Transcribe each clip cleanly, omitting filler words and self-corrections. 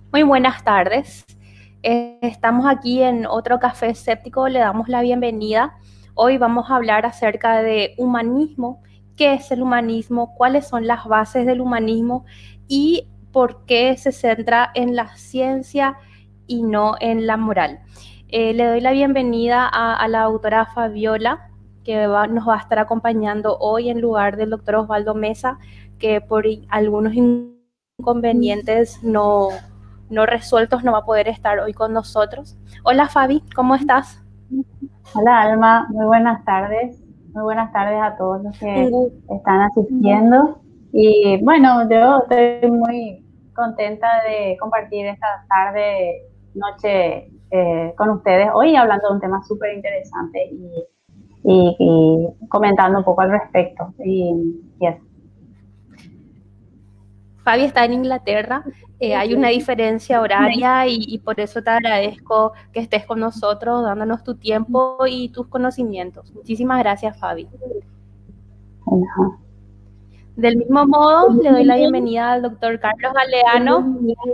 Muy buenas tardes. Estamos aquí en otro café escéptico, le damos la bienvenida. Hoy vamos a hablar acerca de humanismo, qué es el humanismo, cuáles son las bases del humanismo y por qué se centra en la ciencia y no en la moral. Le doy la bienvenida a la autora Fabiola, que nos va a estar acompañando hoy en lugar del doctor Osvaldo Mesa, que por algunos inconvenientes no resueltos no va a poder estar hoy con nosotros. Hola Fabi, ¿cómo estás? Hola Alma, muy buenas tardes. Muy buenas tardes a todos los Un que gusto. están asistiendo. Y bueno, yo estoy muy contenta de compartir esta tarde, noche con ustedes hoy hablando de un tema súper interesante y comentando un poco al respecto. Y eso. Fabi está en Inglaterra, hay una diferencia horaria y por eso te agradezco que estés con nosotros, dándonos tu tiempo y tus conocimientos. Muchísimas gracias, Fabi. Ajá. Del mismo modo, le doy la bienvenida al doctor Carlos Galeano,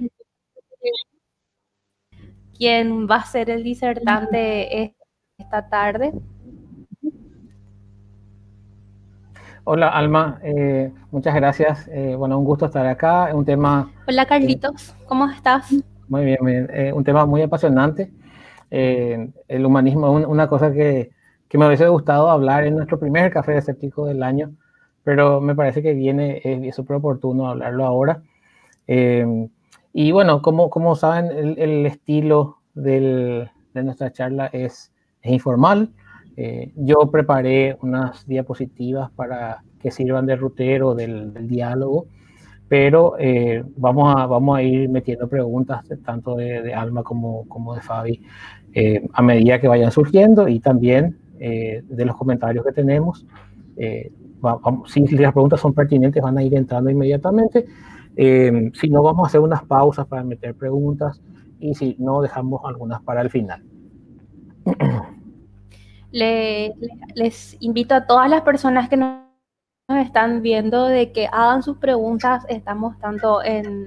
quien va a ser el disertante esta tarde. Hola Alma, muchas gracias. Bueno, un gusto estar acá. Es un tema Hola eh, Carlitos, ¿cómo estás? muy bien, un tema muy apasionante. El humanismo es una cosa que me hubiese gustado hablar en nuestro primer café escéptico del año, pero me parece que es súper oportuno hablarlo ahora. Eh, y bueno, como saben, el estilo de nuestra charla es informal. Yo preparé unas diapositivas para que sirvan de rutero del diálogo, pero vamos a ir metiendo preguntas tanto de Alma como de Fabi a medida que vayan surgiendo y también de los comentarios que tenemos. Si las preguntas son pertinentes, van a ir entrando inmediatamente. Si no, vamos a hacer unas pausas para meter preguntas y si no, dejamos algunas para el final. Les invito a todas las personas que nos están viendo de que hagan sus preguntas. Estamos tanto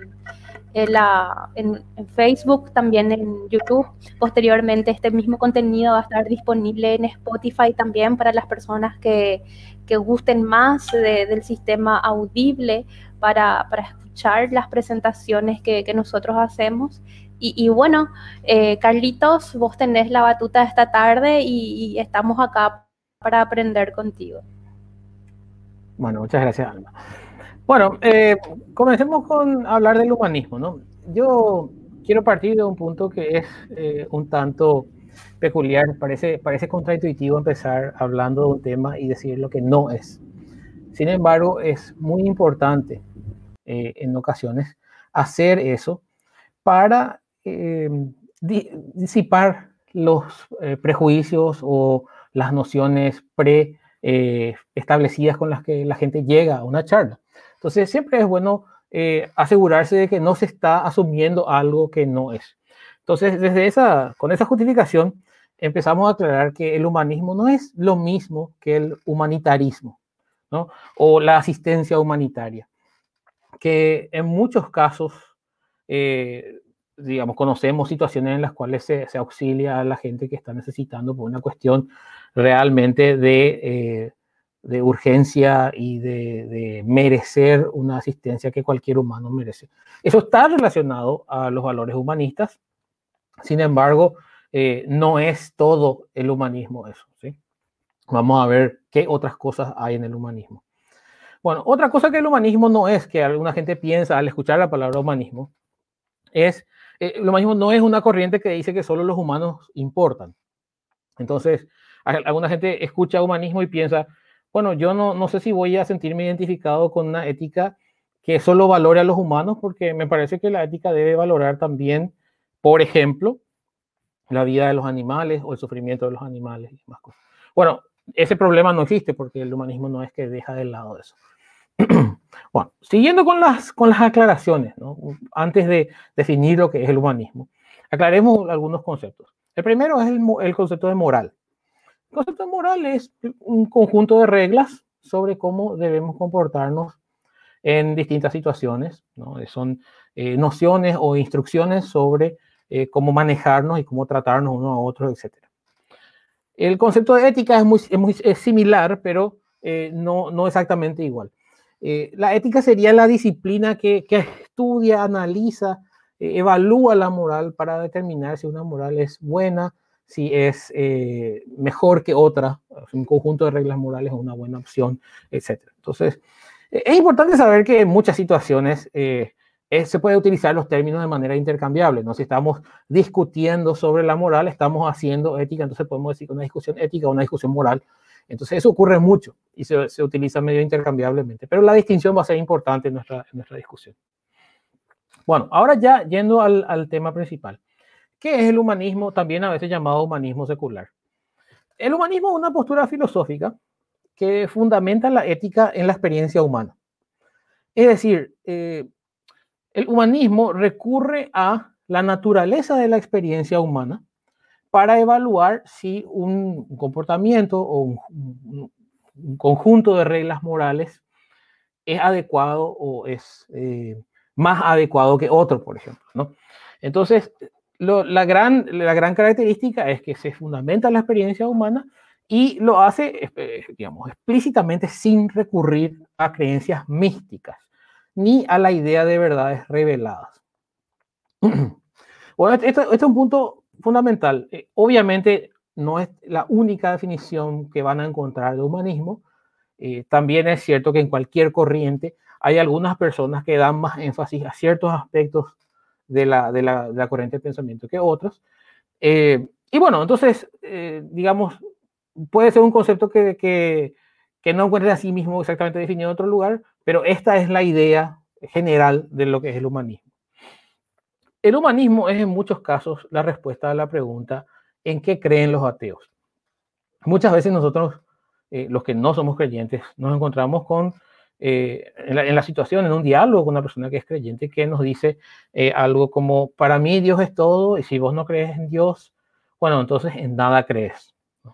en Facebook, también en YouTube. Posteriormente, este mismo contenido va a estar disponible en Spotify también para las personas que gusten más del sistema audible para escuchar las presentaciones que nosotros hacemos. Y bueno, Carlitos, vos tenés la batuta esta tarde y estamos acá para aprender contigo. Bueno, muchas gracias, Alma. Bueno, comencemos con hablar del humanismo, ¿no? Yo quiero partir de un punto que es un tanto peculiar, parece contraintuitivo empezar hablando de un tema y decir lo que no es. Sin embargo, es muy importante en ocasiones hacer eso para disipar los prejuicios o las nociones establecidas con las que la gente llega a una charla. Entonces, siempre es bueno asegurarse de que no se está asumiendo algo que no es. Entonces, con esa justificación, empezamos a aclarar que el humanismo no es lo mismo que el humanitarismo, ¿no? O la asistencia humanitaria, que en muchos casos, digamos, conocemos situaciones en las cuales se auxilia a la gente que está necesitando por una cuestión realmente de urgencia y de merecer una asistencia que cualquier humano merece. Eso está relacionado a los valores humanistas, sin embargo, no es todo el humanismo eso, ¿sí? Vamos a ver qué otras cosas hay en el humanismo. Bueno, otra cosa que el humanismo no es, que alguna gente piensa al escuchar la palabra humanismo, es, el humanismo no es una corriente que dice que solo los humanos importan. Entonces, alguna gente escucha humanismo y piensa, bueno, yo no sé si voy a sentirme identificado con una ética que solo valore a los humanos, porque me parece que la ética debe valorar también, por ejemplo, la vida de los animales o el sufrimiento de los animales y demás cosas. Bueno, ese problema no existe porque el humanismo no es que deja de lado eso. Bueno, siguiendo con las aclaraciones, ¿no? Antes de definir lo que es el humanismo, aclaremos algunos conceptos. El primero es el concepto de moral. El concepto de moral es un conjunto de reglas sobre cómo debemos comportarnos en distintas situaciones, ¿no? Son nociones o instrucciones sobre cómo manejarnos y cómo tratarnos unos a otros, etc. El concepto de ética es similar, pero no exactamente igual. La ética sería la disciplina que estudia, analiza, evalúa la moral para determinar si una moral es buena, si es mejor que otra, un conjunto de reglas morales es una buena opción, etc. Entonces, es importante saber que en muchas situaciones se puede utilizar los términos de manera intercambiable, ¿no? Si estamos discutiendo sobre la moral, estamos haciendo ética, entonces podemos decir una discusión ética o una discusión moral. Entonces eso ocurre mucho y se utiliza medio intercambiablemente, pero la distinción va a ser importante en nuestra discusión. Bueno, ahora ya yendo al tema principal. ¿Qué es el humanismo? También a veces llamado humanismo secular. El humanismo es una postura filosófica que fundamenta la ética en la experiencia humana. Es decir, el humanismo recurre a la naturaleza de la experiencia humana para evaluar si un comportamiento o un conjunto de reglas morales es adecuado o es más adecuado que otro, por ejemplo, ¿no? Entonces, la gran característica es que se fundamenta en la experiencia humana y lo hace, digamos, explícitamente sin recurrir a creencias místicas ni a la idea de verdades reveladas. Bueno, este es un punto fundamental. Obviamente no es la única definición que van a encontrar de humanismo. También es cierto que en cualquier corriente hay algunas personas que dan más énfasis a ciertos aspectos de la corriente de pensamiento que otros. Y bueno, entonces, digamos, puede ser un concepto que no encuentre a sí mismo exactamente definido en otro lugar, pero esta es la idea general de lo que es el humanismo. El humanismo es en muchos casos la respuesta a la pregunta ¿en qué creen los ateos? Muchas veces nosotros, los que no somos creyentes, nos encontramos con, en la situación, en un diálogo con una persona que es creyente, que nos dice algo como, para mí Dios es todo, y si vos no crees en Dios, bueno, entonces en nada crees, ¿no?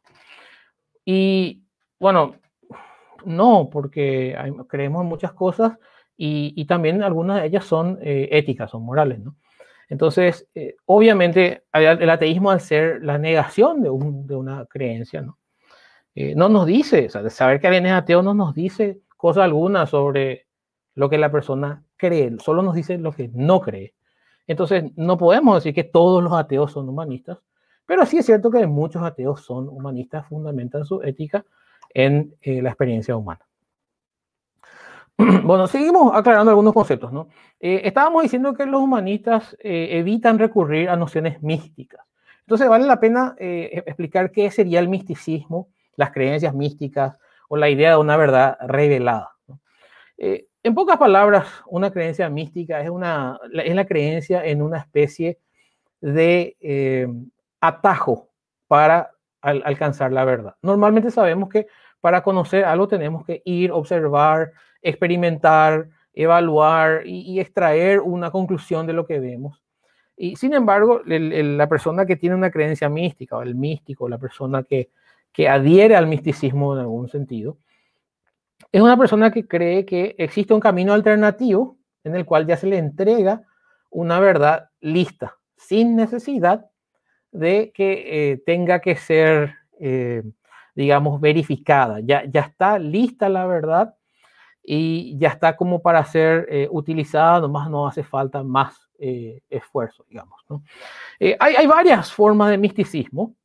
Y bueno, no, porque creemos en muchas cosas y también algunas de ellas son éticas, son morales, ¿no? Entonces, obviamente, el ateísmo, al ser la negación de una creencia, ¿no? No nos dice, o sea, de saber que alguien es ateo no nos dice cosa alguna sobre lo que la persona cree, solo nos dice lo que no cree. Entonces, no podemos decir que todos los ateos son humanistas, pero sí es cierto que muchos ateos son humanistas, fundamentan su ética en la experiencia humana. Bueno, seguimos aclarando algunos conceptos, ¿no? Estábamos diciendo que los humanistas evitan recurrir a nociones místicas. Entonces, vale la pena explicar qué sería el misticismo, las creencias místicas o la idea de una verdad revelada, ¿no? En pocas palabras, una creencia mística es la creencia en una especie de atajo para alcanzar la verdad. Normalmente sabemos que para conocer algo tenemos que ir, observar, experimentar, evaluar y extraer una conclusión de lo que vemos. Y sin embargo, la persona que tiene una creencia mística, o el místico, la persona que adhiere al misticismo en algún sentido, es una persona que cree que existe un camino alternativo en el cual ya se le entrega una verdad lista, sin necesidad de que tenga que ser, digamos, verificada. Ya está lista la verdad y ya está como para ser utilizada, nomás no hace falta más esfuerzo, digamos, ¿no? Hay varias formas de misticismo.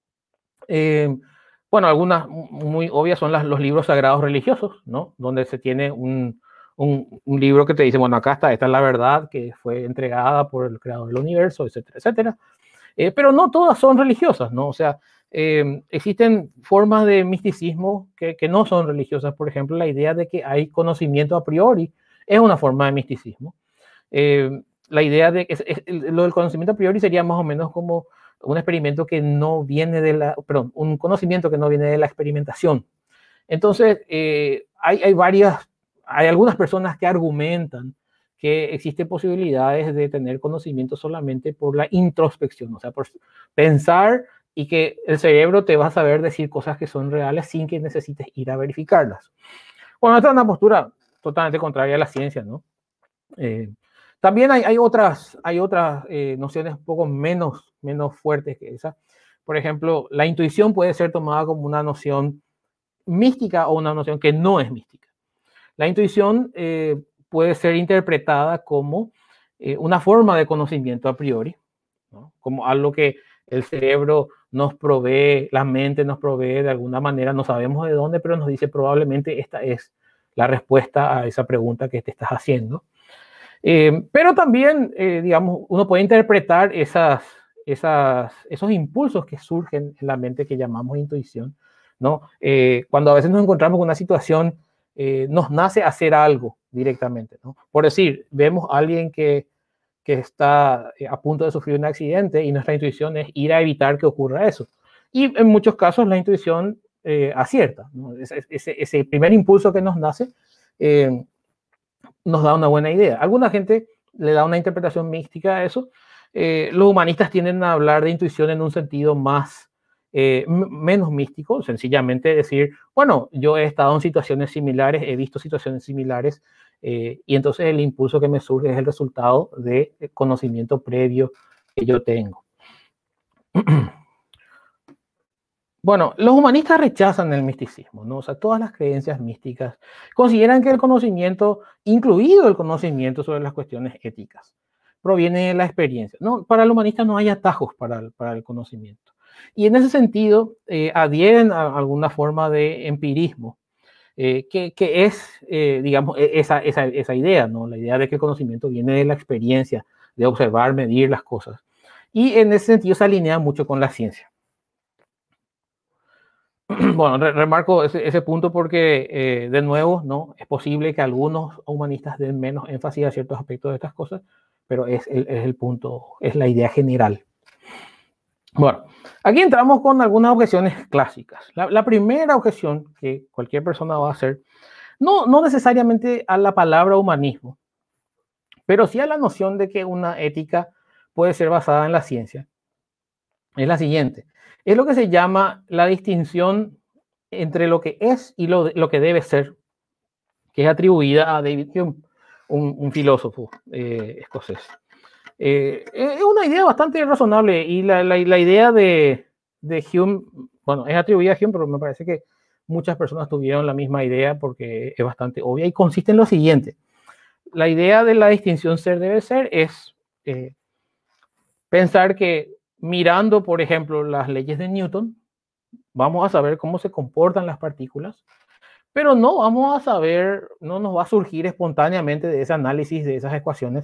Bueno, algunas muy obvias son los libros sagrados religiosos, ¿no? Donde se tiene un libro que te dice, bueno, acá está, esta es la verdad que fue entregada por el creador del universo, etcétera, etcétera. Pero no todas son religiosas, ¿no? O sea, existen formas de misticismo que no son religiosas. Por ejemplo, la idea de que hay conocimiento a priori es una forma de misticismo. La idea de que lo del conocimiento a priori sería más o menos como un experimento que no viene un conocimiento que no viene de la experimentación. Entonces, hay algunas personas que argumentan que existen posibilidades de tener conocimiento solamente por la introspección, o sea, por pensar y que el cerebro te va a saber decir cosas que son reales sin que necesites ir a verificarlas. Bueno, esta es una postura totalmente contraria a la ciencia, ¿no? También hay otras nociones un poco menos fuertes que esa. Por ejemplo, la intuición puede ser tomada como una noción mística o una noción que no es mística. La intuición puede ser interpretada como una forma de conocimiento a priori, ¿no? Como algo que el cerebro nos provee, la mente nos provee de alguna manera, no sabemos de dónde, pero nos dice probablemente esta es la respuesta a esa pregunta que te estás haciendo. Pero también, digamos, uno puede interpretar esos impulsos que surgen en la mente que llamamos intuición, ¿no? Cuando a veces nos encontramos con una situación, nos nace hacer algo directamente, ¿no? Por decir, vemos a alguien que está a punto de sufrir un accidente y nuestra intuición es ir a evitar que ocurra eso. Y en muchos casos la intuición acierta, ¿no? Ese primer impulso que nos nace nos da una buena idea. Alguna gente le da una interpretación mística a eso. Los humanistas tienden a hablar de intuición en un sentido menos místico, sencillamente decir, bueno, yo he estado en situaciones similares, he visto situaciones similares, y entonces el impulso que me surge es el resultado de conocimiento previo que yo tengo. Bueno, los humanistas rechazan el misticismo, ¿no? O sea, todas las creencias místicas consideran que el conocimiento, incluido el conocimiento sobre las cuestiones éticas, proviene de la experiencia. No, para el humanista no hay atajos para el conocimiento. Y en ese sentido, adhieren a alguna forma de empirismo, que es, digamos, esa idea, ¿no? La idea de que el conocimiento viene de la experiencia, de observar, medir las cosas. Y en ese sentido se alinea mucho con la ciencia. Bueno, remarco ese punto porque, de nuevo, ¿no? Es posible que algunos humanistas den menos énfasis a ciertos aspectos de estas cosas, pero es el punto, es la idea general. Bueno, aquí entramos con algunas objeciones clásicas. La primera objeción que cualquier persona va a hacer, no necesariamente a la palabra humanismo, pero sí a la noción de que una ética puede ser basada en la ciencia, es la siguiente. Es lo que se llama la distinción entre lo que es y lo que debe ser, que es atribuida a David Hume, un filósofo escocés. Es una idea bastante razonable y la idea de Hume, bueno, es atribuida a Hume, pero me parece que muchas personas tuvieron la misma idea porque es bastante obvia y consiste en lo siguiente. La idea de la distinción ser-debe ser es pensar que mirando, por ejemplo, las leyes de Newton, vamos a saber cómo se comportan las partículas, pero no vamos a saber, no nos va a surgir espontáneamente de ese análisis, de esas ecuaciones,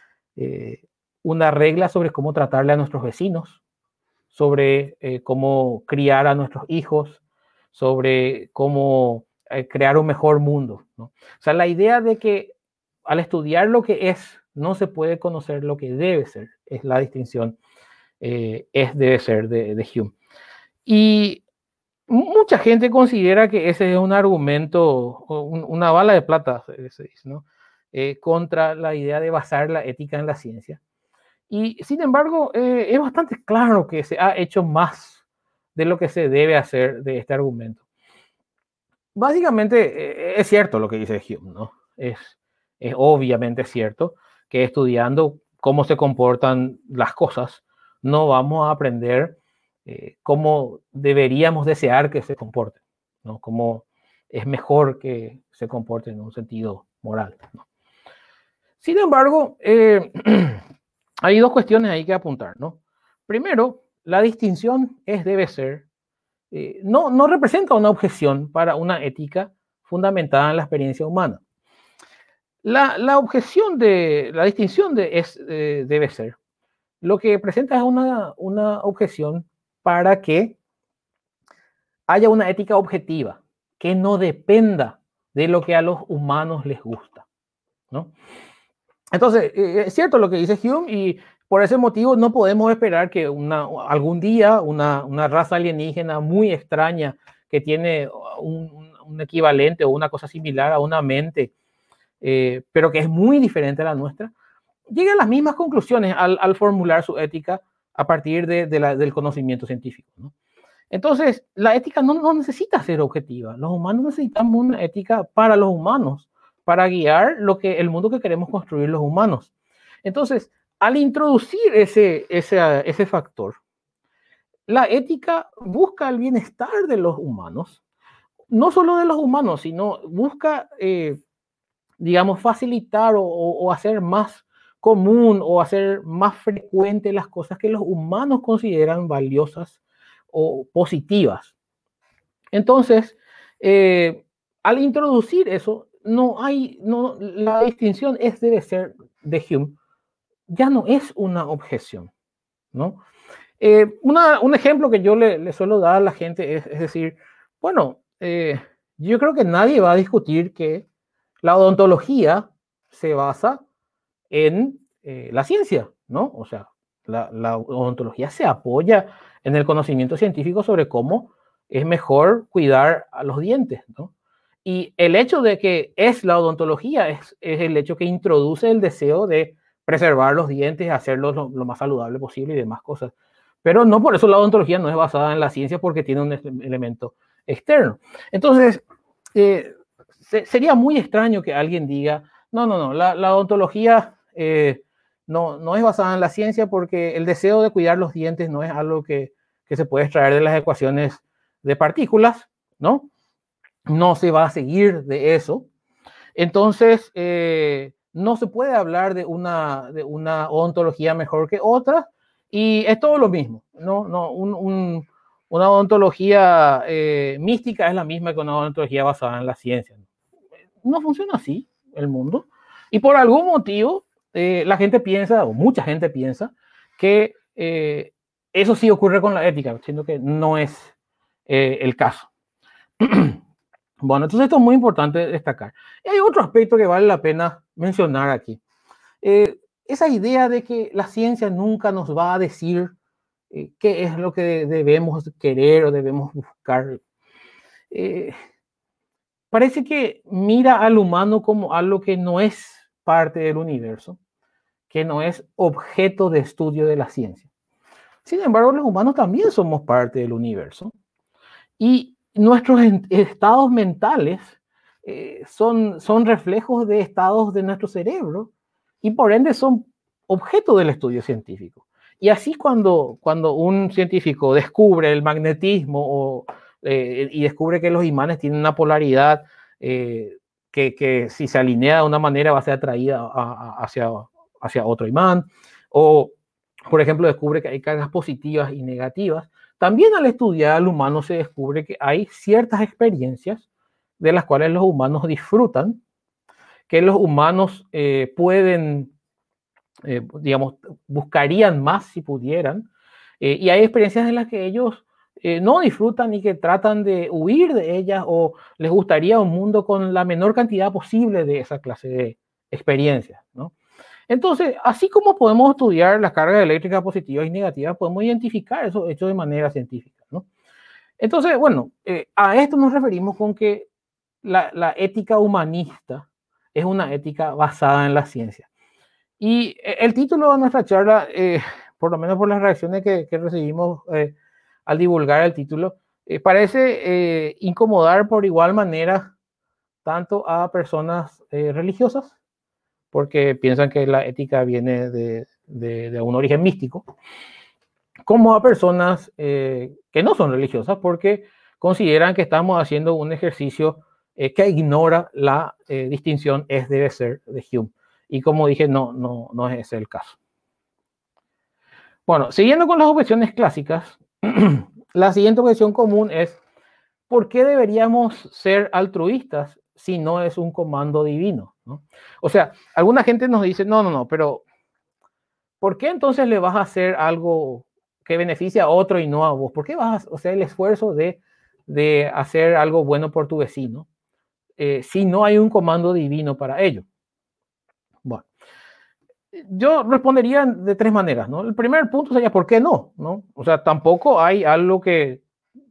una regla sobre cómo tratarle a nuestros vecinos, sobre cómo criar a nuestros hijos, sobre cómo crear un mejor mundo, ¿no? O sea, la idea de que al estudiar lo que es, no se puede conocer lo que debe ser, es la distinción, debe ser de Hume. Y mucha gente considera que ese es un argumento, una bala de plata, se dice, ¿no? Contra la idea de basar la ética en la ciencia. Y sin embargo, es bastante claro que se ha hecho más de lo que se debe hacer de este argumento. Básicamente, es cierto lo que dice Hume, ¿no? Es obviamente cierto que estudiando cómo se comportan las cosas, no vamos a aprender cómo deberíamos desear que se comporten, ¿no? Cómo es mejor que se comporten en un sentido moral, ¿no? Sin embargo, hay dos cuestiones ahí que apuntar, ¿no? Primero, la distinción debe ser, no representa una objeción para una ética fundamentada en la experiencia humana. La objeción la distinción debe ser, lo que presenta es una objeción para que haya una ética objetiva, que no dependa de lo que a los humanos les gusta, ¿no? Entonces, es cierto lo que dice Hume y por ese motivo no podemos esperar que algún día una raza alienígena muy extraña que tiene un equivalente o una cosa similar a una mente, pero que es muy diferente a la nuestra, llegue a las mismas conclusiones al formular su ética a partir del conocimiento científico, ¿no? Entonces, la ética no necesita ser objetiva. Los humanos necesitamos una ética para los humanos, para guiar el mundo que queremos construir los humanos. Entonces, al introducir ese factor, la ética busca el bienestar de los humanos, no solo de los humanos, sino busca, digamos, facilitar o hacer más común o hacer más frecuente las cosas que los humanos consideran valiosas o positivas. Entonces, al introducir eso, la distinción debe ser de Hume, ya no es una objeción, ¿no? Un ejemplo que yo le suelo dar a la gente es decir, bueno, yo creo que nadie va a discutir que la odontología se basa en la ciencia, ¿no? O sea, la odontología se apoya en el conocimiento científico sobre cómo es mejor cuidar a los dientes, ¿no? Y el hecho de que es la odontología es el hecho que introduce el deseo de preservar los dientes, hacerlos lo más saludable posible y demás cosas. Pero no por eso la odontología no es basada en la ciencia, porque tiene un elemento externo. Entonces, sería muy extraño que alguien diga, no, la odontología no es basada en la ciencia porque el deseo de cuidar los dientes no es algo que se puede extraer de las ecuaciones de partículas, ¿no? No se va a seguir de eso. Entonces, no se puede hablar de una odontología mejor que otra, y es todo lo mismo, ¿no? Una odontología mística es la misma que una odontología basada en la ciencia. No funciona así el mundo, y por algún motivo la gente piensa, o mucha gente piensa, que eso sí ocurre con la ética, siendo que no es el caso. Bueno, entonces esto es muy importante destacar. Y hay otro aspecto que vale la pena mencionar aquí. Esa idea de que la ciencia nunca nos va a decir qué es lo que debemos querer o debemos buscar. Parece que mira al humano como algo que no es parte del universo, que no es objeto de estudio de la ciencia. Sin embargo, los humanos también somos parte del universo. Y nuestros estados mentales son reflejos de estados de nuestro cerebro y por ende son objeto del estudio científico. Y así cuando un científico descubre el magnetismo y descubre que los imanes tienen una polaridad que si se alinea de una manera va a ser atraída hacia otro imán, o por ejemplo descubre que hay cargas positivas y negativas, también al estudiar al humano se descubre que hay ciertas experiencias de las cuales los humanos disfrutan, que los humanos pueden, digamos, buscarían más si pudieran, y hay experiencias en las que ellos no disfrutan y que tratan de huir de ellas, o les gustaría un mundo con la menor cantidad posible de esa clase de experiencias, ¿no? Entonces, así como podemos estudiar las cargas eléctricas positivas y negativas, podemos identificar esos hechos de manera científica, ¿no? Entonces, bueno, a esto nos referimos con que la ética humanista es una ética basada en la ciencia. Y el título de nuestra charla, por lo menos por las reacciones que recibimos al divulgar el título, parece incomodar por igual manera tanto a personas religiosas, porque piensan que la ética viene de un origen místico, como a personas que no son religiosas, porque consideran que estamos haciendo un ejercicio que ignora la distinción es debe ser de Hume. Y como dije, no es ese el caso. Bueno, siguiendo con las objeciones clásicas, la siguiente objeción común es: ¿por qué deberíamos ser altruistas si no es un comando divino, ¿no? O sea, alguna gente nos dice, no, pero ¿por qué entonces le vas a hacer algo que beneficia a otro y no a vos? ¿Por qué vas a hacer el esfuerzo de hacer algo bueno por tu vecino si no hay un comando divino para ello? Bueno, yo respondería de tres maneras, ¿no? El primer punto sería, ¿por qué no? ¿No? O sea, tampoco hay algo que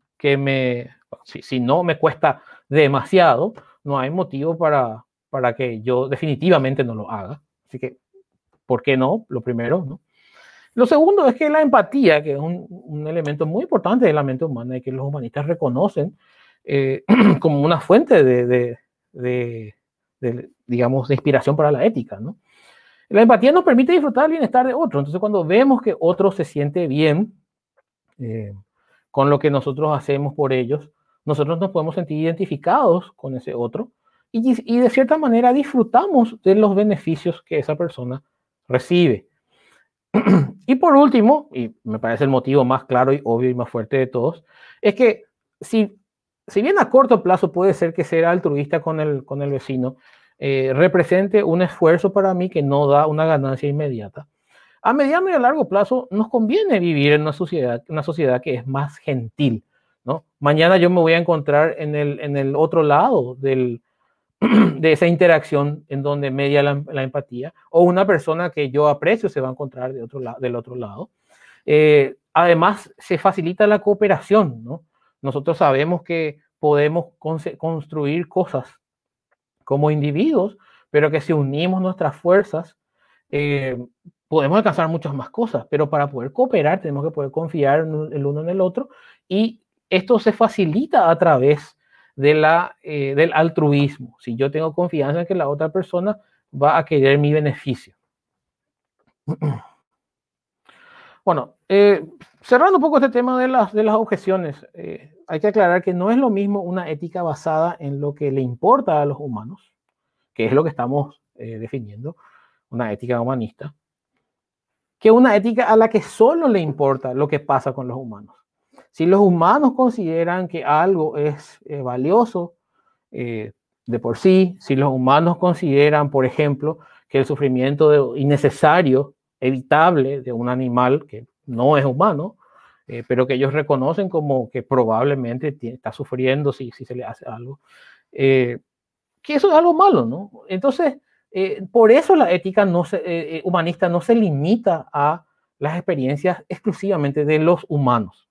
si no me cuesta demasiado, no hay motivo para que yo definitivamente no lo haga. Así que, ¿por qué no? Lo primero, ¿no? Lo segundo es que la empatía, que es un elemento muy importante de la mente humana y que los humanistas reconocen como una fuente de digamos, de inspiración para la ética, ¿no? La empatía nos permite disfrutar el bienestar de otro. Entonces, cuando vemos que otro se siente bien con lo que nosotros hacemos por ellos, nosotros nos podemos sentir identificados con ese otro y de cierta manera disfrutamos de los beneficios que esa persona recibe. Y por último, y me parece el motivo más claro y obvio y más fuerte de todos, es que si bien a corto plazo puede ser que ser altruista con el vecino represente un esfuerzo para mí que no da una ganancia inmediata, a mediano y a largo plazo nos conviene vivir en una sociedad que es más gentil, ¿no? Mañana yo me voy a encontrar en el otro lado de esa interacción en donde media la empatía, o una persona que yo aprecio se va a encontrar del otro lado. Además, se facilita la cooperación, ¿no? Nosotros sabemos que podemos construir cosas como individuos, pero que si unimos nuestras fuerzas, podemos alcanzar muchas más cosas, pero para poder cooperar tenemos que poder confiar el uno en el otro, y esto se facilita a través del altruismo. Si yo tengo confianza en que la otra persona va a querer mi beneficio. Bueno, cerrando un poco este tema de las objeciones, hay que aclarar que no es lo mismo una ética basada en lo que le importa a los humanos, que es lo que estamos definiendo, una ética humanista, que una ética a la que solo le importa lo que pasa con los humanos. Si los humanos consideran que algo es valioso de por sí, si los humanos consideran, por ejemplo, que el sufrimiento innecesario, evitable de un animal que no es humano, pero que ellos reconocen como que probablemente está sufriendo si se le hace algo, que eso es algo malo, ¿no? Entonces, por eso la ética humanista no se limita a las experiencias exclusivamente de los humanos.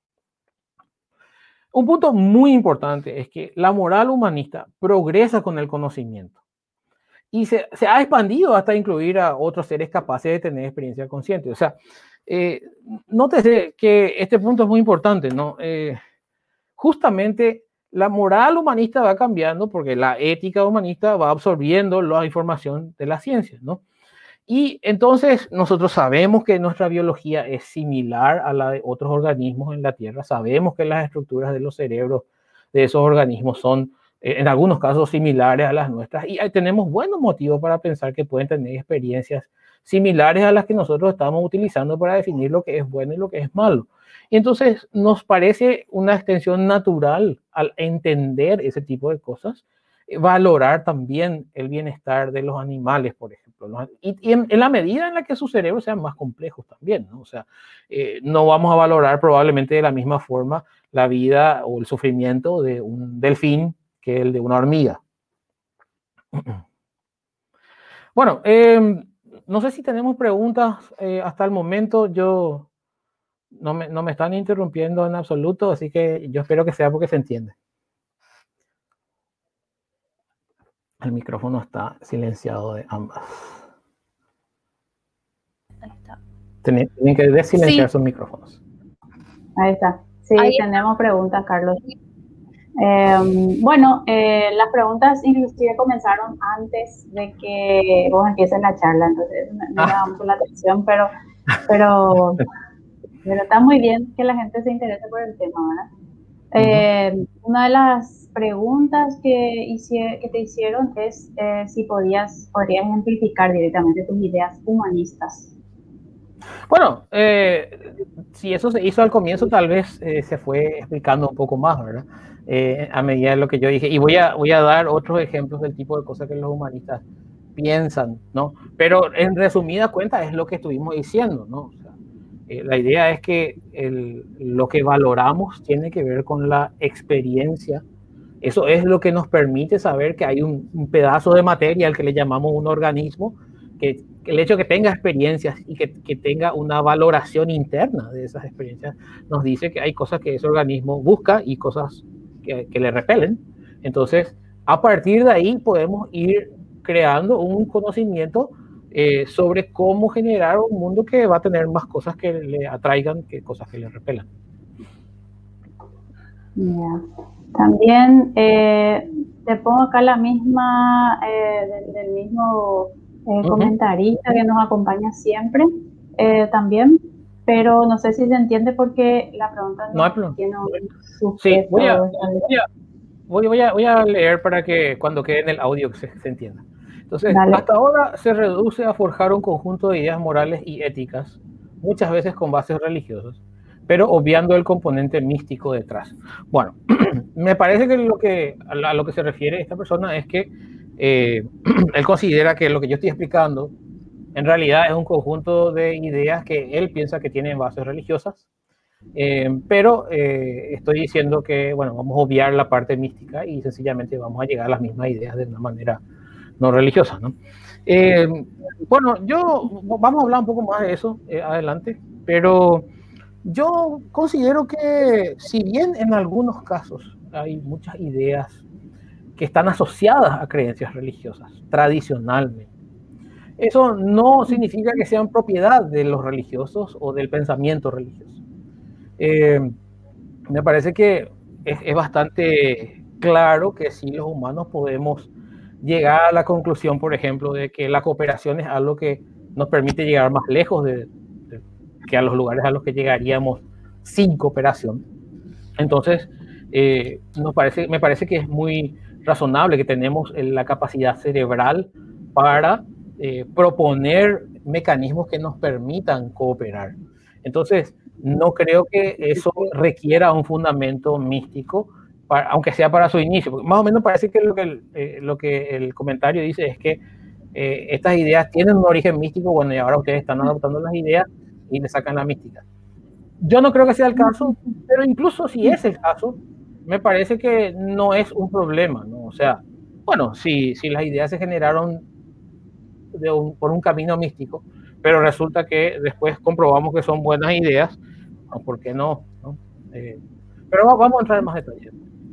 Un punto muy importante es que la moral humanista progresa con el conocimiento y se ha expandido hasta incluir a otros seres capaces de tener experiencia consciente. O sea, nótese que este punto es muy importante, ¿no? Justamente la moral humanista va cambiando porque la ética humanista va absorbiendo la información de la ciencia, ¿no? Y entonces nosotros sabemos que nuestra biología es similar a la de otros organismos en la Tierra, sabemos que las estructuras de los cerebros de esos organismos son en algunos casos similares a las nuestras, y tenemos buenos motivos para pensar que pueden tener experiencias similares a las que nosotros estamos utilizando para definir lo que es bueno y lo que es malo. Y entonces nos parece una extensión natural al entender ese tipo de cosas, valorar también el bienestar de los animales, por ejemplo, ¿no? Y en la medida en la que sus cerebros sean más complejos también, ¿no? O sea, no vamos a valorar probablemente de la misma forma la vida o el sufrimiento de un delfín que el de una hormiga. Bueno, no sé si tenemos preguntas hasta el momento. Yo no me están interrumpiendo en absoluto, así que yo espero que sea porque se entiende. El micrófono está silenciado de ambas. Ahí está. Tienen que desilenciar sus micrófonos. Ahí está. Sí, ahí tenemos preguntas, Carlos. Bueno, las preguntas inclusive comenzaron antes de que vos empieces la charla, entonces me llama mucho la atención, pero está muy bien que la gente se interese por el tema, ¿verdad? Una de las preguntas que te hicieron es si podrías ejemplificar directamente tus ideas humanistas. Bueno, si eso se hizo al comienzo, tal vez se fue explicando un poco más, ¿verdad? A medida de lo que yo dije. Y voy a dar otros ejemplos del tipo de cosas que los humanistas piensan, ¿no? Pero en resumida cuenta es lo que estuvimos diciendo, ¿no? O sea, la idea es que lo que valoramos tiene que ver con la experiencia. Eso es lo que nos permite saber que hay un pedazo de materia al que le llamamos un organismo, que el hecho de que tenga experiencias y que tenga una valoración interna de esas experiencias nos dice que hay cosas que ese organismo busca y cosas que le repelen. Entonces, a partir de ahí podemos ir creando un conocimiento sobre cómo generar un mundo que va a tener más cosas que le atraigan que cosas que le repelan. Yeah. También te pongo acá la misma, del mismo comentarista que nos acompaña siempre también, pero no sé si se entiende porque la pregunta No hay no problema. tiene un Sí, sujeto. voy a leer para que cuando quede en el audio se entienda. Entonces, Dale. hasta ahora se reduce a forjar un conjunto de ideas morales y éticas, muchas veces con bases religiosas, pero obviando el componente místico detrás. Bueno, me parece que a lo que se refiere esta persona es que él considera que lo que yo estoy explicando en realidad es un conjunto de ideas que él piensa que tienen bases religiosas, pero estoy diciendo que, bueno, vamos a obviar la parte mística y sencillamente vamos a llegar a las mismas ideas de una manera no religiosa, ¿no? Bueno, vamos a hablar un poco más de eso adelante, pero yo considero que si bien en algunos casos hay muchas ideas que están asociadas a creencias religiosas tradicionalmente, eso no significa que sean propiedad de los religiosos o del pensamiento religioso. Me parece que es bastante claro que sí los humanos podemos llegar a la conclusión, por ejemplo, de que la cooperación es algo que nos permite llegar más lejos que a los lugares a los que llegaríamos sin cooperación. Entonces, me parece que es muy razonable que tenemos la capacidad cerebral para proponer mecanismos que nos permitan cooperar. Entonces, no creo que eso requiera un fundamento místico, aunque sea para su inicio. Porque más o menos parece que lo que el comentario dice es que estas ideas tienen un origen místico, bueno, y ahora ustedes están adoptando las ideas y le sacan la mística. Yo no creo que sea el caso, pero incluso si es el caso, me parece que no es un problema, ¿no? O sea, bueno, si las ideas se generaron por un camino místico, pero resulta que después comprobamos que son buenas ideas, ¿no? ¿Por qué no? ¿No? Pero vamos a entrar en más detalles.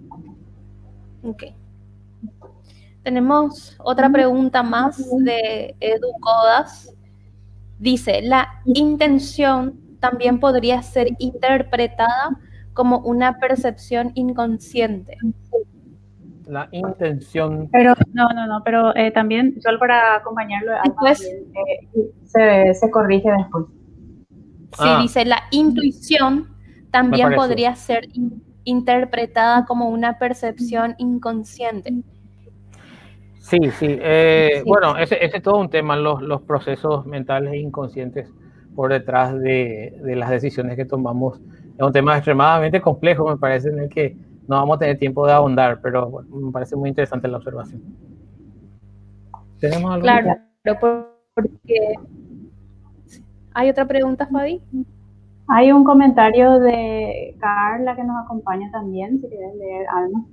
Ok. Tenemos otra pregunta más de Edu Codas. Dice, ¿la intención también podría ser interpretada como una percepción inconsciente? La intención. Pero pero también, solo para acompañarlo, Después, se corrige después. sí, dice, la intuición también podría ser interpretada como una percepción inconsciente. Sí. Bueno, ese es todo un tema, los procesos mentales e inconscientes por detrás de las decisiones que tomamos. Es un tema extremadamente complejo, me parece, en el que no vamos a tener tiempo de ahondar, pero bueno, me parece muy interesante la observación. ¿Tenemos algo? Claro, porque... ¿Hay otra pregunta, Fabi? Hay un comentario de Carla que nos acompaña también, si quieres leer, Alma.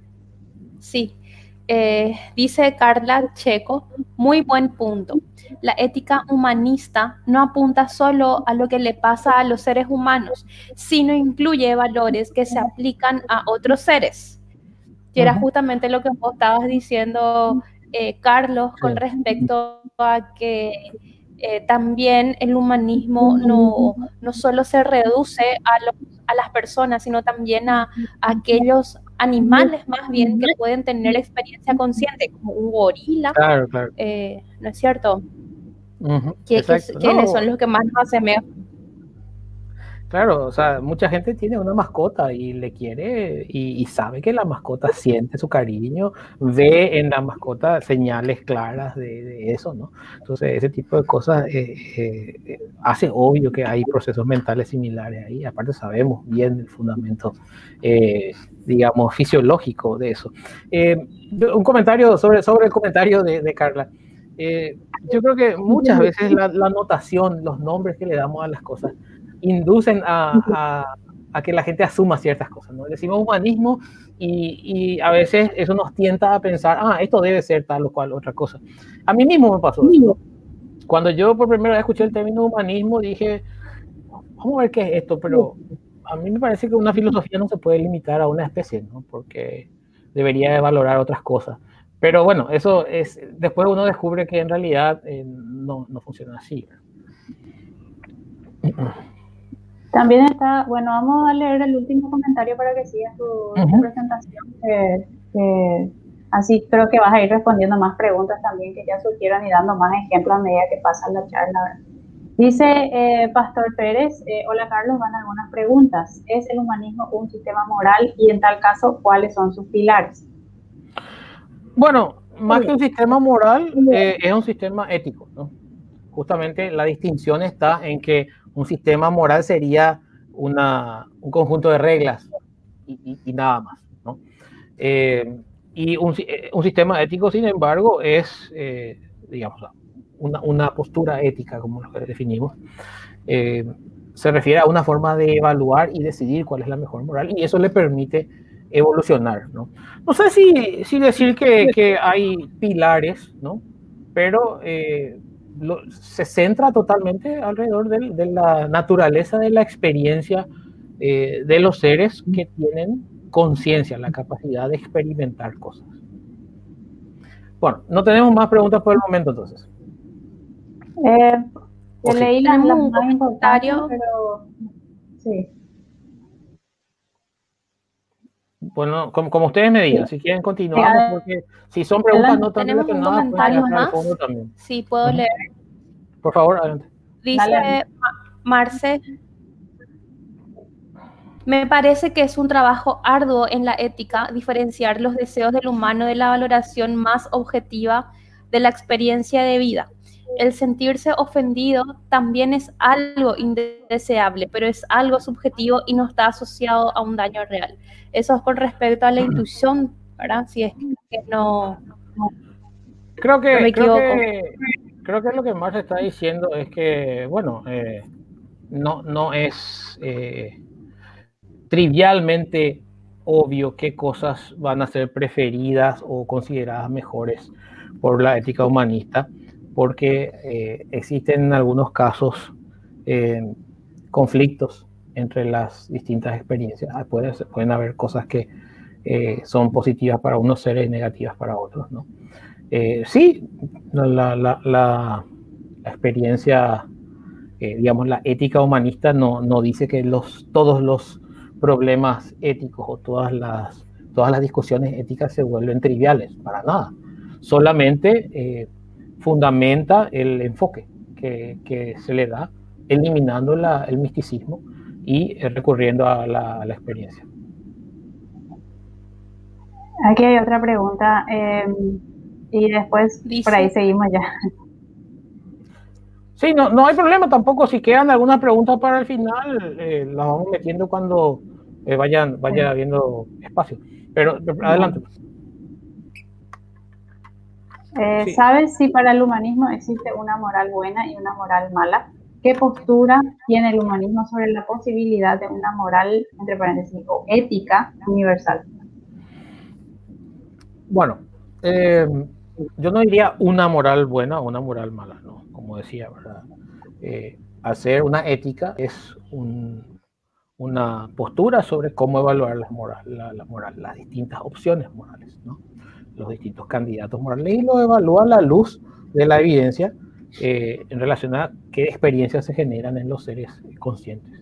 Sí, dice Carla Checo, muy buen punto. La ética humanista no apunta solo a lo que le pasa a los seres humanos, sino incluye valores que se aplican a otros seres. Y era justamente lo que vos estabas diciendo, Carlos, con respecto a que también el humanismo no solo se reduce a las personas, sino también a aquellos animales más bien que pueden tener experiencia consciente, como un gorila. Claro. ¿No es cierto? Exacto. ¿Quiénes son los que más nos asemejan? Claro, o sea, mucha gente tiene una mascota y le quiere y sabe que la mascota siente su cariño, ve en la mascota señales claras de eso, ¿no? Entonces, ese tipo de cosas hace obvio que hay procesos mentales similares ahí. Aparte, sabemos bien el fundamento, digamos, fisiológico de eso. Un comentario sobre el comentario de Carla. Yo creo que muchas veces la notación, los nombres que le damos a las cosas, inducen a que la gente asuma ciertas cosas, ¿no? Decimos humanismo y a veces eso nos tienta a pensar, esto debe ser tal o cual otra cosa. A mí mismo me pasó eso, ¿no? Cuando yo por primera vez escuché el término humanismo, dije, vamos a ver qué es esto, pero a mí me parece que una filosofía no se puede limitar a una especie, ¿no? Porque debería de valorar otras cosas. Pero bueno, eso es, después uno descubre que en realidad no funciona así, ¿verdad? También está, bueno, vamos a leer el último comentario para que sigas tu presentación, que Así creo que vas a ir respondiendo más preguntas también que ya surgieron y dando más ejemplos a medida que pasa la charla. Dice Pastor Pérez, hola Carlos, van algunas preguntas. ¿Es el humanismo un sistema moral y en tal caso, cuáles son sus pilares? Bueno, más que un sistema moral, es un sistema ético, ¿no? Justamente la distinción está en que un sistema moral sería un conjunto de reglas y nada más, ¿no? Y un sistema ético, sin embargo, es, digamos, una postura ética, como lo definimos. Se refiere a una forma de evaluar y decidir cuál es la mejor moral, y eso le permite evolucionar, ¿no? No sé si decir que hay pilares, ¿no? Pero se centra totalmente alrededor de la naturaleza de la experiencia de los seres que tienen conciencia, la capacidad de experimentar cosas. Bueno, no tenemos más preguntas por el momento, entonces. Yo leí las más importantes, pero sí. Bueno, como ustedes me digan, si quieren continuamos, porque si son preguntas no tan relacionadas, tenemos un comentario más. También. Sí, puedo leer. Por favor, adelante. Dice Marce, me parece que es un trabajo arduo en la ética diferenciar los deseos del humano de la valoración más objetiva de la experiencia de vida. El sentirse ofendido también es algo indeseable, pero es algo subjetivo y no está asociado a un daño real. Eso es con respecto a la intuición, ¿verdad? Si es que no me equivoco. Creo que lo que Marce está diciendo es que, bueno, no es trivialmente obvio qué cosas van a ser preferidas o consideradas mejores por la ética humanista, porque existen en algunos casos conflictos entre las distintas experiencias. Pueden haber cosas que son positivas para unos seres y negativas para otros, ¿no? Sí, la experiencia, digamos, la ética humanista no dice que todos los problemas éticos o todas las discusiones éticas se vuelven triviales, para nada. Solamente fundamenta el enfoque que se le da, eliminando el misticismo y recurriendo a la experiencia. Aquí hay otra pregunta y después por ahí seguimos ya. Sí, no hay problema tampoco. Si quedan algunas preguntas para el final, las vamos metiendo cuando vaya habiendo espacio. Pero adelante. Sí. ¿Sabes si para el humanismo existe una moral buena y una moral mala? ¿Qué postura tiene el humanismo sobre la posibilidad de una moral, entre paréntesis, o ética universal? Bueno, yo no diría una moral buena o una moral mala, ¿no? Como decía, ¿verdad? Hacer una ética es una postura sobre cómo evaluar la moral, las distintas opciones morales, ¿no? Los distintos candidatos morales, y lo evalúa a la luz de la evidencia en relación a qué experiencias se generan en los seres conscientes.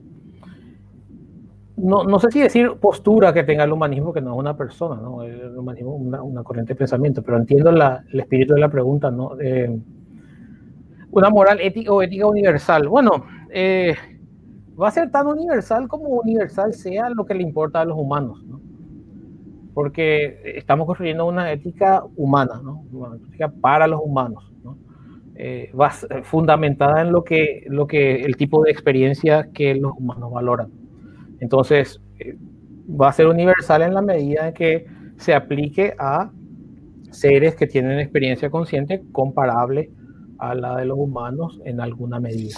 No sé si decir postura que tenga el humanismo, que no es una persona, ¿no? El humanismo es una corriente de pensamiento, pero entiendo el espíritu de la pregunta, ¿no? Una moral ética o ética universal. Bueno, va a ser tan universal como universal sea lo que le importa a los humanos, ¿no? Porque estamos construyendo una ética humana, ¿no? Una ética para los humanos, ¿no? Fundamentada en lo que el tipo de experiencia que los humanos valoran. Entonces, va a ser universal en la medida en que se aplique a seres que tienen experiencia consciente comparable a la de los humanos en alguna medida.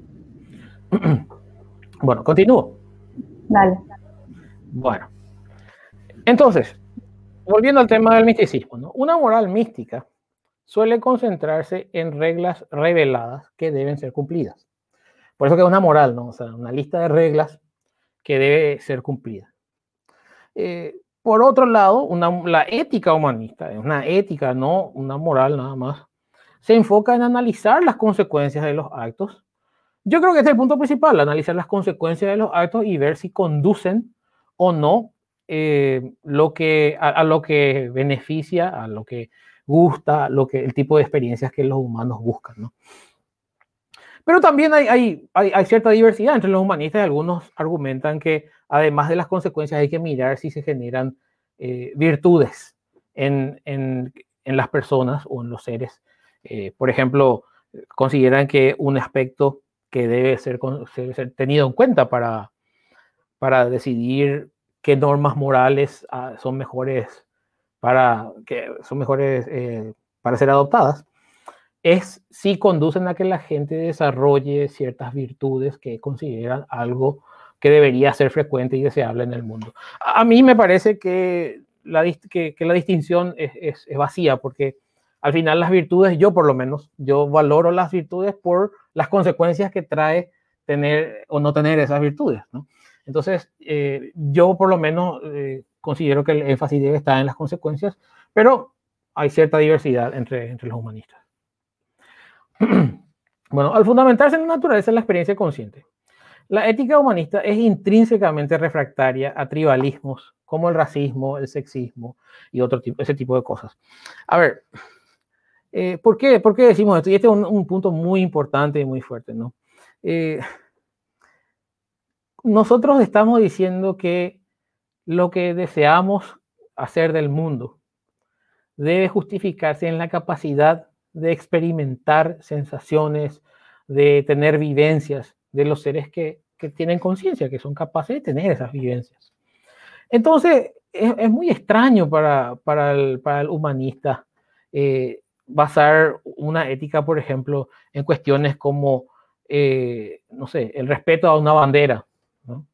Bueno, continúo. Dale. Bueno, entonces, volviendo al tema del misticismo, ¿no? Una moral mística suele concentrarse en reglas reveladas que deben ser cumplidas. Por eso que es una moral, ¿no? O sea, una lista de reglas que debe ser cumplida. Por otro lado, la ética humanista, es una ética, no una moral nada más, se enfoca en analizar las consecuencias de los actos. Yo creo que este es el punto principal, analizar las consecuencias de los actos y ver si conducen o no lo que beneficia, a lo que gusta, el tipo de experiencias que los humanos buscan, ¿no? Pero también hay cierta diversidad entre los humanistas, y algunos argumentan que además de las consecuencias hay que mirar si se generan virtudes en las personas o en los seres. Por ejemplo, consideran que un aspecto que debe ser tenido en cuenta para decidir qué normas morales son mejores para ser adoptadas es si conducen a que la gente desarrolle ciertas virtudes que consideran algo que debería ser frecuente y deseable en el mundo. A mí me parece que la distinción es vacía, porque al final las virtudes, yo por lo menos, yo valoro las virtudes por las consecuencias que trae tener o no tener esas virtudes, ¿no? Entonces, yo por lo menos considero que el énfasis debe estar en las consecuencias, pero hay cierta diversidad entre los humanistas. Bueno, al fundamentarse en la naturaleza de la experiencia consciente, la ética humanista es intrínsecamente refractaria a tribalismos como el racismo, el sexismo y ese tipo de cosas. A ver, ¿por qué decimos esto? Y este es un punto muy importante y muy fuerte, ¿no? Nosotros estamos diciendo que lo que deseamos hacer del mundo debe justificarse en la capacidad de experimentar sensaciones, de tener vivencias de los seres que tienen conciencia, que son capaces de tener esas vivencias. Entonces, es muy extraño para el humanista basar una ética, por ejemplo, en cuestiones como, no sé, el respeto a una bandera, ¿no?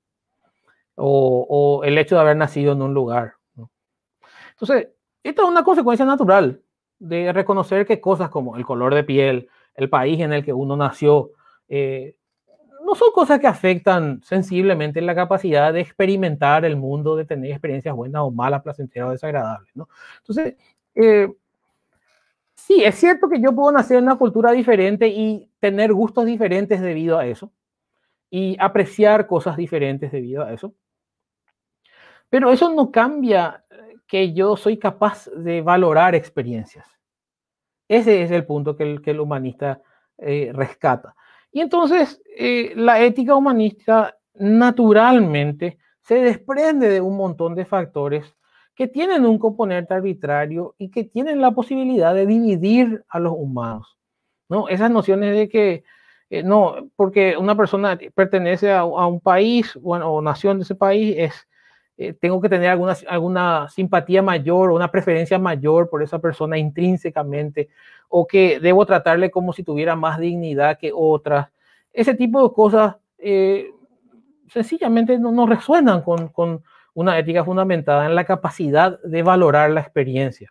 O el hecho de haber nacido en un lugar, ¿no? Entonces, esto es una consecuencia natural de reconocer que cosas como el color de piel, el país en el que uno nació, no son cosas que afectan sensiblemente la capacidad de experimentar el mundo, de tener experiencias buenas o malas, placenteras o desagradables, ¿no? Entonces, sí, es cierto que yo puedo nacer en una cultura diferente y tener gustos diferentes debido a eso, y apreciar cosas diferentes debido a eso, pero eso no cambia que yo soy capaz de valorar experiencias. Ese es el punto que el humanista rescata. Y entonces la ética humanista naturalmente se desprende de un montón de factores que tienen un componente arbitrario y que tienen la posibilidad de dividir a los humanos, ¿no? Esas nociones de que no, porque una persona pertenece a un país, bueno, o nación de ese país, tengo que tener alguna simpatía mayor o una preferencia mayor por esa persona intrínsecamente, o que debo tratarle como si tuviera más dignidad que otras. Ese tipo de cosas sencillamente no resuenan con una ética fundamentada en la capacidad de valorar la experiencia.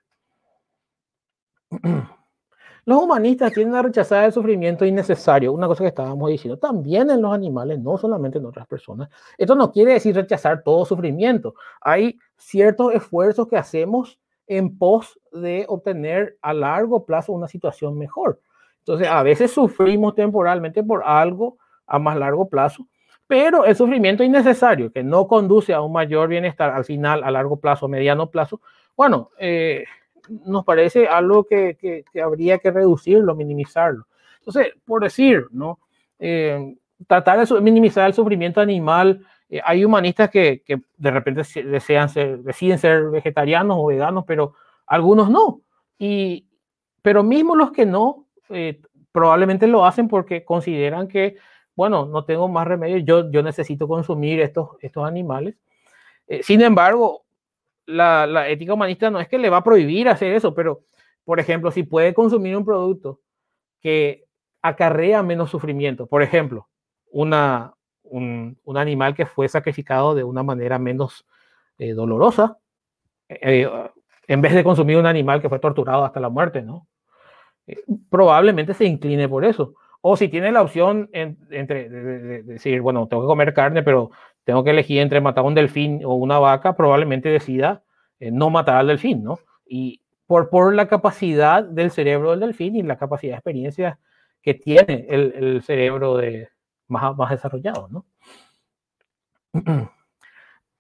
Los humanistas tienden a rechazar el sufrimiento innecesario, una cosa que estábamos diciendo, también en los animales, no solamente en otras personas. Esto no quiere decir rechazar todo sufrimiento. Hay ciertos esfuerzos que hacemos en pos de obtener a largo plazo una situación mejor. Entonces, a veces sufrimos temporalmente por algo a más largo plazo, pero el sufrimiento innecesario, que no conduce a un mayor bienestar al final, a largo plazo, mediano plazo, bueno, nos parece algo que habría que reducirlo, minimizarlo. Entonces, por decir, ¿no? Tratar de minimizar el sufrimiento animal. Hay humanistas que de repente deciden ser vegetarianos o veganos, pero algunos no. Pero mismo los que no, probablemente lo hacen porque consideran que, bueno, no tengo más remedio, yo necesito consumir estos animales. Sin embargo, la ética humanista no es que le va a prohibir hacer eso, pero, por ejemplo, si puede consumir un producto que acarrea menos sufrimiento, por ejemplo, un animal que fue sacrificado de una manera menos dolorosa, en vez de consumir un animal que fue torturado hasta la muerte, ¿no? Probablemente se incline por eso. O si tiene la opción de decir, bueno, tengo que comer carne, pero tengo que elegir entre matar un delfín o una vaca, probablemente decida no matar al delfín, ¿no? Y por la capacidad del cerebro del delfín y la capacidad de experiencia que tiene el cerebro más desarrollado, ¿no?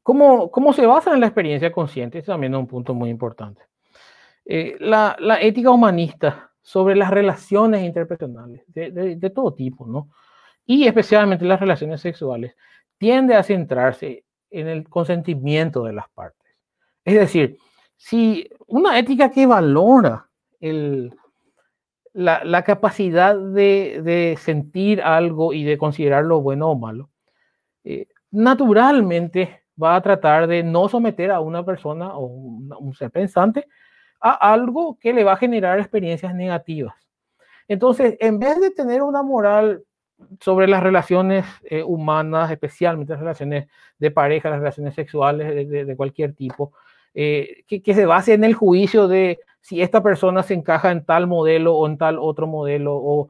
¿Cómo se basa en la experiencia consciente? Es también un punto muy importante. La ética humanista sobre las relaciones interpersonales de todo tipo, ¿no? Y especialmente las relaciones sexuales, tiende a centrarse en el consentimiento de las partes. Es decir, si una ética que valora la capacidad de sentir algo y de considerarlo bueno o malo, naturalmente va a tratar de no someter a una persona o un ser pensante a algo que le va a generar experiencias negativas. Entonces, en vez de tener una moral sobre las relaciones humanas, especialmente las relaciones de pareja, las relaciones sexuales de cualquier tipo, que se base en el juicio de si esta persona se encaja en tal modelo o en tal otro modelo, o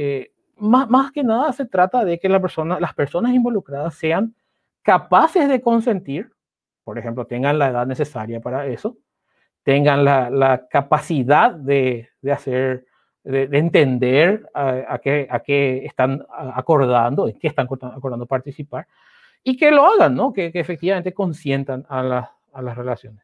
más que nada se trata de que las personas involucradas sean capaces de consentir, por ejemplo, tengan la edad necesaria para eso, tengan la capacidad de hacer, de entender a qué están acordando, en qué están acordando participar, y que lo hagan, ¿no? Que efectivamente consientan a las relaciones.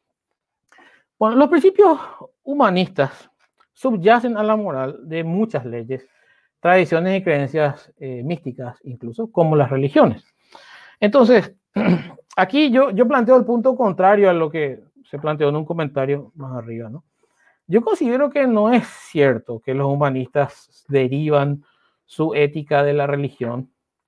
Bueno, los principios humanistas subyacen a la moral de muchas leyes, tradiciones y creencias místicas, incluso como las religiones. Entonces, aquí yo planteo el punto contrario a lo que se planteó en un comentario más arriba, ¿no? Yo considero que no es cierto que los humanistas derivan su ética de la religión.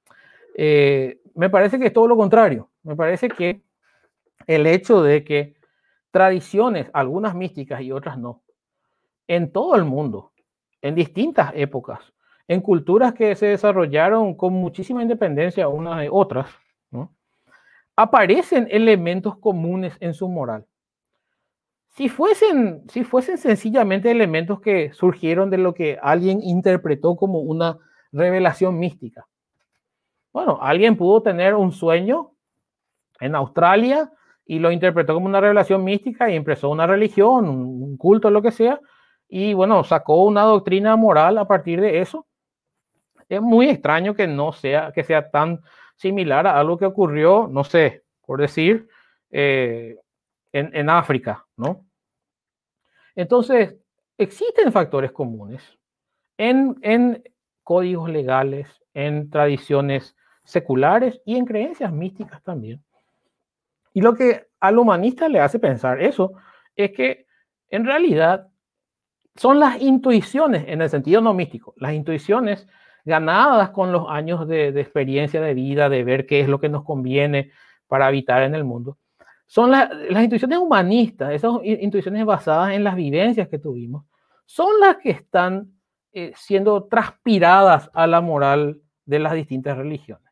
Me parece que es todo lo contrario. Me parece que el hecho de que tradiciones, algunas místicas y otras no, en todo el mundo, en distintas épocas, en culturas que se desarrollaron con muchísima independencia unas de otras, ¿no?, aparecen elementos comunes en su moral. Si fuesen sencillamente elementos que surgieron de lo que alguien interpretó como una revelación mística. Bueno, alguien pudo tener un sueño en Australia y lo interpretó como una revelación mística y empezó una religión, un culto, lo que sea, y bueno, sacó una doctrina moral a partir de eso. Es muy extraño que sea tan similar a algo que ocurrió, no sé, por decir, en África, ¿no? Entonces, existen factores comunes en códigos legales, en tradiciones seculares y en creencias místicas también. Y lo que al humanista le hace pensar eso es que en realidad son las intuiciones, en el sentido no místico, las intuiciones ganadas con los años de experiencia de vida, de ver qué es lo que nos conviene para habitar en el mundo. Son las intuiciones humanistas, esas intuiciones basadas en las vivencias que tuvimos, son las que están siendo transpiradas a la moral de las distintas religiones.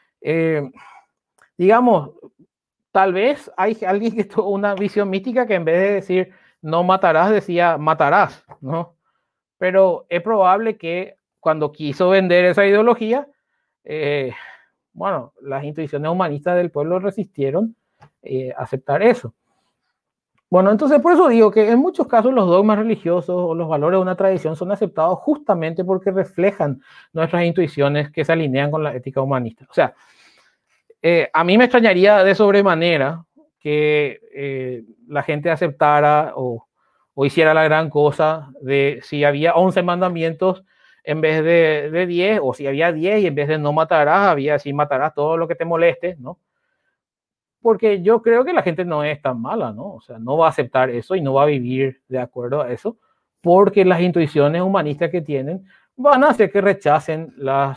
Digamos, tal vez hay alguien que tuvo una visión mística que en vez de decir no matarás, decía matarás, ¿no? Pero es probable que cuando quiso vender esa ideología, bueno, las intuiciones humanistas del pueblo resistieron aceptar eso. Bueno, entonces por eso digo que en muchos casos los dogmas religiosos o los valores de una tradición son aceptados justamente porque reflejan nuestras intuiciones que se alinean con la ética humanista. O sea, a mí me extrañaría de sobremanera que la gente aceptara o hiciera la gran cosa de si había 11 mandamientos en vez de 10, o si había 10 y en vez de no matarás, había si matarás todo lo que te moleste, ¿no? Porque yo creo que la gente no es tan mala, ¿no? O sea, no va a aceptar eso y no va a vivir de acuerdo a eso, porque las intuiciones humanistas que tienen van a hacer que rechacen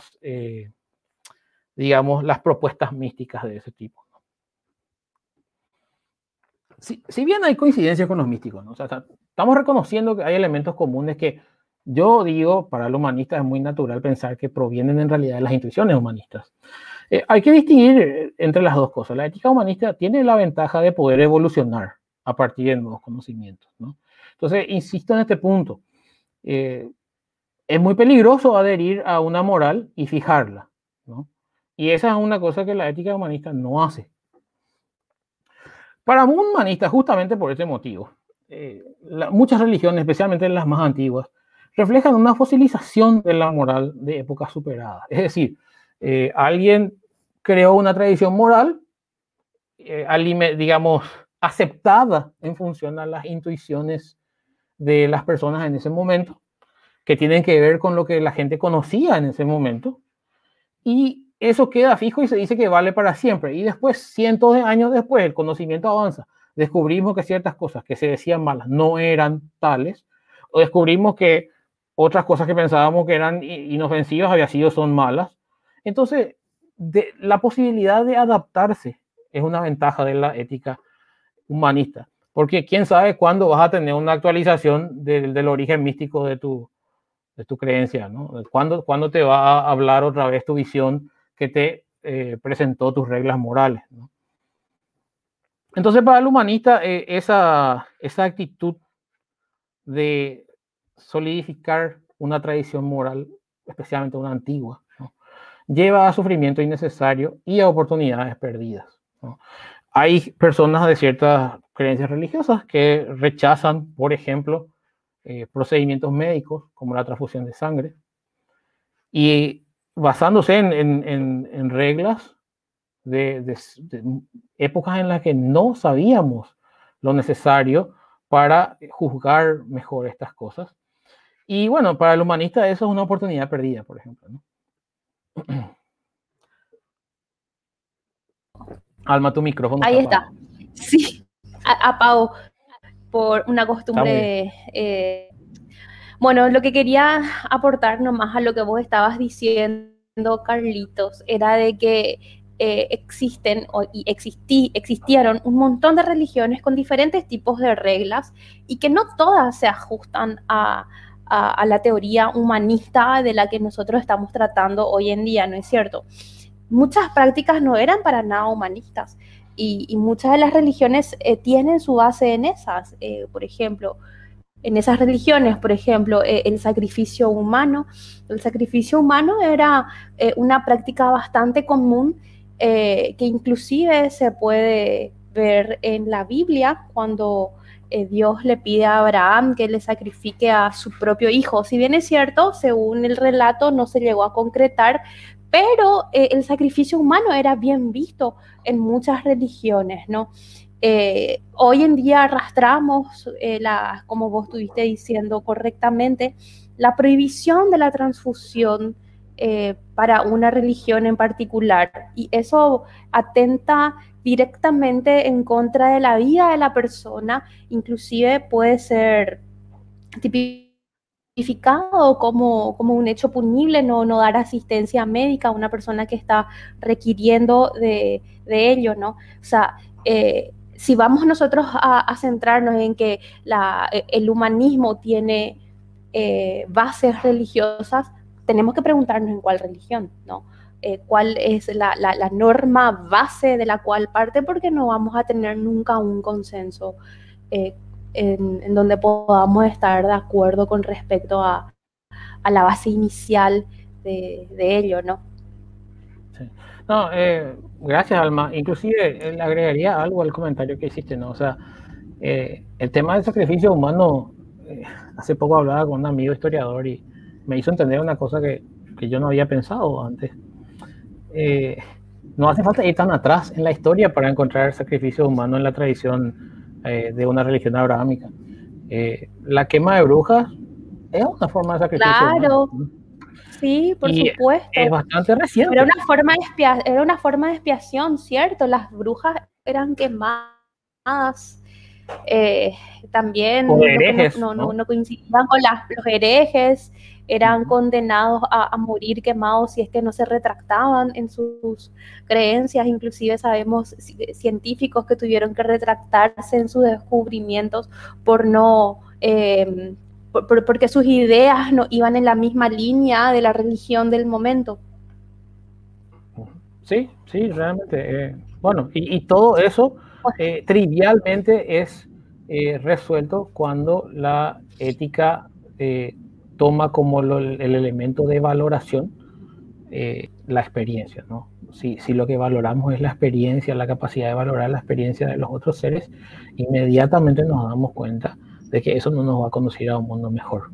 digamos, las propuestas místicas de ese tipo. Si bien hay coincidencias con los místicos, ¿no? O sea, estamos reconociendo que hay elementos comunes que yo digo, para el humanista es muy natural pensar que provienen en realidad de las intuiciones humanistas. Hay que distinguir entre las dos cosas. La ética humanista tiene la ventaja de poder evolucionar a partir de nuevos conocimientos, ¿no? Entonces, insisto en este punto. Es muy peligroso adherir a una moral y fijarla, ¿no? Y esa es una cosa que la ética humanista no hace. Para un humanista, justamente por ese motivo, muchas religiones, especialmente las más antiguas, reflejan una fosilización de la moral de épocas superadas. Es decir, alguien creó una tradición moral digamos, aceptada en función a las intuiciones de las personas en ese momento, que tienen que ver con lo que la gente conocía en ese momento, y eso queda fijo y se dice que vale para siempre. Y después, cientos de años después, el conocimiento avanza. Descubrimos que ciertas cosas que se decían malas no eran tales, o descubrimos que otras cosas que pensábamos que eran inofensivas son malas. Entonces, la posibilidad de adaptarse es una ventaja de la ética humanista, porque quién sabe cuándo vas a tener una actualización del origen místico de tu creencia, ¿no? ¿Cuándo te va a hablar otra vez tu visión que te presentó tus reglas morales, ¿no? Entonces, para el humanista, esa actitud de solidificar una tradición moral, especialmente una antigua, ¿no?, lleva a sufrimiento innecesario y a oportunidades perdidas, ¿no? Hay personas de ciertas creencias religiosas que rechazan, por ejemplo, procedimientos médicos como la transfusión de sangre, y basándose en reglas de épocas en las que no sabíamos lo necesario para juzgar mejor estas cosas. Y bueno, para el humanista eso es una oportunidad perdida, por ejemplo, ¿no? Alma, tu micrófono Ahí está está. apagado. Sí, apago por una costumbre. Bueno, lo que quería aportar nomás a lo que vos estabas diciendo, Carlitos, era de que existieron un montón de religiones con diferentes tipos de reglas y que no todas se ajustan a la teoría humanista de la que nosotros estamos tratando hoy en día, ¿no es cierto? Muchas prácticas no eran para nada humanistas y muchas de las religiones tienen su base en esas. Por ejemplo, en esas religiones, por ejemplo, el sacrificio humano. El sacrificio humano era una práctica bastante común que inclusive se puede ver en la Biblia cuando Dios le pide a Abraham que le sacrifique a su propio hijo. Si bien es cierto, según el relato no se llegó a concretar, pero el sacrificio humano era bien visto en muchas religiones, ¿no? Hoy en día arrastramos, como vos estuviste diciendo correctamente, la prohibición de la transfusión para una religión en particular, y eso atenta directamente en contra de la vida de la persona, inclusive puede ser tipificado como un hecho punible no dar asistencia médica a una persona que está requiriendo de ello, ¿no? O sea, si vamos nosotros a centrarnos en que el humanismo tiene bases religiosas, tenemos que preguntarnos en cuál religión, ¿no? Cuál es la norma base de la cual parte, porque no vamos a tener nunca un consenso en donde podamos estar de acuerdo con respecto a la base inicial de ello, ¿no? Sí. No, gracias, Alma. Inclusive le agregaría algo al comentario que hiciste, ¿no? O sea, el tema del sacrificio humano, hace poco hablaba con un amigo historiador y me hizo entender una cosa que yo no había pensado antes. No hace falta ir tan atrás en la historia para encontrar sacrificio humano en la tradición de una religión abrahámica. La quema de brujas es una forma de sacrificio Claro, humano. sí, por Y supuesto. es bastante reciente. Era una forma de expiación, ¿cierto? Las brujas eran quemadas. También los que Herejes, no coincidían con los herejes eran condenados a morir quemados si es que no se retractaban en sus creencias. Inclusive sabemos científicos que tuvieron que retractarse en sus descubrimientos por no... porque sus ideas no iban en la misma línea de la religión del momento. Sí, realmente. Bueno, y todo eso trivialmente es resuelto cuando la ética toma como el elemento de valoración la experiencia, ¿no? Si lo que valoramos es la experiencia, la capacidad de valorar la experiencia de los otros seres, inmediatamente nos damos cuenta de que eso no nos va a conducir a un mundo mejor.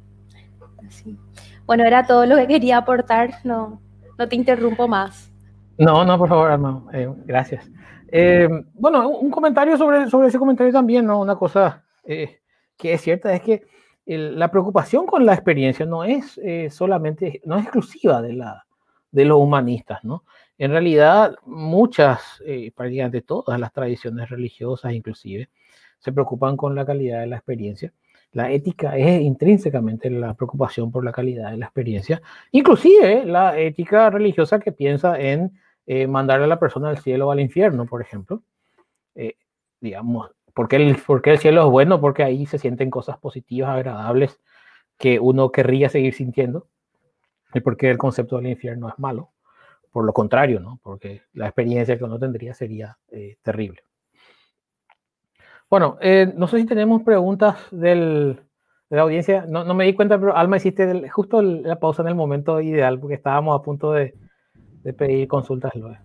Sí. Bueno, era todo lo que quería aportar, no te interrumpo más. No, no, por favor, Armando. Gracias. Bueno, un comentario sobre ese comentario también, ¿no? Una cosa que es cierta es que la preocupación con la experiencia no es solamente, no es exclusiva de los humanistas, ¿no? En realidad, muchas, prácticamente todas las tradiciones religiosas inclusive, se preocupan con la calidad de la experiencia. La ética es intrínsecamente la preocupación por la calidad de la experiencia, inclusive la ética religiosa que piensa en mandar a la persona al cielo o al infierno, por ejemplo. Digamos, ¿por qué el cielo es bueno? Porque ahí se sienten cosas positivas, agradables, que uno querría seguir sintiendo. Y porque el concepto del infierno es malo. Por lo contrario, ¿no? Porque la experiencia que uno tendría sería terrible. Bueno, no sé si tenemos preguntas de la audiencia. No, no me di cuenta, pero Alma, hiciste justo la pausa en el momento ideal, porque estábamos a punto de pedir consultas luego.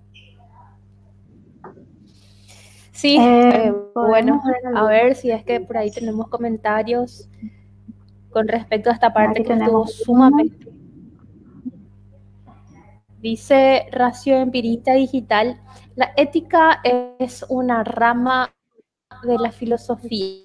Sí, bueno, a ver si es que por ahí tenemos comentarios con respecto a esta parte que estuvo sumamente. Dice Racio Empirista Digital, la ética es una rama de la filosofía.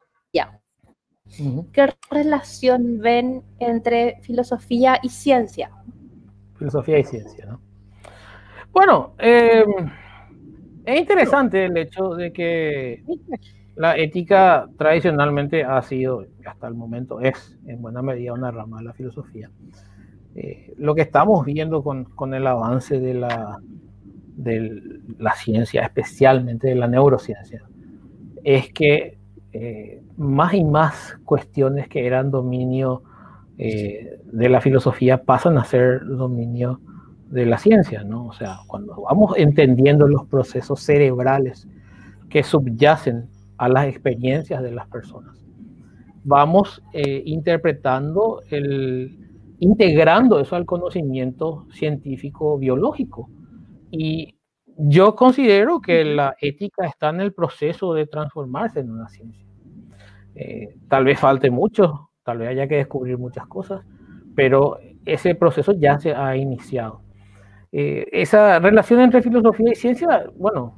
¿Qué relación ven entre filosofía y ciencia? Filosofía y ciencia, ¿no? Bueno, es interesante el hecho de que la ética tradicionalmente ha sido, hasta el momento, es en buena medida una rama de la filosofía. Lo que estamos viendo con el avance de la ciencia, especialmente de la neurociencia, es que más y más cuestiones que eran dominio de la filosofía pasan a ser dominio de la ciencia, ¿no? O sea, cuando vamos entendiendo los procesos cerebrales que subyacen a las experiencias de las personas, vamos interpretando, integrando eso al conocimiento científico biológico. Y yo considero que la ética está en el proceso de transformarse en una ciencia. Tal vez falte mucho, tal vez haya que descubrir muchas cosas, pero ese proceso ya se ha iniciado. Esa relación entre filosofía y ciencia, bueno,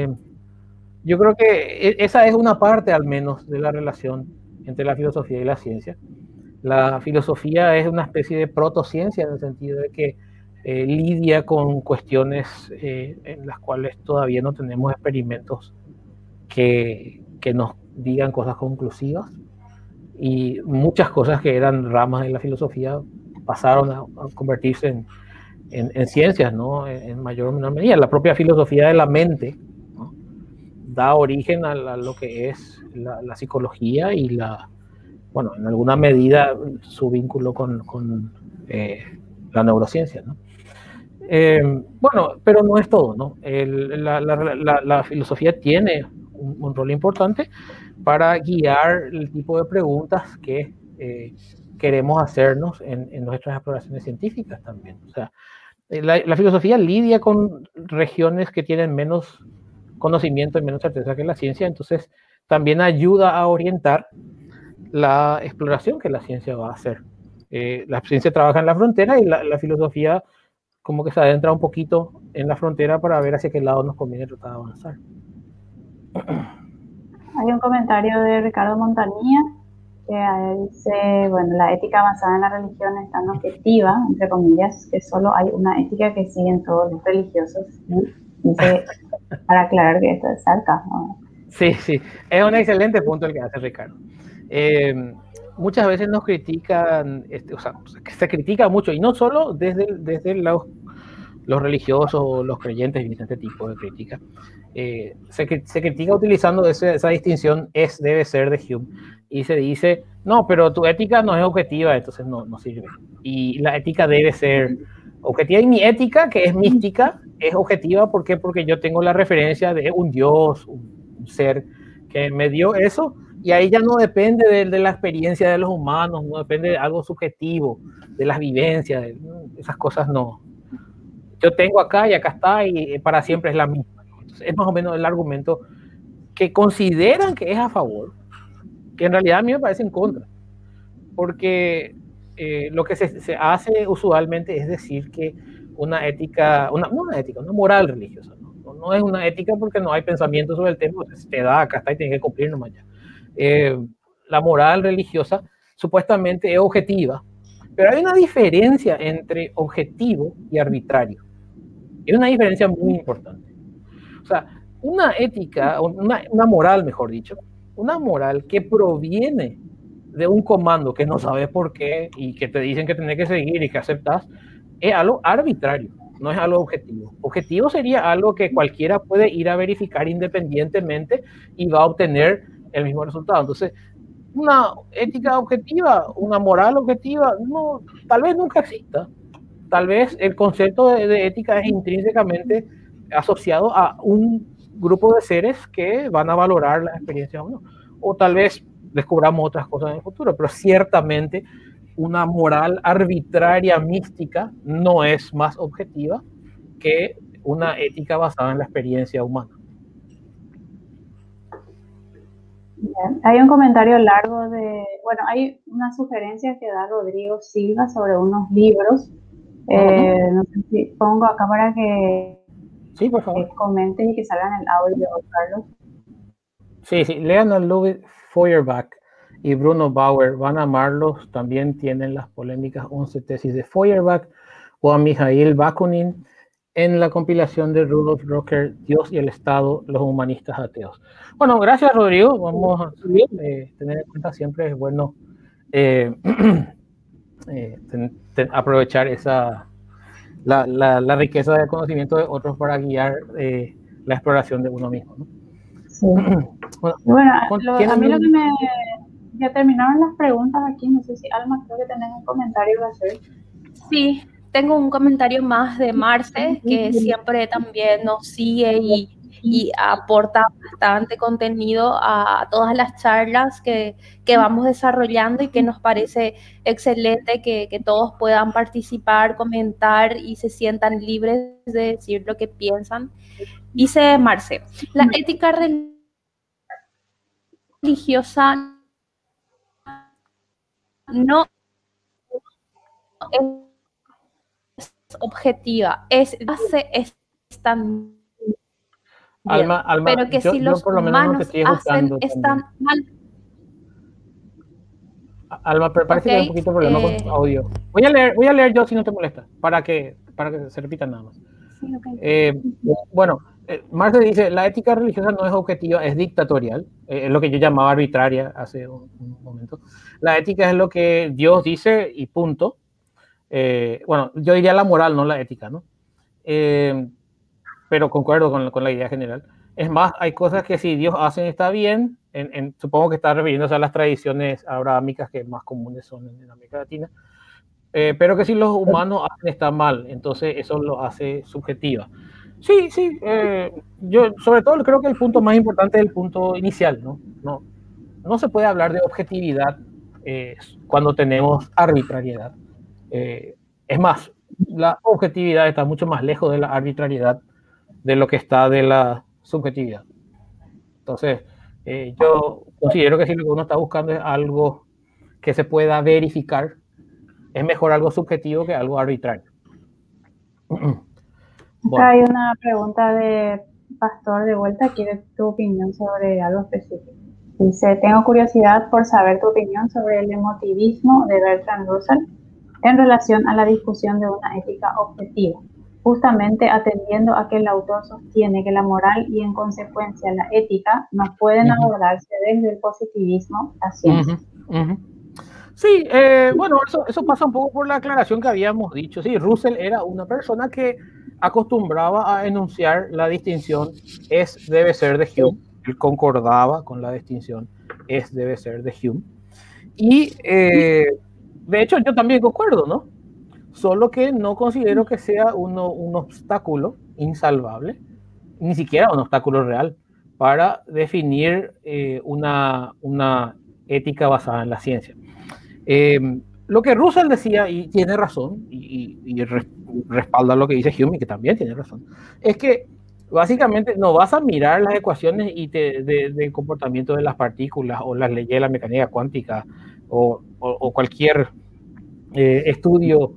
yo creo que esa es una parte al menos de la relación entre la filosofía y la ciencia. La filosofía es una especie de protociencia en el sentido de que lidia con cuestiones en las cuales todavía no tenemos experimentos que nos digan cosas conclusivas, y muchas cosas que eran ramas de la filosofía pasaron a convertirse en ciencias, ¿no? En mayor o menor medida. La propia filosofía de la mente, ¿no? Da origen a lo que es la psicología y bueno, en alguna medida su vínculo con la neurociencia, ¿no? Bueno, pero no es todo, ¿no? La filosofía tiene un rol importante para guiar el tipo de preguntas que queremos hacernos en nuestras exploraciones científicas también. O sea, la filosofía lidia con regiones que tienen menos conocimiento y menos certeza que la ciencia, entonces también ayuda a orientar la exploración que la ciencia va a hacer. La ciencia trabaja en la frontera y la filosofía como que se adentra un poquito en la frontera para ver hacia qué lado nos conviene tratar de avanzar. Hay un comentario de Ricardo Montanía que dice, bueno, la ética basada en la religión es tan objetiva, entre comillas, que solo hay una ética que siguen todos los religiosos. Y dice, para aclarar que esto es sarcasmo. Sí, sí, es un excelente punto el que hace Ricardo. Muchas veces nos critican, o sea, se critica mucho, y no solo desde los religiosos o los creyentes, y este tipo de crítica. Se critica utilizando esa distinción debe ser de Hume, y se dice, no, pero tu ética no es objetiva, entonces no sirve. Y la ética debe ser objetiva, y mi ética, que es mística, es objetiva. ¿Por qué? Porque yo tengo la referencia de un Dios, un ser que me dio eso, y ahí ya no depende de la experiencia de los humanos, no depende de algo subjetivo, de las vivencias, esas cosas no. Yo tengo acá y acá está, y para siempre es la misma. Entonces, es más o menos el argumento que consideran que es a favor, que en realidad a mí me parece en contra, porque lo que se hace usualmente es decir que una ética, una moral religiosa, ¿no? No es una ética porque no hay pensamiento sobre el tema, se te da, acá está y tienes que cumplir nomás ya. La moral religiosa supuestamente es objetiva, pero hay una diferencia entre objetivo y arbitrario. Es una diferencia muy importante. O sea, una ética, una moral, mejor dicho, una moral que proviene de un comando que no sabes por qué y que te dicen que tenés que seguir y que aceptas, es algo arbitrario, no es algo objetivo. Objetivo sería algo que cualquiera puede ir a verificar independientemente y va a obtener el mismo resultado. Entonces, una ética objetiva, una moral objetiva, no, tal vez nunca exista. Tal vez el concepto de ética es intrínsecamente asociado a un grupo de seres que van a valorar las experiencias o no. O tal vez descubramos otras cosas en el futuro, pero ciertamente una moral arbitraria mística no es más objetiva que una ética basada en la experiencia humana. Bien. Hay un comentario largo hay una sugerencia que da Rodrigo Silva sobre unos libros. No sé si pongo acá para que sí, por favor, comentes y que salgan el audio, Carlos. Sí, lean a Ludwig Feuerbach y Bruno Bauer, van a amarlos. También tienen las polémicas 11 tesis de Feuerbach, o a Mijail Bakunin en la compilación de Rudolf Rocker, Dios y el Estado, los humanistas ateos. Bueno, gracias, Rodrigo. Vamos a tener en cuenta, siempre es bueno aprovechar la riqueza del conocimiento de otros para guiar la exploración de uno mismo, ¿no? Sí. A mí lo que ya terminaron las preguntas aquí. No sé si Alma, creo que tenés un comentario que hacer. Sí, tengo un comentario más de Marce, que siempre también nos sigue y aporta bastante contenido a todas las charlas que vamos desarrollando, y que nos parece excelente que todos puedan participar, comentar y se sientan libres de decir lo que piensan. Dice Marce, la ética religiosa no es objetiva, es tan Alma, pero que si los humanos hacen están mal. Alma, pero parece que hay un poquito de problema con tu audio. Voy a leer yo, si no te molesta, para que se repita nada más. Sí, okay. Bueno, Marx dice, la ética religiosa no es objetiva, es dictatorial. Es lo que yo llamaba arbitraria hace un momento. La ética es lo que Dios dice y punto. Bueno, yo diría la moral, no la ética, ¿no? Pero concuerdo con la idea general. Es más, hay cosas que si Dios hace está bien, supongo que está refiriéndose a las tradiciones abrahámicas que más comunes son en América Latina, pero que si los humanos hacen está mal, entonces eso lo hace subjetiva. Sí, yo sobre todo creo que el punto más importante es el punto inicial, ¿no? No se puede hablar de objetividad cuando tenemos arbitrariedad. Es más, la objetividad está mucho más lejos de la arbitrariedad de lo que está de la subjetividad. Entonces, yo considero que si lo que uno está buscando es algo que se pueda verificar, es mejor algo subjetivo que algo arbitrario. Bueno. Acá hay una pregunta de Pastor de vuelta. ¿Quiere tu opinión sobre algo específico? Dice, tengo curiosidad por saber tu opinión sobre el emotivismo de Bertrand Russell en relación a la discusión de una ética objetiva, justamente atendiendo a que el autor sostiene que la moral y en consecuencia la ética no pueden abordarse desde el positivismo, la ciencia. Sí, bueno, eso pasa un poco por la aclaración que habíamos dicho. Sí, Russell era una persona que acostumbraba a enunciar la distinción debe ser de Hume. Él concordaba con la distinción debe ser de Hume. Y de hecho yo también concuerdo, ¿no? Solo que no considero que sea un obstáculo insalvable, ni siquiera un obstáculo real, para definir una ética basada en la ciencia. Lo que Russell decía, y tiene razón, y respalda lo que dice Hume, que también tiene razón, es que básicamente no vas a mirar las ecuaciones del comportamiento de las partículas o las leyes de la mecánica cuántica o cualquier estudio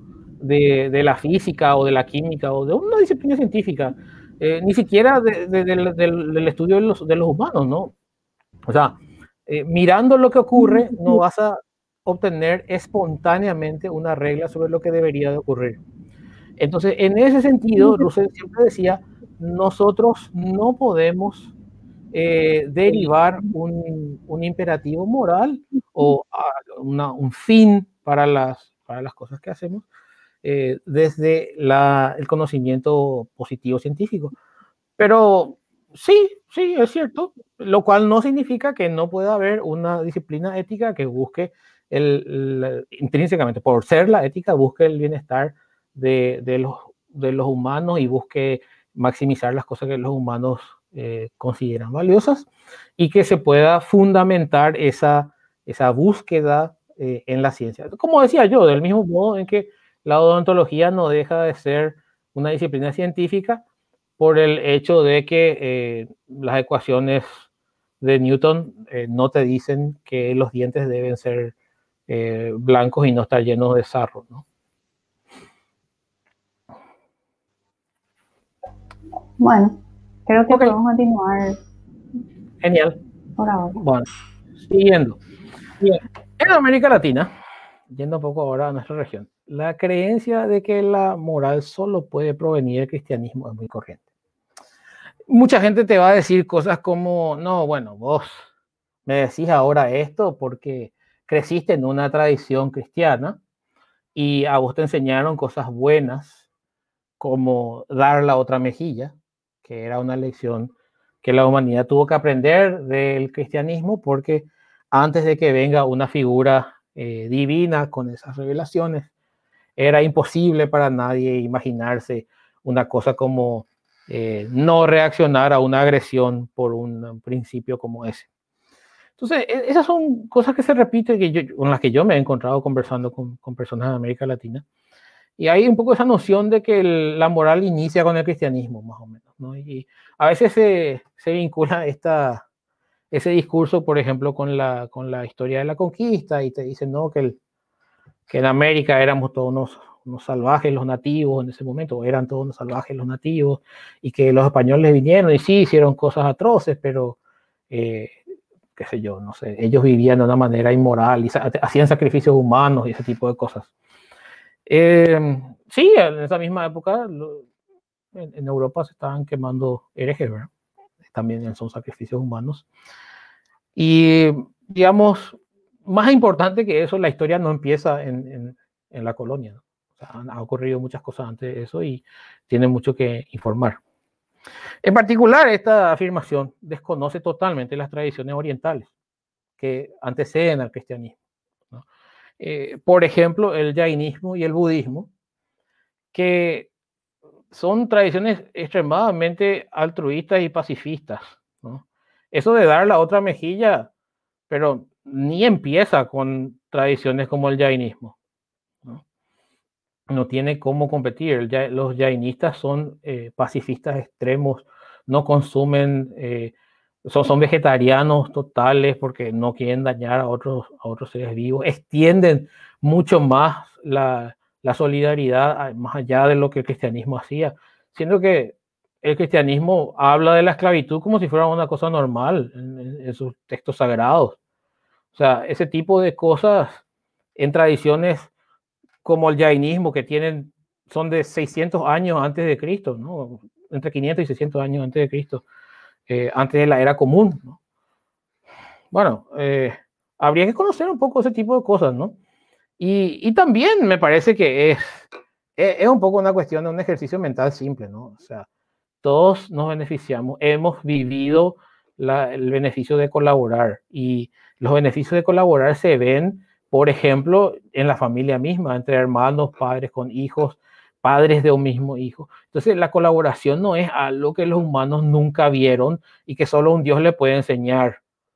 de la física o de la química o de una disciplina científica, ni siquiera del estudio de los humanos, ¿no? O sea, mirando lo que ocurre, no vas a obtener espontáneamente una regla sobre lo que debería de ocurrir. Entonces, en ese sentido, Russell siempre decía, nosotros no podemos derivar un imperativo moral o un fin para las cosas que hacemos desde el conocimiento positivo científico. Pero sí, es cierto, lo cual no significa que no pueda haber una disciplina ética que busque intrínsecamente, por ser la ética, busque el bienestar de los humanos y busque maximizar las cosas que los humanos consideran valiosas y que se pueda fundamentar esa búsqueda en la ciencia. Como decía yo, del mismo modo en que la odontología no deja de ser una disciplina científica por el hecho de que las ecuaciones de Newton no te dicen que los dientes deben ser blancos y no estar llenos de sarro, ¿no? Bueno, creo que podemos continuar. Genial. Por ahora. Bueno, siguiendo. En América Latina, yendo un poco ahora a nuestra región, la creencia de que la moral solo puede provenir del cristianismo es muy corriente. Mucha gente te va a decir cosas como, no, bueno, vos me decís ahora esto porque creciste en una tradición cristiana y a vos te enseñaron cosas buenas como dar la otra mejilla, que era una lección que la humanidad tuvo que aprender del cristianismo porque antes de que venga una figura divina con esas revelaciones, era imposible para nadie imaginarse una cosa como no reaccionar a una agresión por un principio como ese. Entonces, esas son cosas que se repiten, con las que yo me he encontrado conversando con personas de América Latina. Y hay un poco esa noción de que la moral inicia con el cristianismo, más o menos, ¿no? Y a veces se vincula ese discurso, por ejemplo, con la historia de la conquista, y te dicen, ¿no?, que en América éramos todos unos salvajes los nativos en ese momento, o eran todos unos salvajes los nativos, y que los españoles vinieron y sí hicieron cosas atroces, pero qué sé yo, no sé, ellos vivían de una manera inmoral y hacían sacrificios humanos y ese tipo de cosas. Sí, en esa misma época en Europa se estaban quemando herejes, ¿verdad? También son sacrificios humanos. Y, digamos, más importante que eso, la historia no empieza en la colonia, ¿no? O sea, han ocurrido muchas cosas antes de eso y tiene mucho que informar. En particular, esta afirmación desconoce totalmente las tradiciones orientales que anteceden al cristianismo, ¿no? Por ejemplo, el jainismo y el budismo, que son tradiciones extremadamente altruistas y pacifistas, ¿no? Eso de dar la otra mejilla, pero ni empieza con tradiciones como el jainismo, ¿no? No tiene cómo competir. Los jainistas son pacifistas extremos, no consumen, son vegetarianos totales porque no quieren dañar a otros seres vivos, extienden mucho más la solidaridad más allá de lo que el cristianismo hacía, siendo que el cristianismo habla de la esclavitud como si fuera una cosa normal en sus textos sagrados. O sea, ese tipo de cosas en tradiciones como el jainismo, que son de 600 años antes de Cristo, ¿no? Entre 500 y 600 años antes de Cristo, antes de la era común, ¿no? Bueno, habría que conocer un poco ese tipo de cosas, ¿no? Y también me parece que es un poco una cuestión de un ejercicio mental simple, ¿no? O sea, todos nos beneficiamos, hemos vivido el beneficio de colaborar y los beneficios de colaborar se ven, por ejemplo, en la familia misma, entre hermanos, padres con hijos, padres de un mismo hijo. Entonces, la colaboración no es algo que los humanos nunca vieron y que solo un Dios le puede enseñar.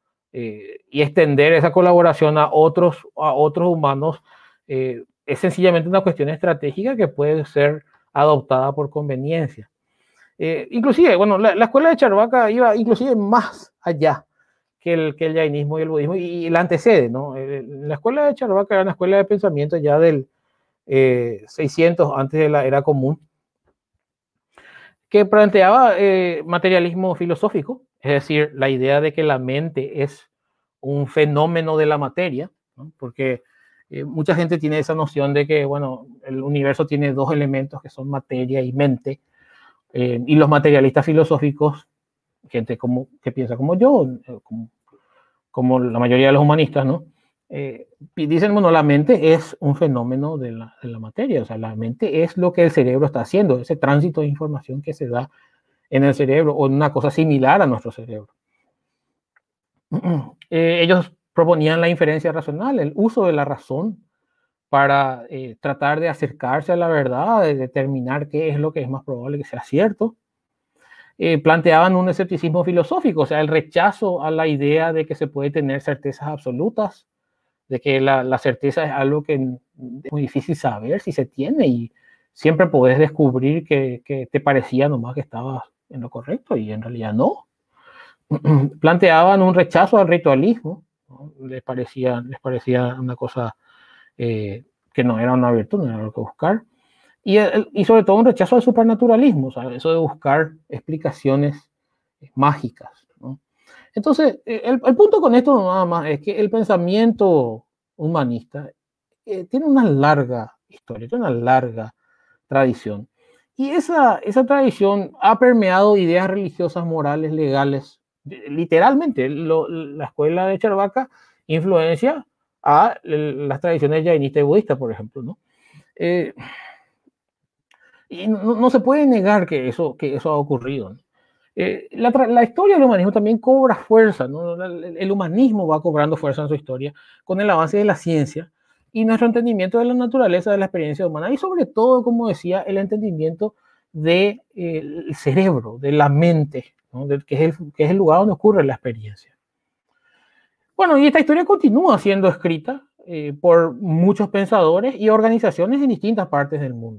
Y extender esa colaboración a otros humanos es sencillamente una cuestión estratégica que puede ser adoptada por conveniencia. Inclusive, bueno, la escuela de Charvaca iba inclusive más allá que el jainismo y el budismo y la antecede, ¿no? La escuela de Charvaca era una escuela de pensamiento ya del 600 antes de la era común, que planteaba materialismo filosófico, es decir, la idea de que la mente es un fenómeno de la materia, ¿no? Porque mucha gente tiene esa noción de que, bueno, el universo tiene dos elementos que son materia y mente, y los materialistas filosóficos, gente que piensa como yo, como la mayoría de los humanistas, ¿no? Dicen, bueno, la mente es un fenómeno de la materia, o sea, la mente es lo que el cerebro está haciendo, ese tránsito de información que se da en el cerebro, o en una cosa similar a nuestro cerebro. Ellos proponían la inferencia racional, el uso de la razón para tratar de acercarse a la verdad, de determinar qué es lo que es más probable que sea cierto. Planteaban un escepticismo filosófico, o sea, el rechazo a la idea de que se puede tener certezas absolutas, de que la certeza es algo que es muy difícil saber si se tiene y siempre podés descubrir que te parecía nomás que estabas en lo correcto y en realidad no. Planteaban un rechazo al ritualismo, ¿no? Les parecía una cosa que no era una virtud, no era algo que buscar. Y sobre todo un rechazo al supernaturalismo, o sea, eso de buscar explicaciones mágicas, ¿no? Entonces, el punto con esto nada más es que el pensamiento humanista tiene una larga historia, tiene una larga tradición. Y esa tradición ha permeado ideas religiosas, morales, legales. Literalmente, la escuela de Charvaka influencia a las tradiciones jainistas y budistas, por ejemplo, ¿no? Y no se puede negar que eso ha ocurrido, ¿no? La historia del humanismo también cobra fuerza, ¿no? El humanismo va cobrando fuerza en su historia con el avance de la ciencia y nuestro entendimiento de la naturaleza de la experiencia humana y sobre todo, como decía, el entendimiento del cerebro, de la mente, ¿no? que es el lugar donde ocurre la experiencia. Bueno, y esta historia continúa siendo escrita por muchos pensadores y organizaciones en distintas partes del mundo.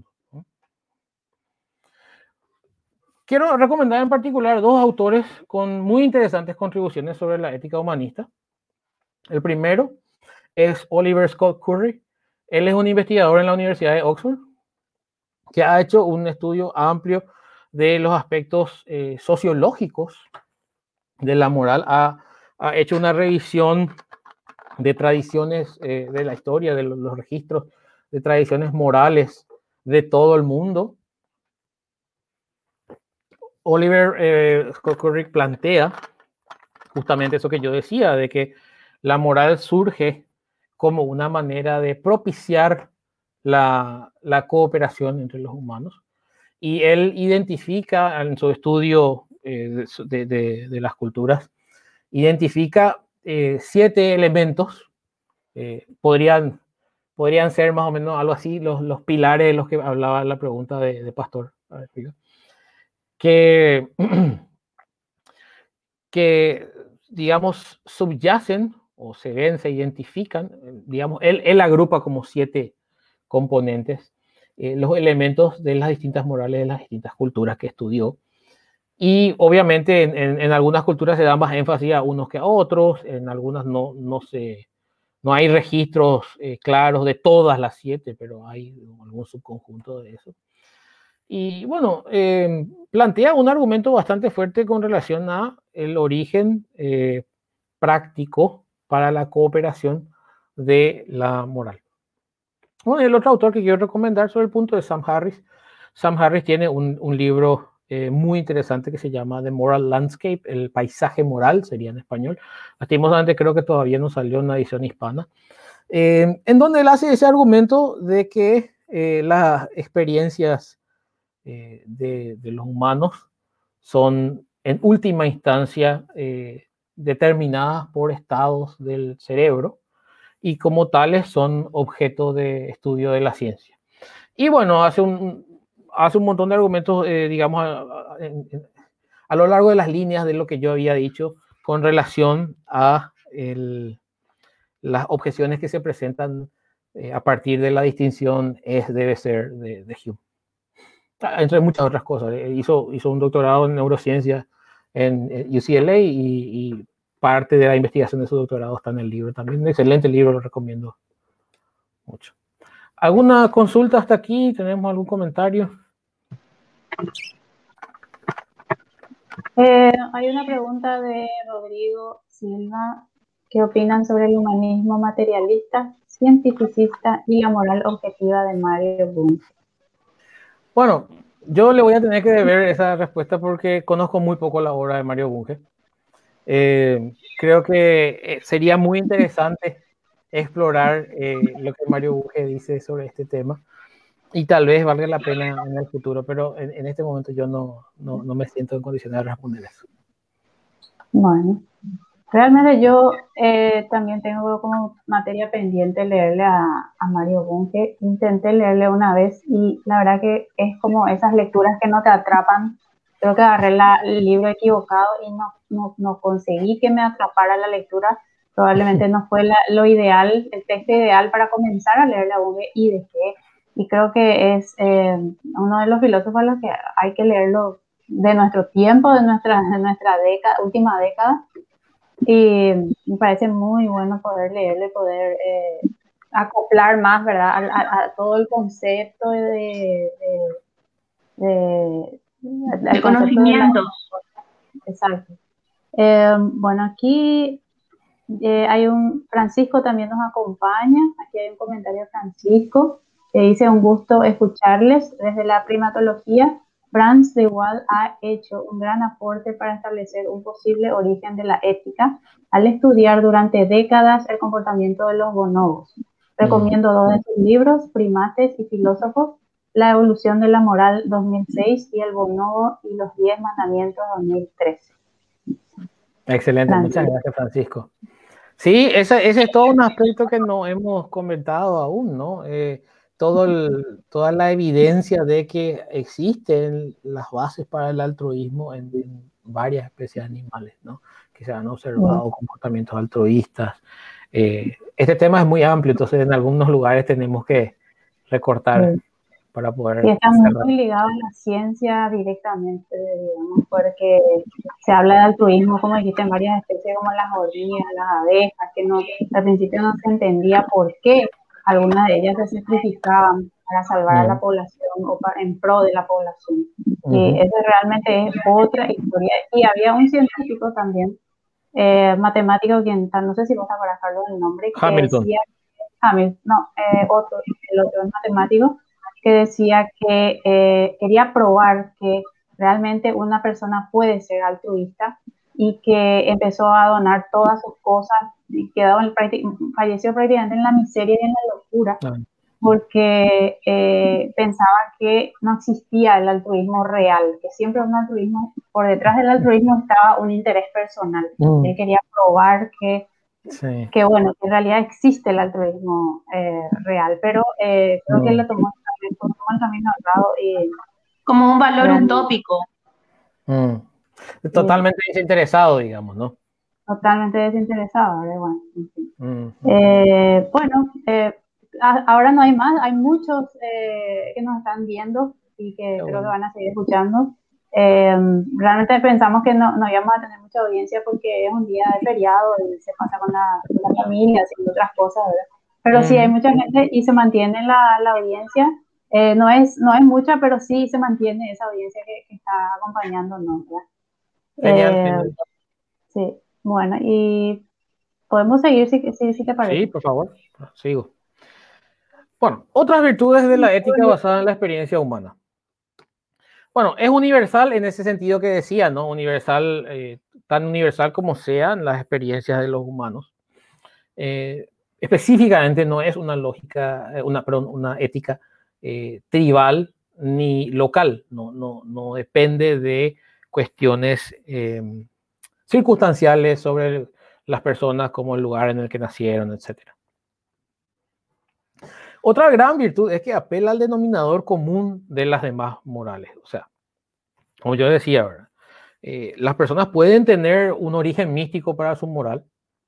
Quiero recomendar en particular dos autores con muy interesantes contribuciones sobre la ética humanista. El primero es Oliver Scott Curry. Él es un investigador en la Universidad de Oxford que ha hecho un estudio amplio de los aspectos sociológicos de la moral. Ha hecho una revisión de tradiciones de la historia, de los registros de tradiciones morales de todo el mundo. Oliver Scott Curry plantea justamente eso que yo decía, de que la moral surge como una manera de propiciar la cooperación entre los humanos. Y él identifica en su estudio de las culturas, identifica 7 elementos, podrían ser más o menos algo así, los pilares de los que hablaba la pregunta de Pastor. A ver, que digamos, subyacen o se ven, se identifican, digamos, él agrupa como 7 componentes, los elementos de las distintas morales de las distintas culturas que estudió. Y obviamente en algunas culturas se da más énfasis a unos que a otros, en algunas no hay registros claros de todas las 7, pero hay algún subconjunto de eso. Y bueno, plantea un argumento bastante fuerte con relación a el origen práctico para la cooperación de la moral. Bueno, el otro autor que quiero recomendar sobre el punto es Sam Harris. Sam Harris tiene un libro muy interesante que se llama The Moral Landscape, el paisaje moral, sería en español. Lastimosamente creo que todavía no salió en una edición hispana, en donde él hace ese argumento de que las experiencias de los humanos son en última instancia determinadas por estados del cerebro y como tales son objeto de estudio de la ciencia. Y bueno, hace un montón de argumentos, digamos, a lo largo de las líneas de lo que yo había dicho con relación a las objeciones que se presentan a partir de la distinción debe ser de Hume. Entre muchas otras cosas. Hizo un doctorado en neurociencia en UCLA y parte de la investigación de su doctorado está en el libro también. Un excelente libro, lo recomiendo mucho. ¿Alguna consulta hasta aquí? ¿Tenemos algún comentario? Hay una pregunta de Rodrigo Silva. ¿Qué opinan sobre el humanismo materialista, cientificista y la moral objetiva de Mario Bunge? Bueno, yo le voy a tener que deber esa respuesta porque conozco muy poco la obra de Mario Bunge. Creo que sería muy interesante explorar lo que Mario Bunge dice sobre este tema y tal vez valga la pena en el futuro, pero en este momento yo no me siento en condiciones de responder eso. Bueno, realmente yo también tengo como materia pendiente leerle a Mario Bunge. Intenté leerle una vez y la verdad que es como esas lecturas que no te atrapan. Creo que agarré el libro equivocado y no conseguí que me atrapara la lectura. Probablemente no fue lo ideal, el texto ideal para comenzar a leer la Bunge y dejé. Y creo que es uno de los filósofos a los que hay que leerlo de nuestro tiempo, de nuestra década, última década. Y me parece muy bueno poder leerle, poder acoplar más, ¿verdad? A todo el concepto de conocimiento. Exacto. Bueno, aquí hay Francisco también nos acompaña. Aquí hay un comentario de Francisco que dice: un gusto escucharles desde la primatología. Franz de Waal ha hecho un gran aporte para establecer un posible origen de la ética al estudiar durante décadas el comportamiento de los bonobos. Recomiendo dos de sus libros, Primates y Filósofos, La evolución de la moral 2006 y El bonobo y los 10 mandamientos 2013. Excelente, muchas gracias, Francisco. Sí, ese es todo un aspecto que no hemos comentado aún, ¿no? Toda la evidencia de que existen las bases para el altruismo en varias especies animales, ¿no? Que se han observado comportamientos altruistas. Este tema es muy amplio, entonces en algunos lugares tenemos que recortar para poder... Y está muy ligado a la ciencia directamente, digamos, porque se habla de altruismo, como dijiste, en varias especies como las hormigas, las abejas, que al principio no se entendía por qué algunas de ellas se sacrificaban para salvar a la población o en pro de la población. Y eso realmente es otra historia. Y había un científico también, matemático, quien no sé si vos te acuerdas, Carlos, el nombre, que Hamilton. decía, el otro es matemático, que decía que quería probar que realmente una persona puede ser altruista y que empezó a donar todas sus cosas y falleció prácticamente en la miseria y en la locura porque pensaba que no existía el altruismo real, que siempre un altruismo, por detrás del altruismo estaba un interés personal. Él quería probar que bueno, que en realidad existe el altruismo real, pero creo que lo tomó el camino errado y como un valor utópico. Totalmente desinteresado, digamos, ¿no? Totalmente desinteresado, bueno, ahora no hay más, hay muchos que nos están viendo y que creo que van a seguir escuchando. Realmente pensamos que no íbamos a tener mucha audiencia porque es un día de feriado y se pasa con la familia haciendo otras cosas, ¿verdad? Pero sí hay mucha gente y se mantiene la audiencia. No es mucha, pero sí se mantiene esa audiencia que está acompañándonos, ¿verdad? Genial. Sí, bueno, y podemos seguir si te parece. Sí, por favor, sigo. Bueno, otras virtudes de la ética basada en la experiencia humana. Bueno, es universal en ese sentido que decía, ¿no? Universal, tan universal como sean las experiencias de los humanos. Específicamente no es una lógica, una ética tribal ni local, no depende de cuestiones circunstanciales sobre las personas como el lugar en el que nacieron, etc. Otra gran virtud es que apela al denominador común de las demás morales. O sea, como yo decía, ¿verdad? Las personas pueden tener un origen místico para su moral,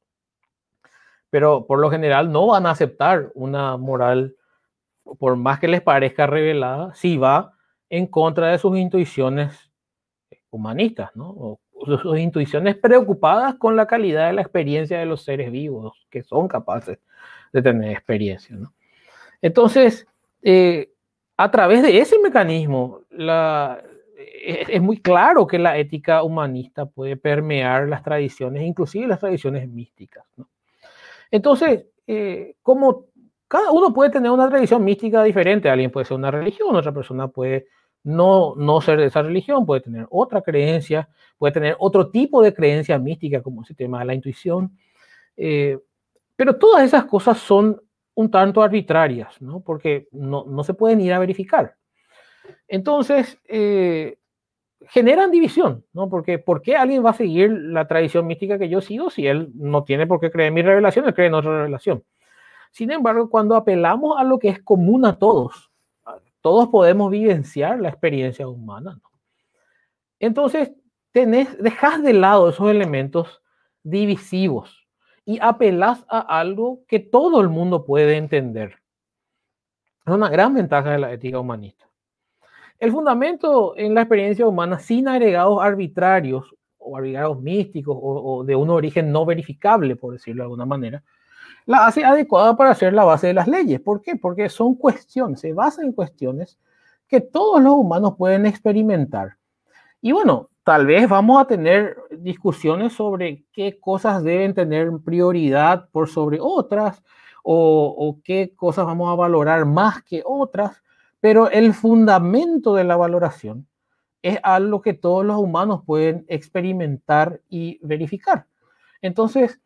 pero por lo general no van a aceptar una moral, por más que les parezca revelada, si va en contra de sus intuiciones humanistas, ¿no? O sus intuiciones preocupadas con la calidad de la experiencia de los seres vivos que son capaces de tener experiencia, ¿no? Entonces, a través de ese mecanismo, es muy claro que la ética humanista puede permear las tradiciones, inclusive las tradiciones místicas, ¿no? Entonces, como cada uno puede tener una tradición mística diferente, alguien puede ser una religión, otra persona puede no ser de esa religión, puede tener otra creencia, puede tener otro tipo de creencia mística, como ese tema de la intuición. Pero todas esas cosas son un tanto arbitrarias, ¿no? Porque no se pueden ir a verificar. Entonces, generan división, ¿no? Porque ¿por qué alguien va a seguir la tradición mística que yo sigo si él no tiene por qué creer en mi revelación, él cree en otra revelación? Sin embargo, cuando apelamos a lo que es común a todos podemos vivenciar la experiencia humana, ¿no? Entonces, dejas de lado esos elementos divisivos y apelás a algo que todo el mundo puede entender. Es una gran ventaja de la ética humanista. El fundamento en la experiencia humana sin agregados arbitrarios o agregados místicos o de un origen no verificable, por decirlo de alguna manera, la hace adecuada para ser la base de las leyes. ¿Por qué? Porque son cuestiones, se basan en cuestiones que todos los humanos pueden experimentar. Y bueno, tal vez vamos a tener discusiones sobre qué cosas deben tener prioridad por sobre otras o qué cosas vamos a valorar más que otras, pero el fundamento de la valoración es algo que todos los humanos pueden experimentar y verificar. Entonces,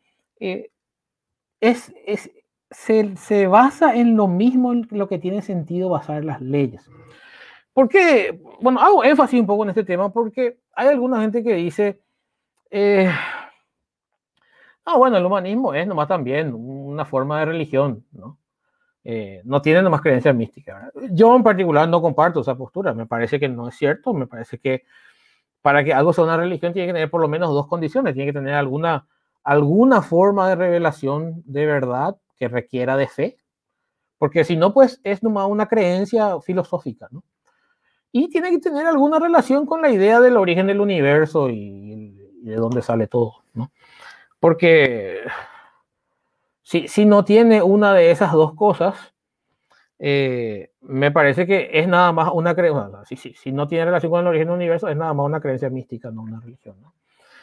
se basa en lo mismo en lo que tiene sentido basar las leyes. ¿Por qué? Bueno, hago énfasis un poco en este tema porque hay alguna gente que dice, bueno, el humanismo es nomás también una forma de religión, ¿no? No tiene nomás creencias místicas, ¿verdad? Yo en particular no comparto esa postura, me parece que no es cierto, me parece que para que algo sea una religión tiene que tener por lo menos dos condiciones, tiene que tener alguna forma de revelación de verdad que requiera de fe, porque si no, pues es nomás una creencia filosófica, ¿no? Y tiene que tener alguna relación con la idea del origen del universo y de dónde sale todo, ¿no? Porque si no tiene una de esas dos cosas, me parece que es nada más una creencia. Si no tiene relación con el origen del universo, es nada más una creencia mística, no una religión, ¿no?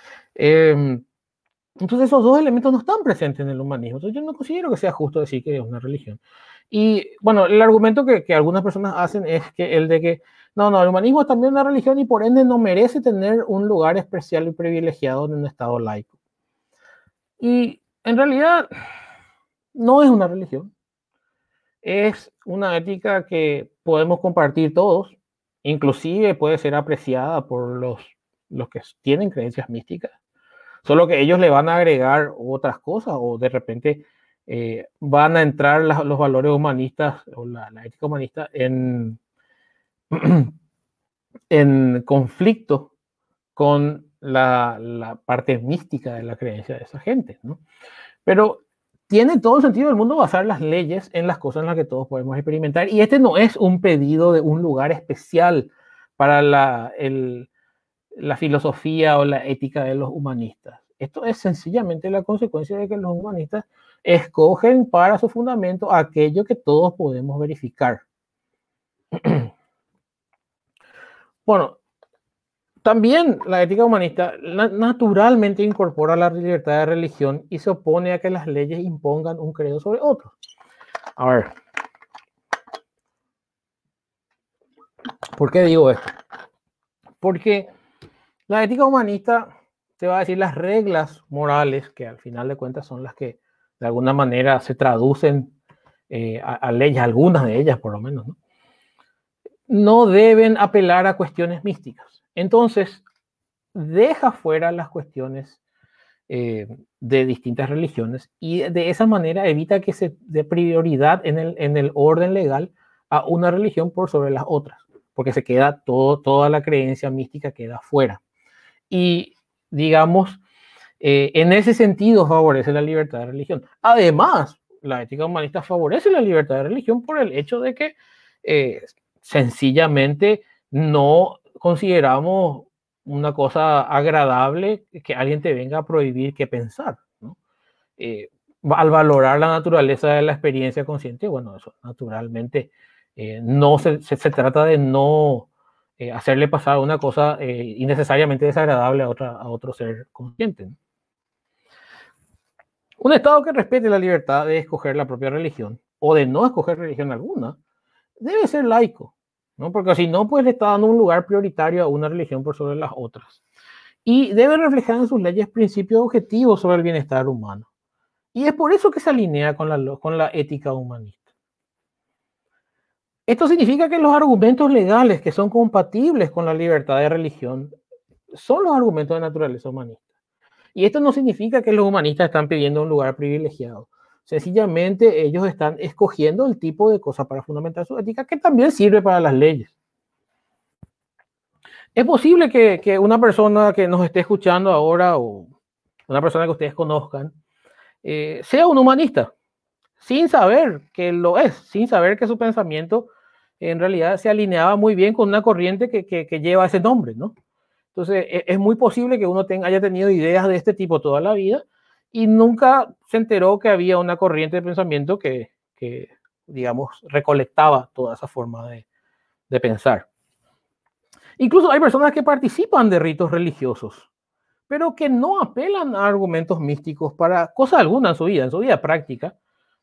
Entonces esos dos elementos no están presentes en el humanismo. Entonces yo no considero que sea justo decir que es una religión. Y bueno, el argumento que algunas personas hacen es que el de que no, el humanismo es también una religión y por ende no merece tener un lugar especial y privilegiado en un estado laico. Y en realidad no es una religión. Es una ética que podemos compartir todos, inclusive puede ser apreciada por los que tienen creencias místicas. Solo que ellos le van a agregar otras cosas o de repente van a entrar los valores humanistas o la ética humanista en conflicto con la parte mística de la creencia de esa gente, ¿no? Pero tiene todo el sentido del mundo basar las leyes en las cosas en las que todos podemos experimentar. Y este no es un pedido de un lugar especial para la filosofía o la ética de los humanistas. Esto es sencillamente la consecuencia de que los humanistas escogen para su fundamento aquello que todos podemos verificar. Bueno, también la ética humanista naturalmente incorpora la libertad de religión y se opone a que las leyes impongan un credo sobre otro. A ver, ¿por qué digo esto? Porque la ética humanista te va a decir las reglas morales, que al final de cuentas son las que de alguna manera se traducen a leyes, algunas de ellas por lo menos, ¿no? No deben apelar a cuestiones místicas. Entonces, deja fuera las cuestiones de distintas religiones y de esa manera evita que se dé prioridad en el orden legal a una religión por sobre las otras, porque se queda toda la creencia mística queda fuera. Y digamos, en ese sentido favorece la libertad de religión. Además, la ética humanista favorece la libertad de religión por el hecho de que sencillamente no consideramos una cosa agradable que alguien te venga a prohibir qué pensar, ¿no? al valorar la naturaleza de la experiencia consciente, bueno, eso naturalmente no se trata de no hacerle pasar una cosa innecesariamente desagradable a otro ser consciente, ¿no? Un Estado que respete la libertad de escoger la propia religión o de no escoger religión alguna debe ser laico, ¿no? Porque si no, pues le está dando un lugar prioritario a una religión por sobre las otras. Y debe reflejar en sus leyes principios objetivos sobre el bienestar humano. Y es por eso que se alinea con la ética humanista. Esto significa que los argumentos legales que son compatibles con la libertad de religión son los argumentos de naturaleza humanista. Y esto no significa que los humanistas están pidiendo un lugar privilegiado. Sencillamente ellos están escogiendo el tipo de cosas para fundamentar su ética que también sirve para las leyes. Es posible que una persona que nos esté escuchando ahora o una persona que ustedes conozcan sea un humanista, sin saber que lo es, sin saber que su pensamiento en realidad se alineaba muy bien con una corriente que lleva ese nombre, ¿no? Entonces, es muy posible que uno haya tenido ideas de este tipo toda la vida y nunca se enteró que había una corriente de pensamiento que digamos, recolectaba toda esa forma de pensar. Incluso hay personas que participan de ritos religiosos, pero que no apelan a argumentos místicos para cosa alguna en su vida práctica,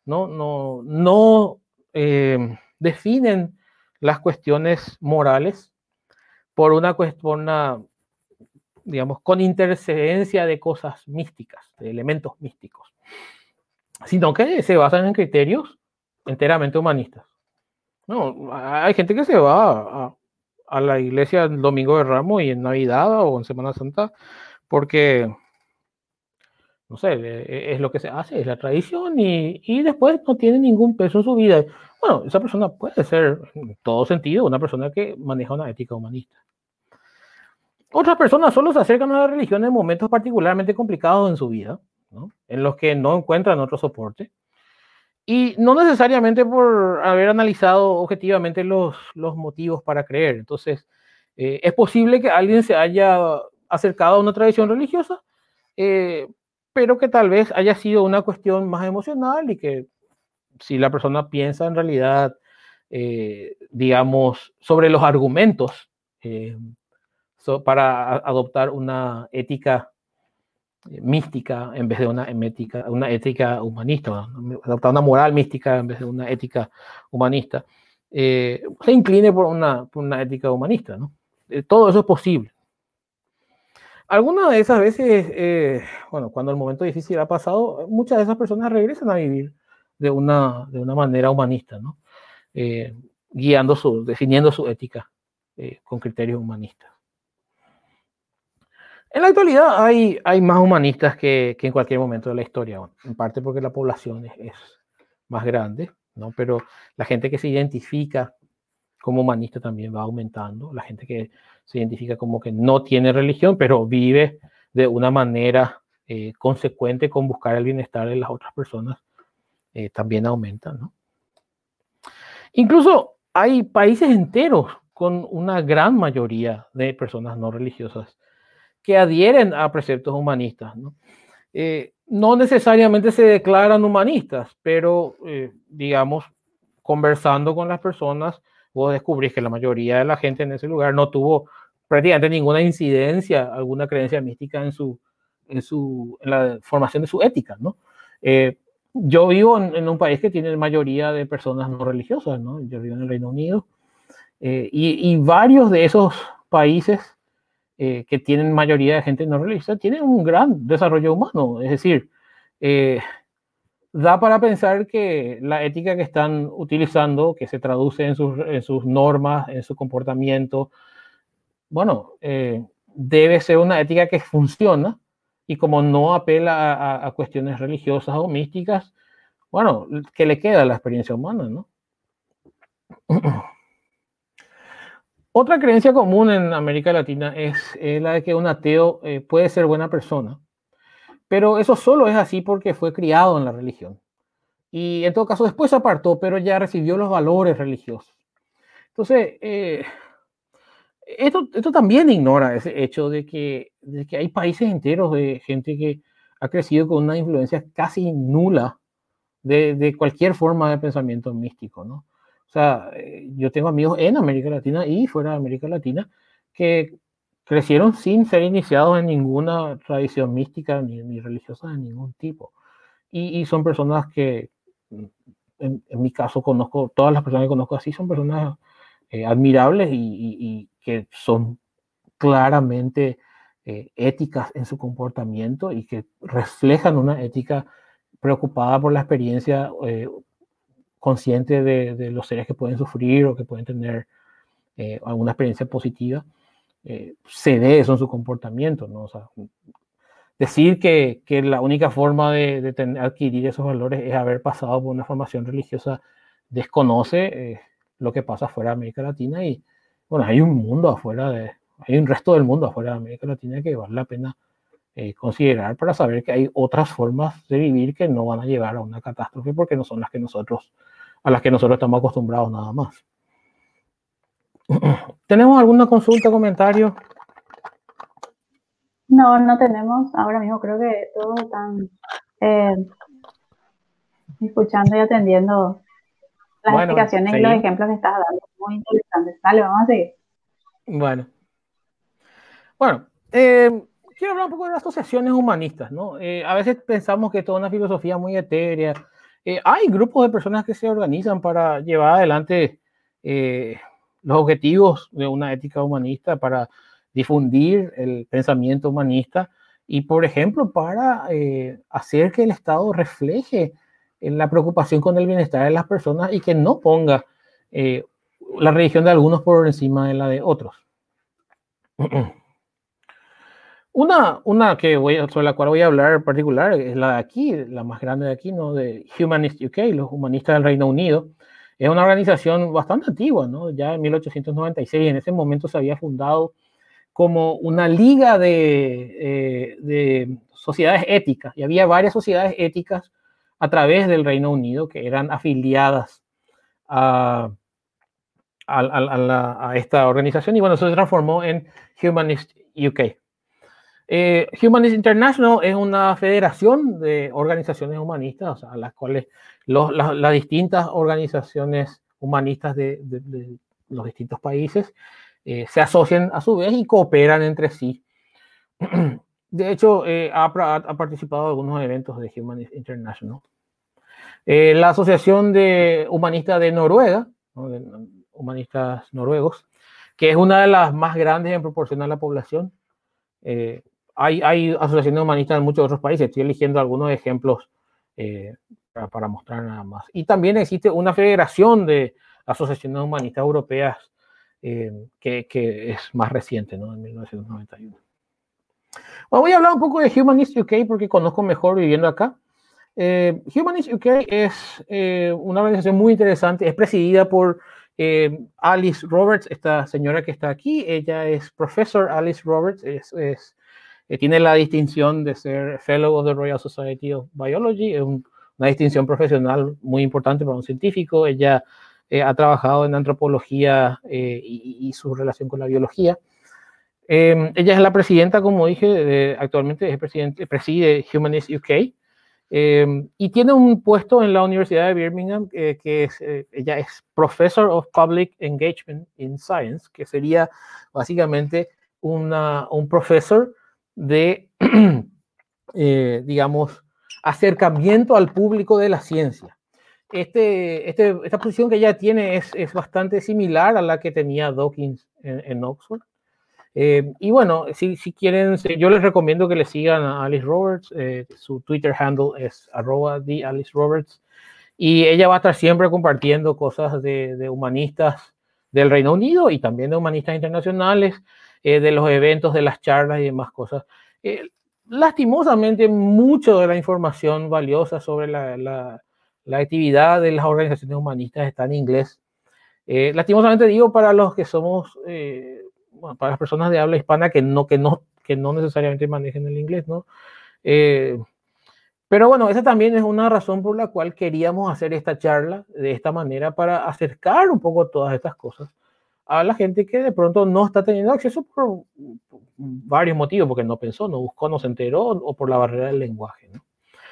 no definen las cuestiones morales por una, digamos, con intercedencia de cosas místicas, de elementos místicos, sino que se basan en criterios enteramente humanistas. No, hay gente que se va a la iglesia el Domingo de Ramos y en Navidad o en Semana Santa porque, no sé, es lo que se hace, es la tradición y después no tiene ningún peso en su vida. Bueno, esa persona puede ser, en todo sentido, una persona que maneja una ética humanista. Otras personas solo se acercan a la religión en momentos particularmente complicados en su vida, ¿no? En los que no encuentran otro soporte. Y no necesariamente por haber analizado objetivamente los motivos para creer. Entonces, es posible que alguien se haya acercado a una tradición religiosa, pero que tal vez haya sido una cuestión más emocional y que si la persona piensa en realidad, digamos, sobre los argumentos para adoptar una ética mística en vez de una ética humanista, adoptar una moral mística en vez de una ética humanista, se incline por una ética humanista, ¿no? Todo eso es posible. Algunas de esas veces, bueno, cuando el momento difícil ha pasado, muchas de esas personas regresan a vivir de una manera humanista, ¿no? Definiendo su ética con criterios humanistas. En la actualidad hay más humanistas que en cualquier momento de la historia, en parte porque la población es más grande, ¿no? Pero la gente que se identifica como humanista también va aumentando, la gente que se identifica como que no tiene religión, pero vive de una manera consecuente con buscar el bienestar de las otras personas, también aumenta, ¿no? Incluso hay países enteros con una gran mayoría de personas no religiosas que adhieren a preceptos humanistas, ¿no? No necesariamente se declaran humanistas, pero digamos, conversando con las personas, vos descubrís que la mayoría de la gente en ese lugar no tuvo prácticamente ninguna incidencia, alguna creencia mística en la formación de su ética, ¿no? Yo vivo en un país que tiene mayoría de personas no religiosas, ¿no? Yo vivo en el Reino Unido, y varios de esos países que tienen mayoría de gente no religiosa, tienen un gran desarrollo humano. Es decir, da para pensar que la ética que están utilizando, que se traduce en sus normas, en su comportamiento, bueno, debe ser una ética que funciona y como no apela a cuestiones religiosas o místicas, bueno, ¿qué le queda a la experiencia humana, no? Otra creencia común en América Latina es la de que un ateo puede ser buena persona, pero eso solo es así porque fue criado en la religión. Y en todo caso después se apartó, pero ya recibió los valores religiosos. Entonces, esto también ignora ese hecho de que hay países enteros de gente que ha crecido con una influencia casi nula de cualquier forma de pensamiento místico, ¿no? O sea, yo tengo amigos en América Latina y fuera de América Latina que crecieron sin ser iniciados en ninguna tradición mística ni religiosa de ningún tipo. Y son personas que, en mi caso, conozco, todas las personas que conozco así son personas admirables y que son claramente éticas en su comportamiento y que reflejan una ética preocupada por la experiencia, consciente de los seres que pueden sufrir o que pueden tener alguna experiencia positiva. Se ve eso en su comportamiento, ¿no? O sea, decir que la única forma de adquirir esos valores es haber pasado por una formación religiosa desconoce lo que pasa fuera de América Latina. Y bueno, hay un mundo afuera hay un resto del mundo afuera de América Latina que vale la pena considerar para saber que hay otras formas de vivir que no van a llevar a una catástrofe porque no son a las que nosotros estamos acostumbrados nada más. ¿Tenemos alguna consulta, comentario? No, no tenemos ahora mismo. Creo que todos están escuchando y atendiendo las explicaciones y los ejemplos que estás dando. Muy interesantes. Dale, vamos a seguir. Bueno, quiero hablar un poco de las asociaciones humanistas, ¿no? A veces pensamos que es toda una filosofía muy etérea. Hay grupos de personas que se organizan para llevar adelante los objetivos de una ética humanista, para difundir el pensamiento humanista y, por ejemplo, para hacer que el Estado refleje la preocupación con el bienestar de las personas y que no ponga la religión de algunos por encima de la de otros. Una sobre la cual voy a hablar en particular es la de aquí, la más grande de aquí, ¿no? De Humanist UK, los humanistas del Reino Unido. Es una organización bastante antigua, ¿no? Ya en 1896, en ese momento se había fundado como una liga de sociedades éticas, y había varias sociedades éticas a través del Reino Unido que eran afiliadas a esta organización, y bueno, eso se transformó en Humanist UK. Humanist International es una federación de organizaciones humanistas, o sea, a las cuales las distintas organizaciones humanistas de los distintos países se asocian a su vez y cooperan entre sí. De hecho, ha participado en algunos eventos de Humanist International. La Asociación de Humanistas de Noruega, ¿no? De humanistas noruegos, que es una de las más grandes en proporción a la población. Hay asociaciones humanistas en muchos otros países. Estoy eligiendo algunos ejemplos para mostrar nada más. Y también existe una federación de asociaciones humanistas europeas que es más reciente, ¿no? En 1991. Bueno, voy a hablar un poco de Humanist UK porque conozco mejor viviendo acá. Humanist UK es una organización muy interesante. Es presidida por Alice Roberts, esta señora que está aquí. Ella es profesor Alice Roberts, tiene la distinción de ser Fellow of the Royal Society of Biology, es una distinción profesional muy importante para un científico. Ella ha trabajado en antropología y su relación con la biología. Ella es la presidenta, como dije, actualmente preside Humanist UK, y tiene un puesto en la Universidad de Birmingham, ella es Professor of Public Engagement in Science, que sería básicamente un profesor de, digamos, acercamiento al público de la ciencia. Esta posición que ella tiene es bastante similar a la que tenía Dawkins en Oxford. Y bueno, si quieren, yo les recomiendo que le sigan a Alice Roberts. Su Twitter handle es @theAliceRoberts. Y ella va a estar siempre compartiendo cosas de humanistas del Reino Unido y también de humanistas internacionales, de los eventos, de las charlas y demás cosas. Lastimosamente, mucho de la información valiosa sobre la actividad de las organizaciones humanistas está en inglés. Lastimosamente digo, para los que somos, bueno, para las personas de habla hispana que no necesariamente manejen el inglés, ¿no? Pero bueno, esa también es una razón por la cual queríamos hacer esta charla de esta manera, para acercar un poco todas estas cosas a la gente que de pronto no está teniendo acceso varios motivos, porque no pensó, no buscó, no se enteró, o por la barrera del lenguaje, ¿no?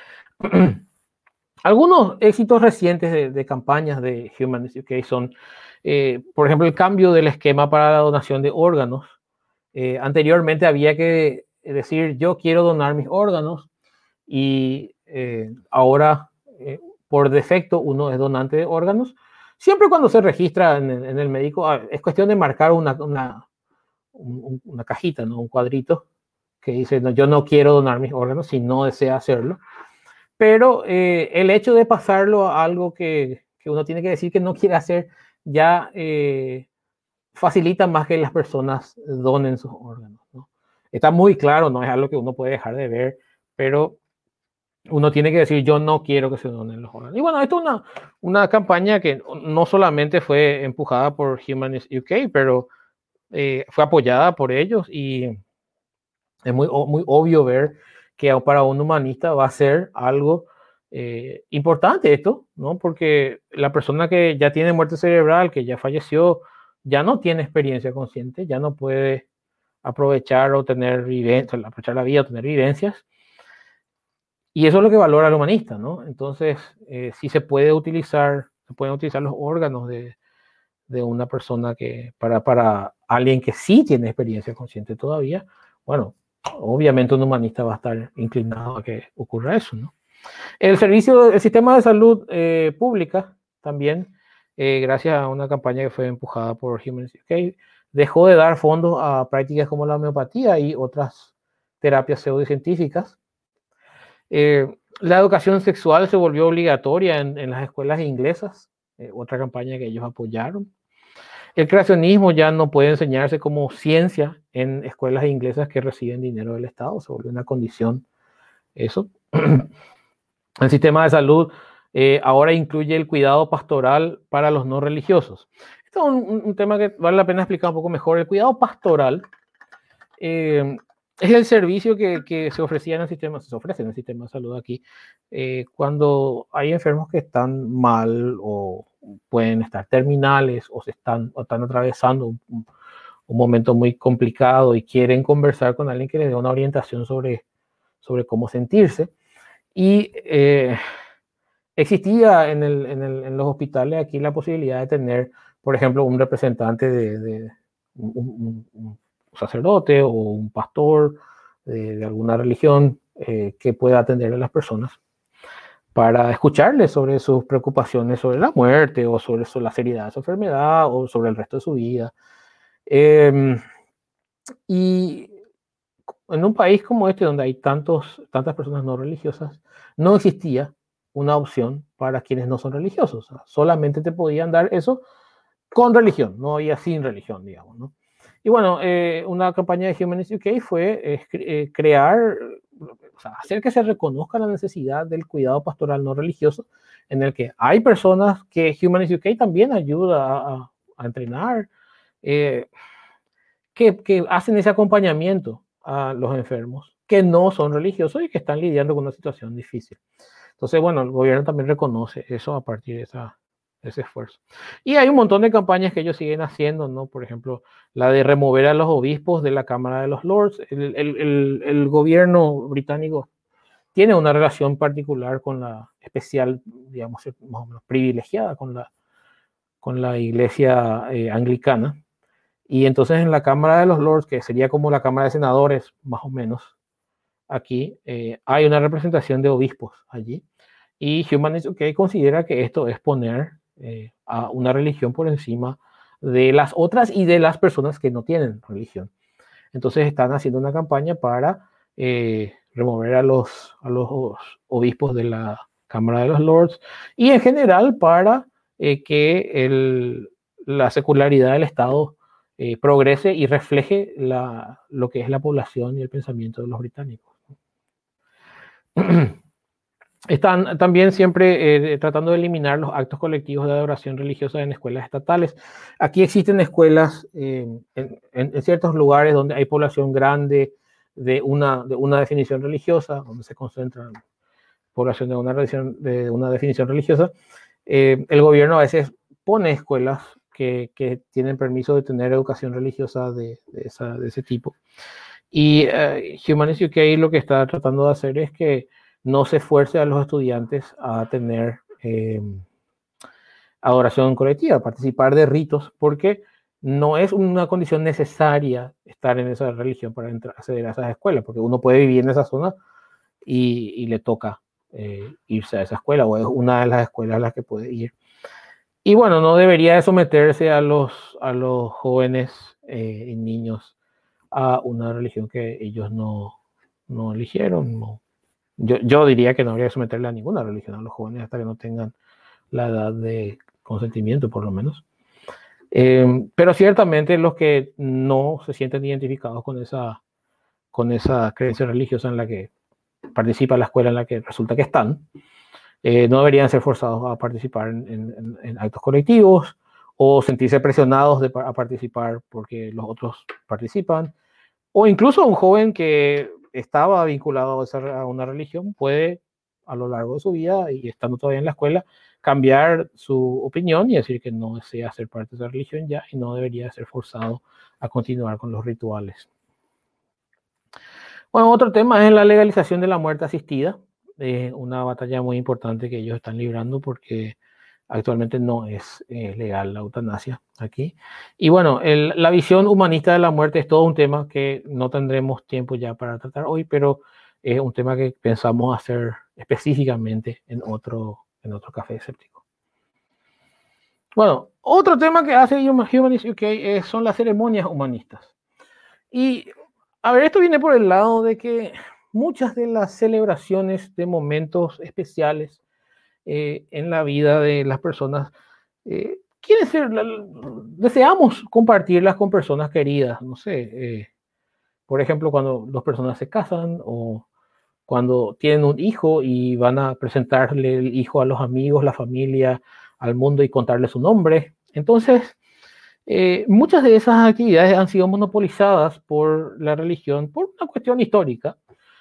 Algunos éxitos recientes de campañas de Humanist UK son, por ejemplo, el cambio del esquema para la donación de órganos. Anteriormente había que decir, yo quiero donar mis órganos, y ahora, por defecto, uno es donante de órganos. Siempre cuando se registra en el médico, es cuestión de marcar una cajita, ¿no? Un cuadrito que dice, no, yo no quiero donar mis órganos si no desea hacerlo. Pero el hecho de pasarlo a algo que uno tiene que decir que no quiere hacer, ya facilita más que las personas donen sus órganos, ¿no? Está muy claro, no es algo que uno puede dejar de ver, pero uno tiene que decir, yo no quiero que se donen los órganos. Y bueno, esto es una campaña que no solamente fue empujada por Humanist UK, pero fue apoyada por ellos, y es muy obvio ver que para un humanista va a ser algo importante esto, ¿no? Porque la persona que ya tiene muerte cerebral, que ya falleció, ya no tiene experiencia consciente, ya no puede aprovechar o tener aprovechar la vida o tener vivencias. Y eso es lo que valora el humanista, ¿no? Entonces, si se pueden utilizar los órganos de una persona que para alguien que sí tiene experiencia consciente todavía, bueno, obviamente un humanista va a estar inclinado a que ocurra eso, ¿no? El sistema de salud pública también, gracias a una campaña que fue empujada por Humanist UK, dejó de dar fondos a prácticas como la homeopatía y otras terapias pseudocientíficas. La educación sexual se volvió obligatoria en las escuelas inglesas, otra campaña que ellos apoyaron. El creacionismo ya no puede enseñarse como ciencia en escuelas inglesas que reciben dinero del Estado, se volvió una condición eso. El sistema de salud ahora incluye el cuidado pastoral para los no religiosos. Esto es un tema que vale la pena explicar un poco mejor. El cuidado pastoral es el servicio que se ofrecía se ofrece en el sistema de salud aquí cuando hay enfermos que están mal o pueden estar terminales o están atravesando un momento muy complicado y quieren conversar con alguien que les dé una orientación sobre cómo sentirse. Y existía en los hospitales aquí la posibilidad de tener, por ejemplo, un representante de un sacerdote o un pastor de alguna religión que pueda atender a las personas para escucharles sobre sus preocupaciones sobre la muerte o sobre la seriedad de su enfermedad o sobre el resto de su vida. Y en un país como este, donde hay tantas personas no religiosas, no existía una opción para quienes no son religiosos. O sea, solamente te podían dar eso con religión, no había sin religión, digamos, ¿no? Y bueno, una campaña de Humanist UK fue crear, o sea, hacer que se reconozca la necesidad del cuidado pastoral no religioso, en el que hay personas que Humanist UK también ayuda a entrenar, que hacen ese acompañamiento a los enfermos que no son religiosos y que están lidiando con una situación difícil. Entonces, bueno, el gobierno también reconoce eso a partir de ese esfuerzo. Y hay un montón de campañas que ellos siguen haciendo, ¿no? Por ejemplo, la de remover a los obispos de la Cámara de los Lords. El gobierno británico tiene una relación particular con la especial, digamos, más o menos privilegiada con la iglesia anglicana. Y entonces en la Cámara de los Lords, que sería como la Cámara de Senadores, más o menos, aquí hay una representación de obispos allí. Y Humanist UK considera que esto es poner a una religión por encima de las otras y de las personas que no tienen religión. Entonces están haciendo una campaña para remover a los obispos de la Cámara de los Lords y en general para que la secularidad del Estado progrese y refleje lo que es la población y el pensamiento de los británicos. Están también siempre tratando de eliminar los actos colectivos de adoración religiosa en escuelas estatales. Aquí existen escuelas en ciertos lugares donde hay población grande de una definición religiosa, donde se concentra población de una definición religiosa. El gobierno a veces pone escuelas que tienen permiso de tener educación religiosa de ese tipo. Y Humanist UK lo que está tratando de hacer es que no se esfuerce a los estudiantes a tener adoración colectiva, participar de ritos, porque no es una condición necesaria estar en esa religión para acceder a esas escuelas, porque uno puede vivir en esa zona y le toca irse a esa escuela, o es una de las escuelas a las que puede ir. Y bueno, no debería de someterse a los jóvenes y niños a una religión que ellos no eligieron. No. Yo diría que no habría que someterle a ninguna religión a los jóvenes hasta que no tengan la edad de consentimiento, por lo menos. Pero ciertamente los que no se sienten identificados con esa creencia religiosa en la que participa la escuela en la que resulta que están, no deberían ser forzados a participar en actos colectivos o sentirse presionados a participar porque los otros participan. O incluso un joven que estaba vinculado a una religión puede, a lo largo de su vida y estando todavía en la escuela, cambiar su opinión y decir que no desea ser parte de esa religión ya y no debería ser forzado a continuar con los rituales. Bueno, otro tema es la legalización de la muerte asistida, una batalla muy importante que ellos están librando porque actualmente no es legal la eutanasia aquí. Y bueno, la visión humanista de la muerte es todo un tema que no tendremos tiempo ya para tratar hoy, pero es un tema que pensamos hacer específicamente en otro café escéptico. Bueno, otro tema que hace Humanist UK son las ceremonias humanistas. Y a ver, esto viene por el lado de que muchas de las celebraciones de momentos especiales en la vida de las personas, deseamos compartirlas con personas queridas, no sé, por ejemplo, cuando dos personas se casan o cuando tienen un hijo y van a presentarle el hijo a los amigos, la familia, al mundo y contarle su nombre. Entonces, muchas de esas actividades han sido monopolizadas por la religión por una cuestión histórica.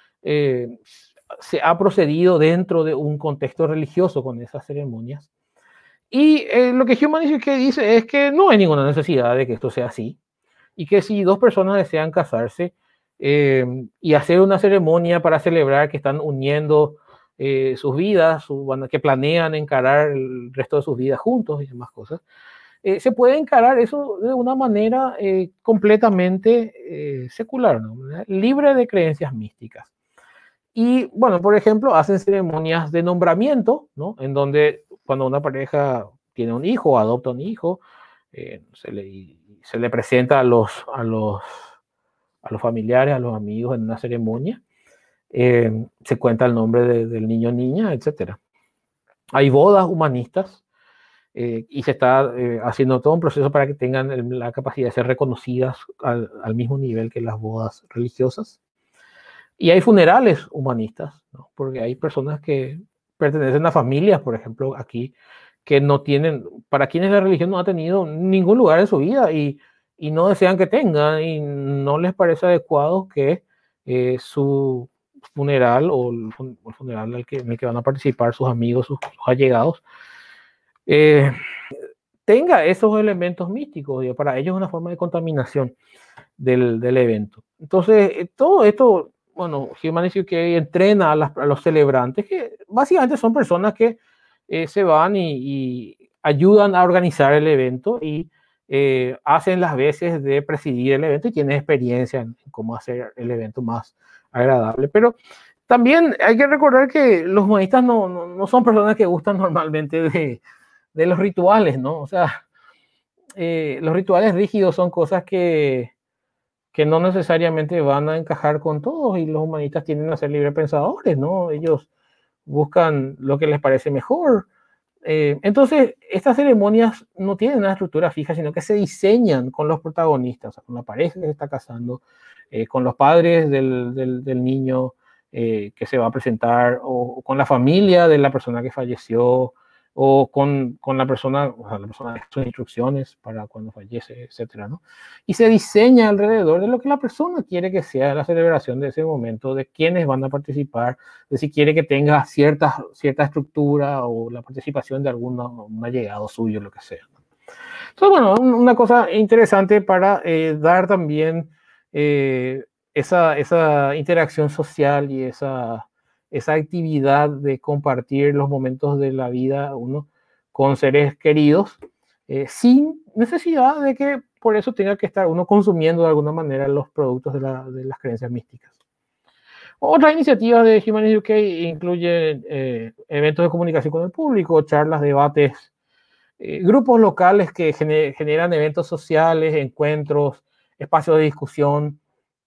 Se ha procedido dentro de un contexto religioso con esas ceremonias. Y lo que Humanist UK dice es que no hay ninguna necesidad de que esto sea así. Y que si dos personas desean casarse y hacer una ceremonia para celebrar que están uniendo sus vidas, que planean encarar el resto de sus vidas juntos y demás cosas, se puede encarar eso de una manera completamente secular, ¿no? Libre de creencias místicas. Y bueno, por ejemplo, hacen ceremonias de nombramiento, ¿no? En donde cuando una pareja tiene un hijo o adopta un hijo, se le presenta a los familiares, a los amigos en una ceremonia. Se cuenta el nombre del niño o niña, etc. Hay bodas humanistas y se está haciendo todo un proceso para que tengan la capacidad de ser reconocidas al mismo nivel que las bodas religiosas. Y hay funerales humanistas, ¿no? Porque hay personas que pertenecen a familias, por ejemplo, aquí, que no tienen, para quienes la religión no ha tenido ningún lugar en su vida y no desean que tengan y no les parece adecuado que su funeral o el funeral en el que van a participar sus amigos, sus allegados, tenga esos elementos místicos. Y para ellos es una forma de contaminación del evento. Entonces, todo esto, bueno, Humanist UK entrena a los celebrantes, que básicamente son personas que se van y ayudan a organizar el evento y hacen las veces de presidir el evento y tienen experiencia en cómo hacer el evento más agradable. Pero también hay que recordar que los humanistas no son personas que gustan normalmente de los rituales, ¿no? O sea, los rituales rígidos son cosas que no necesariamente van a encajar con todos y los humanistas tienden a ser librepensadores, ¿no? Ellos buscan lo que les parece mejor. Entonces, estas ceremonias no tienen una estructura fija, sino que se diseñan con los protagonistas, o sea, con la pareja que se está casando, con los padres del niño que se va a presentar, o con la familia de la persona que falleció, o con la persona, o sea, la persona de sus instrucciones para cuando fallece, etcétera, ¿no? Y se diseña alrededor de lo que la persona quiere que sea la celebración de ese momento, de quiénes van a participar, de si quiere que tenga cierta estructura o la participación de un allegado suyo, lo que sea. Entonces, bueno, una cosa interesante para dar también esa interacción social y esa actividad de compartir los momentos de la vida uno con seres queridos, sin necesidad de que por eso tenga que estar uno consumiendo de alguna manera los productos de las creencias místicas. Otras iniciativas de Humanist UK incluyen eventos de comunicación con el público, charlas, debates, grupos locales que generan eventos sociales, encuentros, espacios de discusión.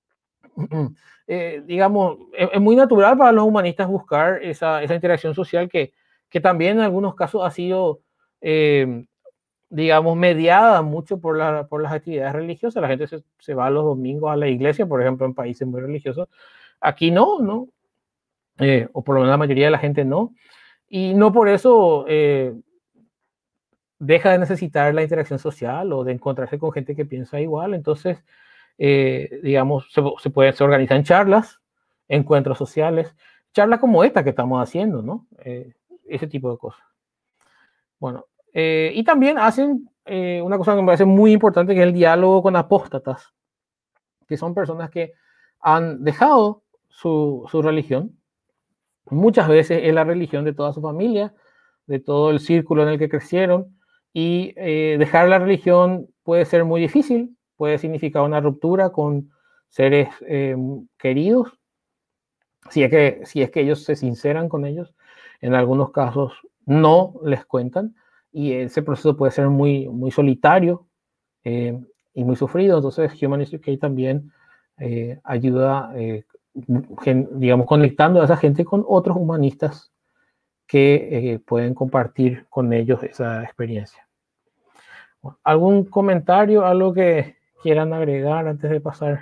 Digamos, es muy natural para los humanistas buscar esa interacción social que también en algunos casos ha sido, digamos, mediada mucho por las actividades religiosas. La gente se va los domingos a la iglesia, por ejemplo, en países muy religiosos. Aquí no, o por lo menos la mayoría de la gente no. Y no por eso deja de necesitar la interacción social o de encontrarse con gente que piensa igual. Entonces, digamos, se organizan charlas, encuentros sociales, charlas como esta que estamos haciendo, ¿no? Ese tipo de cosas. Bueno, y también hacen una cosa que me parece muy importante, que es el diálogo con apóstatas, que son personas que han dejado su religión. Muchas veces es la religión de toda su familia, de todo el círculo en el que crecieron, y dejar la religión puede ser muy difícil, puede significar una ruptura con seres queridos, si es que ellos se sinceran con ellos. En algunos casos no les cuentan, y ese proceso puede ser muy, muy solitario y muy sufrido. Entonces Humanist UK también ayuda, digamos, conectando a esa gente con otros humanistas que pueden compartir con ellos esa experiencia. ¿Algún comentario, algo que quieran agregar antes de pasar?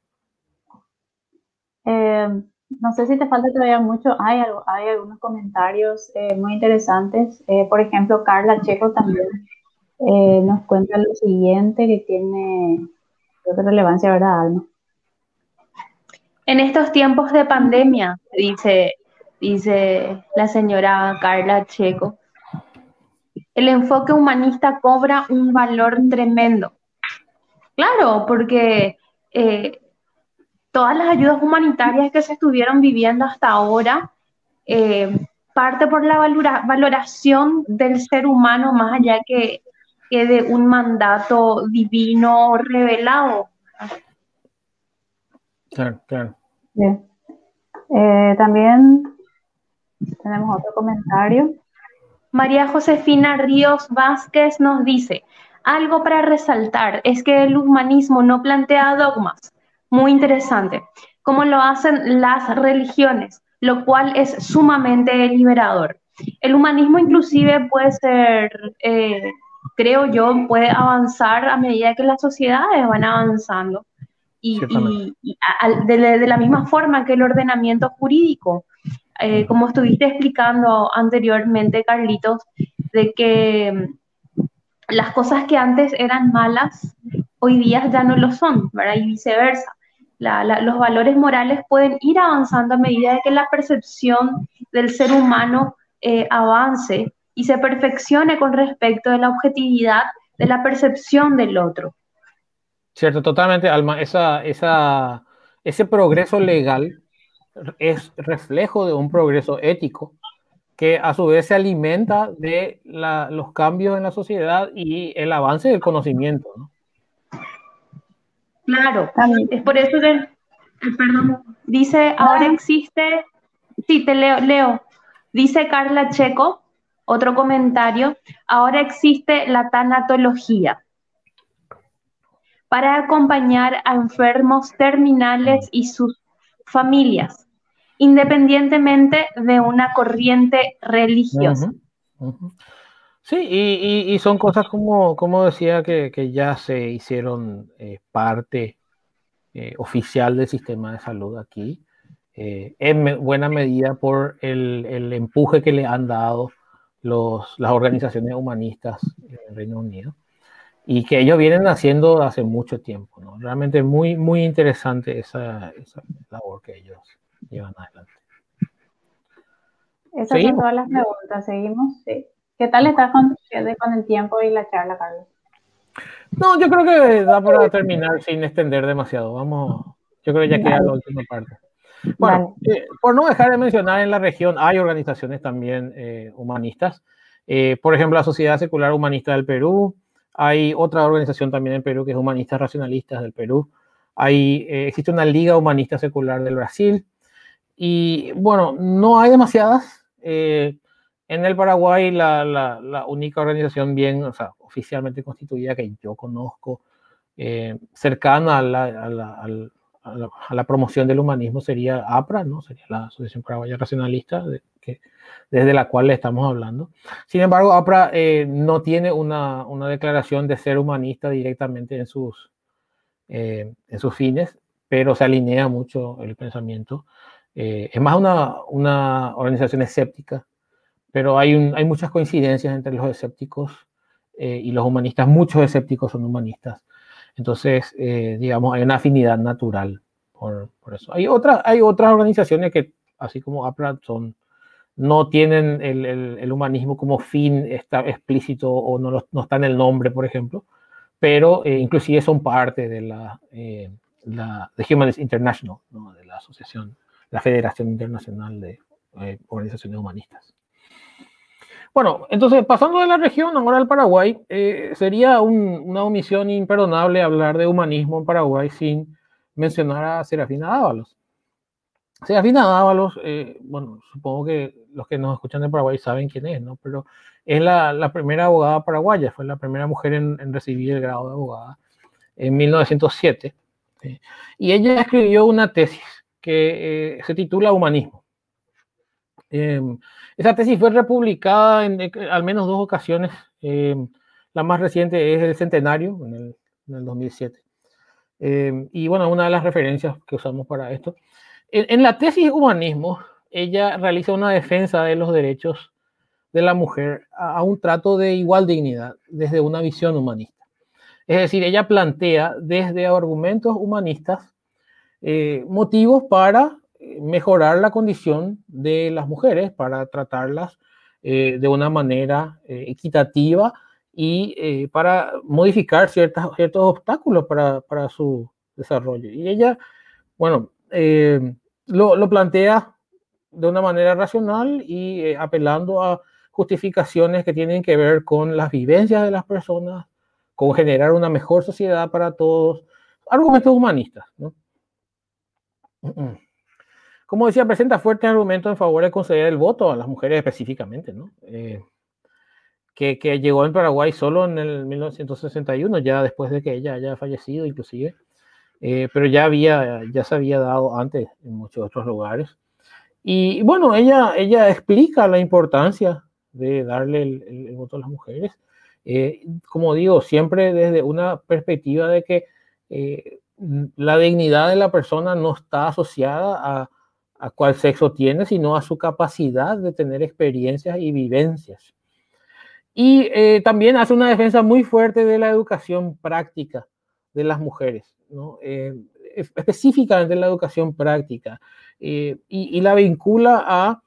No sé si te falta todavía mucho. Hay algunos comentarios muy interesantes. Por ejemplo, Carla Checo también nos cuenta lo siguiente, que tiene relevancia, ¿verdad, Alma? En estos tiempos de pandemia, dice la señora Carla Checo, el enfoque humanista cobra un valor tremendo. Claro, porque todas las ayudas humanitarias que se estuvieron viviendo hasta ahora parte por la valoración del ser humano más allá que de un mandato divino revelado. Claro, claro. Bien. También tenemos otro comentario. María Josefina Ríos Vázquez nos dice, algo para resaltar es que el humanismo no plantea dogmas. Muy interesante, como lo hacen las religiones, lo cual es sumamente liberador. El humanismo inclusive puede ser, creo yo, puede avanzar a medida que las sociedades van avanzando. Y de la misma forma que el ordenamiento jurídico. Como estuviste explicando anteriormente, Carlitos, de que las cosas que antes eran malas, hoy día ya no lo son, ¿verdad? Y viceversa. Los valores morales pueden ir avanzando a medida de que la percepción del ser humano avance y se perfeccione con respecto de la objetividad de la percepción del otro. Cierto, totalmente, Alma. Ese progreso legal es reflejo de un progreso ético que a su vez se alimenta de los cambios en la sociedad y el avance del conocimiento, ¿no? Claro, es por eso que, perdón, dice, ahora existe, sí, te leo, dice Carla Checo, otro comentario, ahora existe la tanatología para acompañar a enfermos terminales y sus familias, independientemente de una corriente religiosa. Sí, y son cosas como decía que ya se hicieron parte oficial del sistema de salud aquí, en buena medida por el empuje que le han dado las organizaciones humanistas en el Reino Unido, y que ellos vienen haciendo hace mucho tiempo, ¿no? Realmente muy, muy interesante esa labor que ellos llevan adelante. Esas son todas las preguntas. Seguimos. Sí. ¿Qué tal estás con el tiempo y la charla, Carlos? No, yo creo que da para terminar sin extender demasiado. Vamos Yo creo que ya queda la última parte. Bueno, por no dejar de mencionar, en la región hay organizaciones también humanistas. Por ejemplo, la Sociedad Secular Humanista del Perú. Hay otra organización también en Perú que es Humanistas Racionalistas del Perú. Existe una Liga Humanista Secular del Brasil. Y bueno, no hay demasiadas. En el Paraguay, la única organización bien, o sea, oficialmente constituida que yo conozco, cercana a la promoción del humanismo sería APRA, ¿no? Sería la Asociación Paraguaya Racionalista, desde la cual le estamos hablando. Sin embargo, APRA no tiene una declaración de ser humanista directamente en sus fines, pero se alinea mucho el pensamiento. Es más una organización escéptica, pero hay muchas coincidencias entre los escépticos y los humanistas. Muchos escépticos son humanistas. Entonces, digamos, hay una afinidad natural por eso. Hay otras organizaciones que, así como APRA, no tienen el humanismo como fin explícito o no está en el nombre, por ejemplo, pero inclusive son parte de de Humanist International, ¿no? De la asociación, la Federación Internacional de Organizaciones Humanistas. Bueno, entonces, pasando de la región ahora al Paraguay, sería una omisión imperdonable hablar de humanismo en Paraguay sin mencionar a Serafina Dávalos. Serafina Dávalos, bueno, supongo que los que nos escuchan de Paraguay saben quién es, ¿no? Pero es la primera abogada paraguaya, fue la primera mujer en recibir el grado de abogada en 1907. Y ella escribió una tesis que se titula Humanismo. Esa tesis fue republicada en al menos 2 ocasiones. La más reciente es el centenario, en el 2007. Y bueno, una de las referencias que usamos para esto. En la tesis Humanismo, ella realiza una defensa de los derechos de la mujer a un trato de igual dignidad desde una visión humanista. Es decir, ella plantea desde argumentos humanistas motivos para mejorar la condición de las mujeres, para tratarlas de una manera equitativa y para modificar ciertos obstáculos para su desarrollo. Y ella, bueno, lo plantea de una manera racional y apelando a justificaciones que tienen que ver con las vivencias de las personas, con generar una mejor sociedad para todos, argumentos humanistas, ¿no? Como decía, presenta fuertes argumentos en favor de conceder el voto a las mujeres específicamente, ¿no? Que llegó en Paraguay solo en el 1961, ya después de que ella haya fallecido inclusive, pero ya se había dado antes en muchos otros lugares. Y bueno, ella explica la importancia de darle el voto a las mujeres, como digo, siempre desde una perspectiva de que la dignidad de la persona no está asociada a cuál sexo tiene, sino a su capacidad de tener experiencias y vivencias. Y también hace una defensa muy fuerte de la educación práctica de las mujeres, ¿no? Específicamente la educación práctica, y la vincula a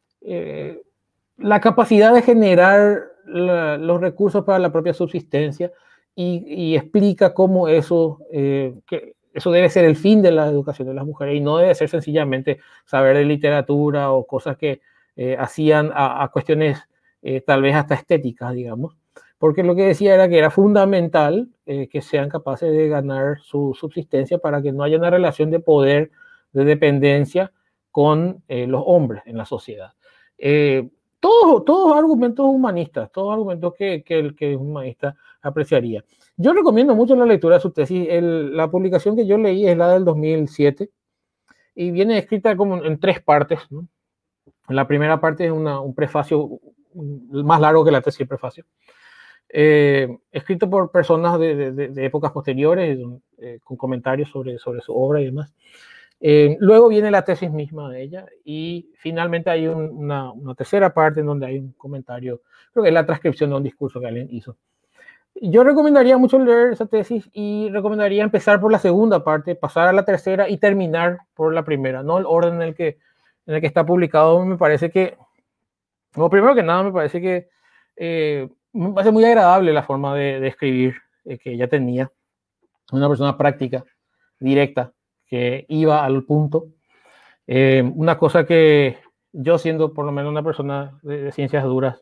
la capacidad de generar los recursos para la propia subsistencia y explica cómo que eso debe ser el fin de la educación de las mujeres y no debe ser sencillamente saber de literatura o cosas que hacían a cuestiones tal vez hasta estéticas, digamos, porque lo que decía era que era fundamental que sean capaces de ganar su subsistencia para que no haya una relación de poder, de dependencia con los hombres en la sociedad. Todos argumentos humanistas, todos argumentos que el humanista apreciaría. Yo recomiendo mucho la lectura de su tesis. La publicación que yo leí es la del 2007 y viene escrita como en 3 partes, ¿no? La primera parte es un prefacio más largo que la tesis, el prefacio, escrito por personas de épocas posteriores, con comentarios sobre su obra y demás. Luego viene la tesis misma de ella y finalmente hay una tercera parte en donde hay un comentario, creo que es la transcripción de un discurso que alguien hizo. Yo recomendaría mucho leer esa tesis y recomendaría empezar por la segunda parte, pasar a la tercera y terminar por la primera, no el orden en el que está publicado. Me parece que, bueno, primero que nada, me parece que me parece muy agradable la forma de escribir que ella tenía, una persona práctica, directa, que iba al punto. Una cosa que yo, siendo por lo menos una persona de ciencias duras,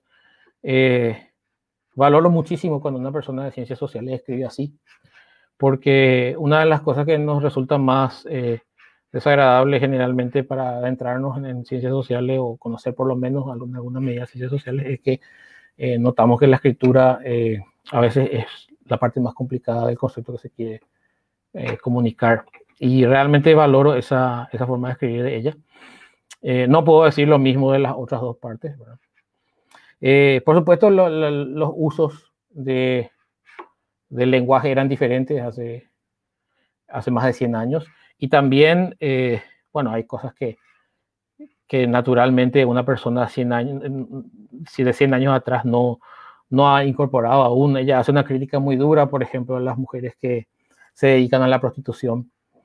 valoro muchísimo cuando una persona de ciencias sociales escribe así, porque una de las cosas que nos resulta más desagradable generalmente para adentrarnos en ciencias sociales o conocer por lo menos en alguna medida ciencias sociales es que notamos que la escritura a veces es la parte más complicada del concepto que se quiere comunicar. Y realmente valoro esa forma de escribir de ella. No puedo decir lo mismo de las otras dos partes, ¿verdad? Por supuesto, los usos del lenguaje eran diferentes hace más de 100 años. Y también, bueno, hay cosas que naturalmente una persona de 100 años atrás no ha incorporado aún. Ella hace una crítica muy dura, por ejemplo, a las mujeres que se dedican a la prostitución,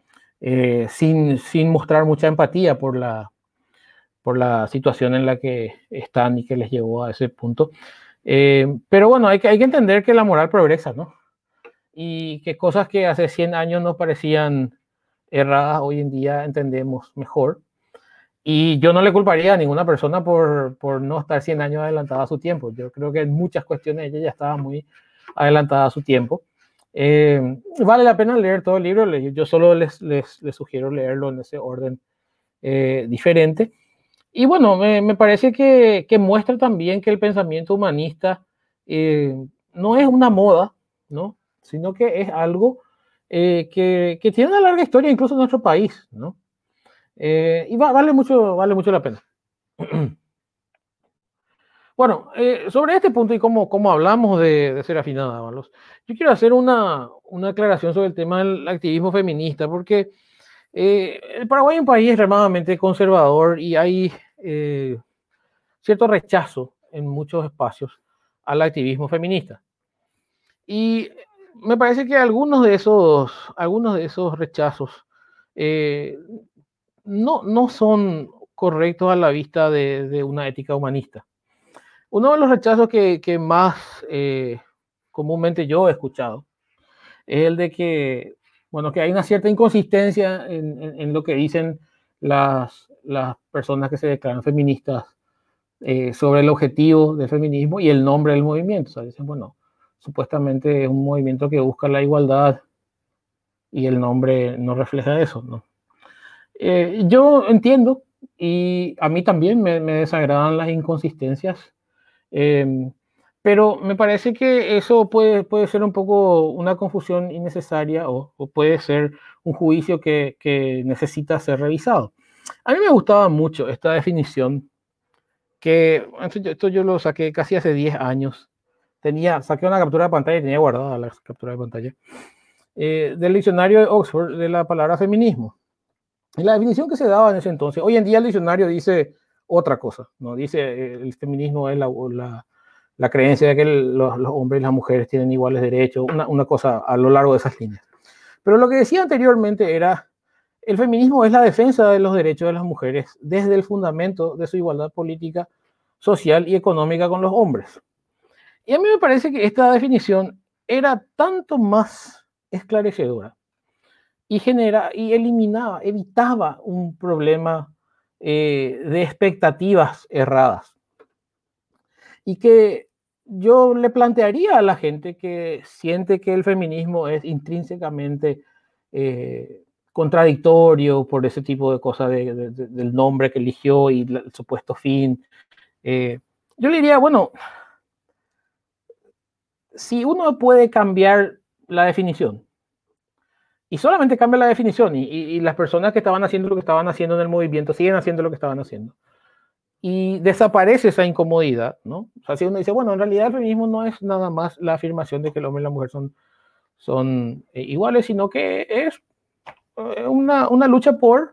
sin mostrar mucha empatía por la situación en la que están y que les llevó a ese punto. Pero bueno, hay que entender que la moral progresa, ¿no? Y que cosas que hace 100 años nos parecían erradas, hoy en día entendemos mejor. Y yo no le culparía a ninguna persona por no estar 100 años adelantada a su tiempo. Yo creo que en muchas cuestiones ella ya estaba muy adelantada a su tiempo. Vale la pena leer todo el libro. Yo solo les sugiero leerlo en ese orden diferente. Y bueno, me parece que muestra también que el pensamiento humanista no es una moda, ¿no? Sino que es algo que tiene una larga historia incluso en nuestro país, ¿no? Y vale mucho la pena. Bueno, sobre este punto y como hablamos de Serafina Dávalos, yo quiero hacer una aclaración sobre el tema del activismo feminista, porque el Paraguay es un país extremadamente conservador y hay cierto rechazo en muchos espacios al activismo feminista. Y me parece que algunos de esos rechazos no son correctos a la vista de una ética humanista. Uno de los rechazos que más comúnmente yo he escuchado es el de que, bueno, que hay una cierta inconsistencia en lo que dicen las personas que se declaran feministas sobre el objetivo del feminismo y el nombre del movimiento. O sea, dicen, bueno, supuestamente es un movimiento que busca la igualdad y el nombre no refleja eso, ¿no? Yo entiendo, y a mí también me desagradan las inconsistencias, pero me parece que eso puede ser un poco una confusión innecesaria o puede ser un juicio que necesita ser revisado. A mí me gustaba mucho esta definición que esto yo lo saqué casi hace 10 años. Saqué una captura de pantalla y tenía guardada la captura de pantalla del diccionario de Oxford de la palabra feminismo. Y la definición que se daba en ese entonces, hoy en día el diccionario dice otra cosa, ¿no? Dice el feminismo es la creencia de que los hombres y las mujeres tienen iguales derechos, una cosa a lo largo de esas líneas. Pero lo que decía anteriormente era, el feminismo es la defensa de los derechos de las mujeres desde el fundamento de su igualdad política, social y económica con los hombres. Y a mí me parece que esta definición era tanto más esclarecedora y evitaba un problema de expectativas erradas. Y que yo le plantearía a la gente que siente que el feminismo es intrínsecamente contradictorio por ese tipo de cosas del nombre que eligió y el supuesto fin. Yo le diría, bueno, si uno puede cambiar la definición, y solamente cambia la definición, y las personas que estaban haciendo lo que estaban haciendo en el movimiento siguen haciendo lo que estaban haciendo, y desaparece esa incomodidad, ¿no? O sea, si uno dice, bueno, en realidad el feminismo no es nada más la afirmación de que el hombre y la mujer son iguales, sino que es una lucha por,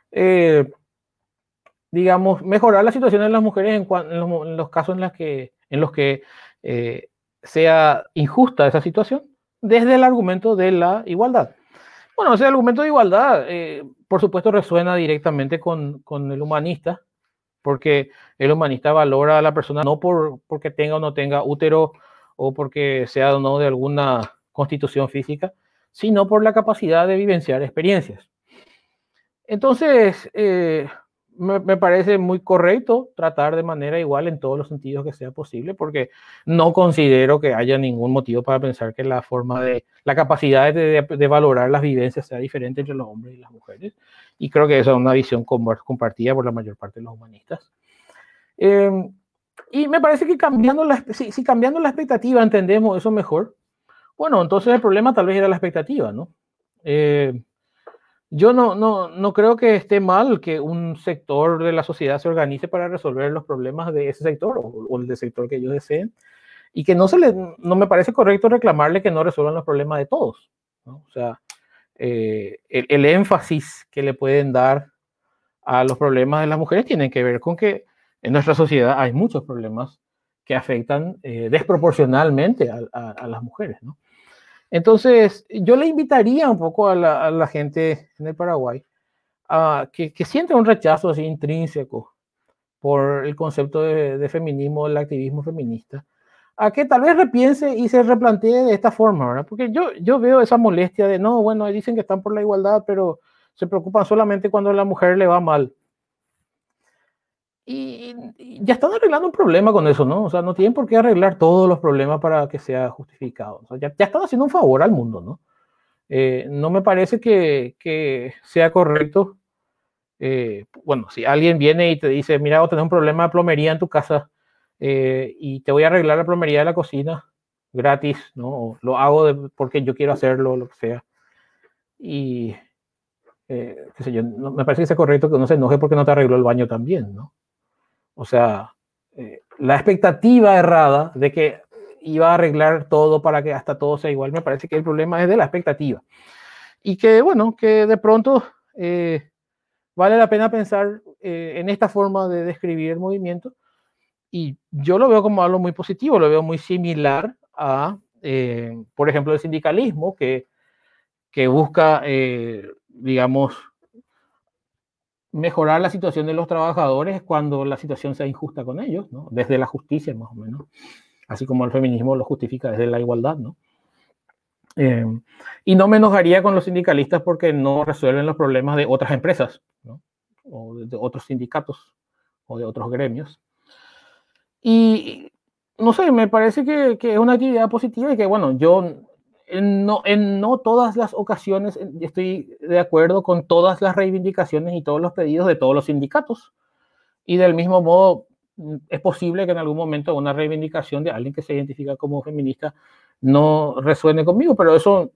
digamos, mejorar la situación de las mujeres en los casos en los que sea injusta esa situación, desde el argumento de la igualdad. Bueno, ese argumento de igualdad, por supuesto, resuena directamente con el humanista, porque el humanista valora a la persona no porque tenga o no tenga útero o porque sea o no de alguna constitución física, sino por la capacidad de vivenciar experiencias. Entonces, me parece muy correcto tratar de manera igual en todos los sentidos que sea posible, porque no considero que haya ningún motivo para pensar que la capacidad de valorar las vivencias sea diferente entre los hombres y las mujeres. Y creo que esa es una visión compartida por la mayor parte de los humanistas. Y me parece que si cambiando la expectativa entendemos eso mejor, bueno, entonces el problema tal vez era la expectativa, ¿no? Yo no creo que esté mal que un sector de la sociedad se organice para resolver los problemas de ese sector o el del sector que ellos deseen, y que no me parece correcto reclamarle que no resuelvan los problemas de todos, ¿no? O sea, el énfasis que le pueden dar a los problemas de las mujeres tiene que ver con que en nuestra sociedad hay muchos problemas que afectan desproporcionalmente a las mujeres, ¿no? Entonces, yo le invitaría un poco a la gente en el Paraguay a que sienta un rechazo así intrínseco por el concepto de feminismo, el activismo feminista, a que tal vez repiense y se replantee de esta forma, ¿verdad? Porque yo veo esa molestia de, no, bueno, dicen que están por la igualdad, pero se preocupan solamente cuando a la mujer le va mal. Y ya están arreglando un problema con eso, ¿no? O sea, no tienen por qué arreglar todos los problemas para que sea justificado. O sea, ya están haciendo un favor al mundo, ¿no? No me parece que sea correcto. Bueno, si alguien viene y te dice, mira, vos tenés un problema de plomería en tu casa y te voy a arreglar la plomería de la cocina gratis, ¿no? O lo hago porque yo quiero hacerlo, lo que sea. Y, qué sé yo, no, me parece que sea correcto que uno se enoje porque no te arregló el baño también, ¿no? O sea, la expectativa errada de que iba a arreglar todo para que hasta todo sea igual, me parece que el problema es de la expectativa. Y que, bueno, que de pronto vale la pena pensar en esta forma de describir el movimiento. Y yo lo veo como algo muy positivo, lo veo muy similar a, por ejemplo, el sindicalismo, que busca, digamos, mejorar la situación de los trabajadores cuando la situación sea injusta con ellos, ¿no? Desde la justicia, más o menos. Así como el feminismo lo justifica desde la igualdad, ¿no? Y no me enojaría con los sindicalistas porque no resuelven los problemas de otras empresas, ¿no? O de otros sindicatos o de otros gremios. Y no sé, me parece que es una actividad positiva y que, bueno, yo en no todas las ocasiones estoy de acuerdo con todas las reivindicaciones y todos los pedidos de todos los sindicatos. Y del mismo modo, es posible que en algún momento una reivindicación de alguien que se identifica como feminista no resuene conmigo, pero eso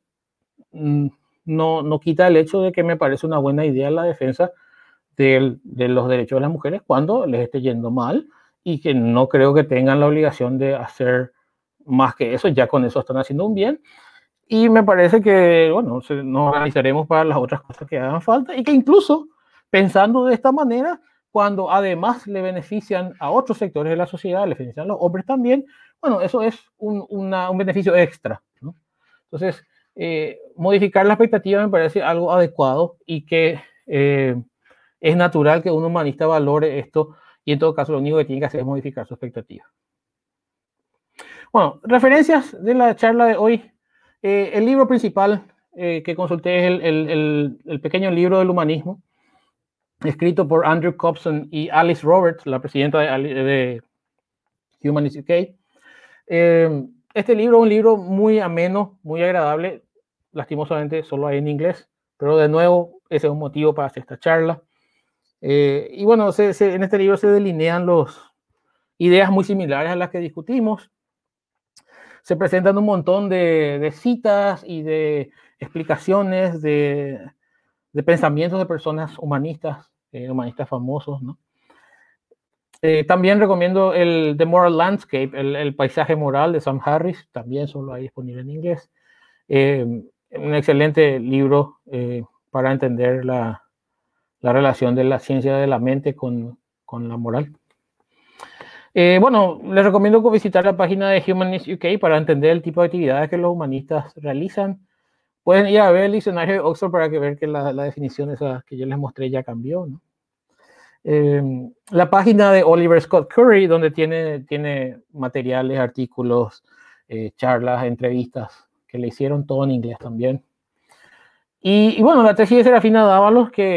no quita el hecho de que me parece una buena idea la defensa de los derechos de las mujeres cuando les esté yendo mal, y que no creo que tengan la obligación de hacer más que eso, ya con eso están haciendo un bien. Y me parece que, bueno, nos organizaremos para las otras cosas que hagan falta, y que incluso pensando de esta manera, cuando además le benefician a otros sectores de la sociedad, le benefician a los hombres también, bueno, eso es un beneficio extra, ¿no? Entonces, modificar la expectativa me parece algo adecuado, y que es natural que un humanista valore esto, y en todo caso lo único que tiene que hacer es modificar su expectativa. Bueno, referencias de la charla de hoy. El libro principal que consulté es el pequeño libro del humanismo, escrito por Andrew Cobson y Alice Roberts, la presidenta de Humanist UK. Este libro es un libro muy ameno, muy agradable. Lastimosamente solo hay en inglés, pero de nuevo ese es un motivo para hacer esta charla. Y bueno, en este libro se delinean ideas muy similares a las que discutimos. Se presentan un montón de citas y de explicaciones de pensamientos de personas humanistas, humanistas famosos, ¿no? También recomiendo The Moral Landscape, el paisaje moral de Sam Harris, también solo hay disponible en inglés. Un excelente libro para entender la relación de la ciencia de la mente con la moral. Bueno, les recomiendo visitar la página de Humanist UK para entender el tipo de actividades que los humanistas realizan. Pueden ir a ver el diccionario de Oxford para ver que la definición esa que yo les mostré ya cambió, ¿no? La página de Oliver Scott Curry, donde tiene materiales, artículos, charlas, entrevistas, que le hicieron todo en inglés también. Y bueno, la tesis de Serafina Dávalos, que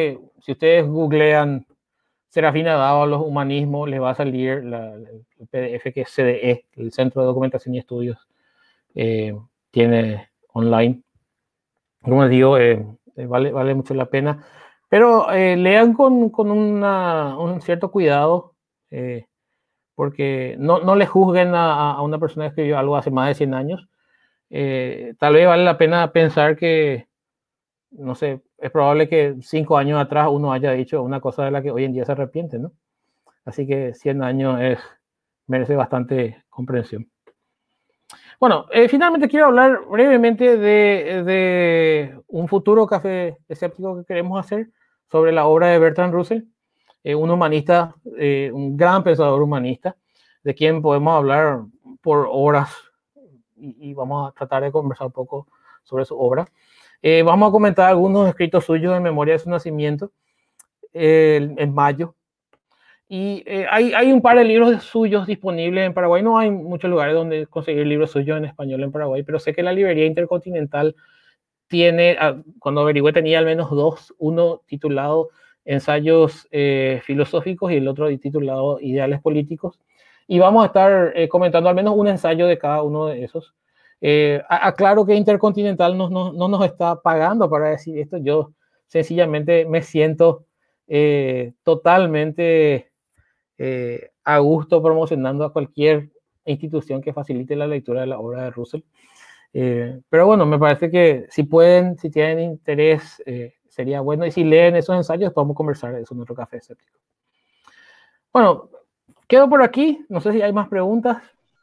si ustedes googlean Serafina Dávalos humanismo, les va a salir el PDF que es CDE, el Centro de Documentación y Estudios, tiene online. Como les digo, vale mucho la pena. Pero lean con un cierto cuidado, porque no le juzguen a una persona que escribió algo hace más de 100 años. Tal vez vale la pena pensar que, no sé, es probable que 5 años atrás uno haya dicho una cosa de la que hoy en día se arrepiente, ¿no? Así que 100 años merece bastante comprensión. Bueno, finalmente quiero hablar brevemente de un futuro café escéptico que queremos hacer sobre la obra de Bertrand Russell, un humanista, un gran pensador humanista, de quien podemos hablar por horas y vamos a tratar de conversar un poco sobre su obra. Vamos a comentar algunos escritos suyos en memoria de su nacimiento en mayo. Y hay un par de libros suyos disponibles en Paraguay. No hay muchos lugares donde conseguir libros suyos en español en Paraguay, pero sé que la librería Intercontinental tiene, cuando averigüé, tenía al menos dos, uno titulado Ensayos filosóficos y el otro titulado Ideales políticos. Y vamos a estar comentando al menos un ensayo de cada uno de esos. Aclaro que Intercontinental no nos está pagando para decir esto. Yo sencillamente me siento totalmente a gusto promocionando a cualquier institución que facilite la lectura de la obra de Russell. Pero bueno, me parece que si pueden, si tienen interés, sería bueno. Y si leen esos ensayos, podemos conversar de eso en otro café escéptico. Bueno, quedo por aquí. No sé si hay más preguntas.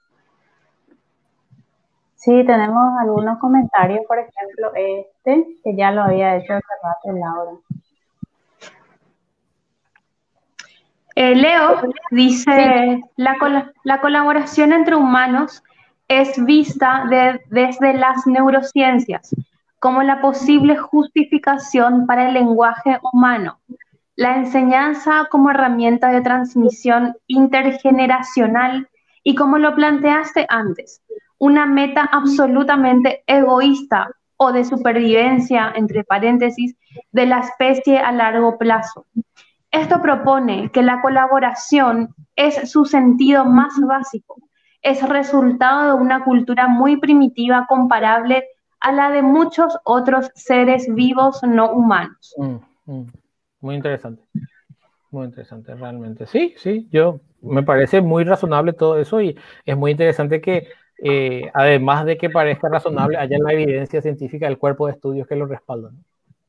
Sí, tenemos algunos comentarios, por ejemplo, que ya lo había hecho hace rato Laura. Leo dice, Sí. la colaboración entre humanos es vista desde las neurociencias como la posible justificación para el lenguaje humano, la enseñanza como herramienta de transmisión intergeneracional y, como lo planteaste antes, una meta absolutamente egoísta o de supervivencia, entre paréntesis, de la especie a largo plazo. Esto propone que la colaboración es su sentido más básico, es resultado de una cultura muy primitiva comparable a la de muchos otros seres vivos no humanos. Muy interesante realmente. Sí, yo me parece muy razonable todo eso y es muy interesante que además de que parezca razonable, haya la evidencia científica del cuerpo de estudios que lo respaldan.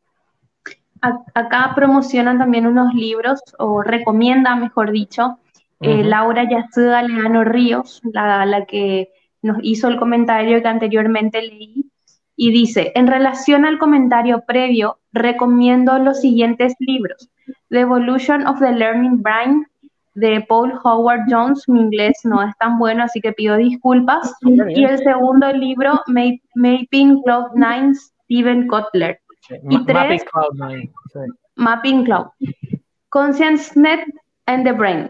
Acá promocionan también unos libros, o recomienda, mejor dicho, Laura Yasuda Leano Ríos, la que nos hizo el comentario que anteriormente leí, y dice, en relación al comentario previo, recomiendo los siguientes libros: The Evolution of the Learning Brain, de Paul Howard Jones. Mi inglés no es tan bueno, así que pido disculpas. Y el segundo libro, Mapping Cloud9, Steven Kotler. Y tres, Mapping Cloud. ConsciousNet and the Brain.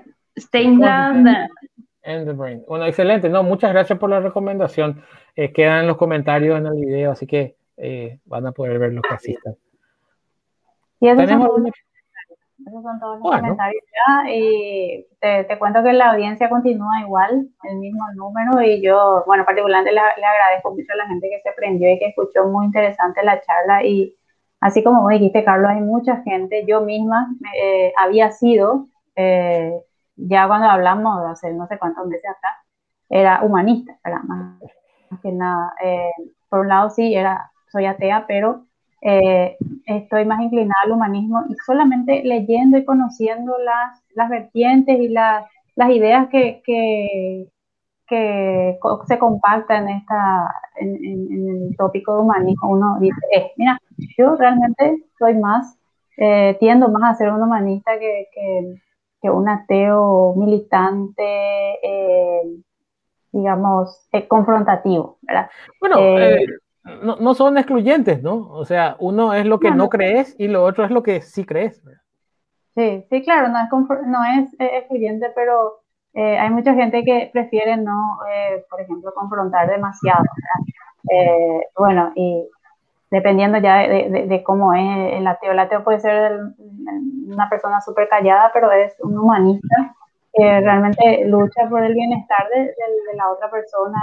And the Brain. Bueno, excelente. No, muchas gracias por la recomendación. Quedan en los comentarios en el video, así que van a poder ver los que asistan. Y esos son todos los comentarios ya. Y te cuento que la audiencia continúa igual, el mismo número. Y yo, bueno, particularmente le agradezco mucho a la gente que se prendió y que escuchó. Muy interesante la charla. Y así como vos dijiste, Carlos, hay mucha gente. Yo misma había sido, ya cuando hablamos hace no sé cuántos meses atrás, era humanista, ¿verdad? Más que nada. Por un lado sí, soy atea, pero estoy más inclinada al humanismo, y solamente leyendo y conociendo las vertientes y las ideas que se compactan en el tópico de humanismo, uno dice, mira, yo realmente soy más, tiendo más a ser un humanista que un ateo militante, digamos, confrontativo, ¿verdad? Bueno, no son excluyentes, ¿no? O sea, uno es lo que no crees y lo otro es lo que sí crees. Sí, claro, no es excluyente, pero hay mucha gente que prefiere no, por ejemplo, confrontar demasiado, ¿verdad? Bueno, y dependiendo ya de cómo es el ateo. El ateo puede ser una persona súper callada, pero es un humanista que realmente lucha por el bienestar de la otra persona,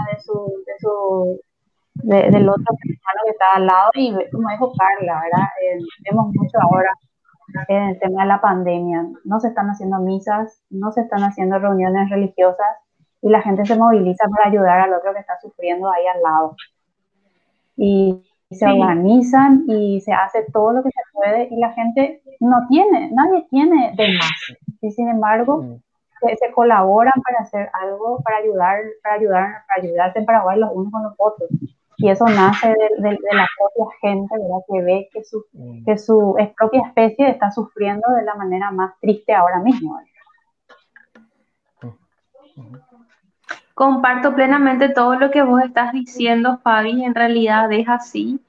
del otro hermano que está al lado. Y como dijo Carla, ¿verdad? Vemos mucho ahora en el tema de la pandemia. No se están haciendo misas, no se están haciendo reuniones religiosas y la gente se moviliza para ayudar al otro que está sufriendo ahí al lado. Y se organizan y se hace todo lo que se puede y la gente nadie tiene de más. Y sin embargo, se colaboran para hacer algo, para ayudarse en Paraguay los unos con los otros. Y eso nace de la propia gente, ¿verdad? Que ve que su propia especie está sufriendo de la manera más triste ahora mismo, ¿verdad? Comparto plenamente todo lo que vos estás diciendo, Fabi. En realidad es así.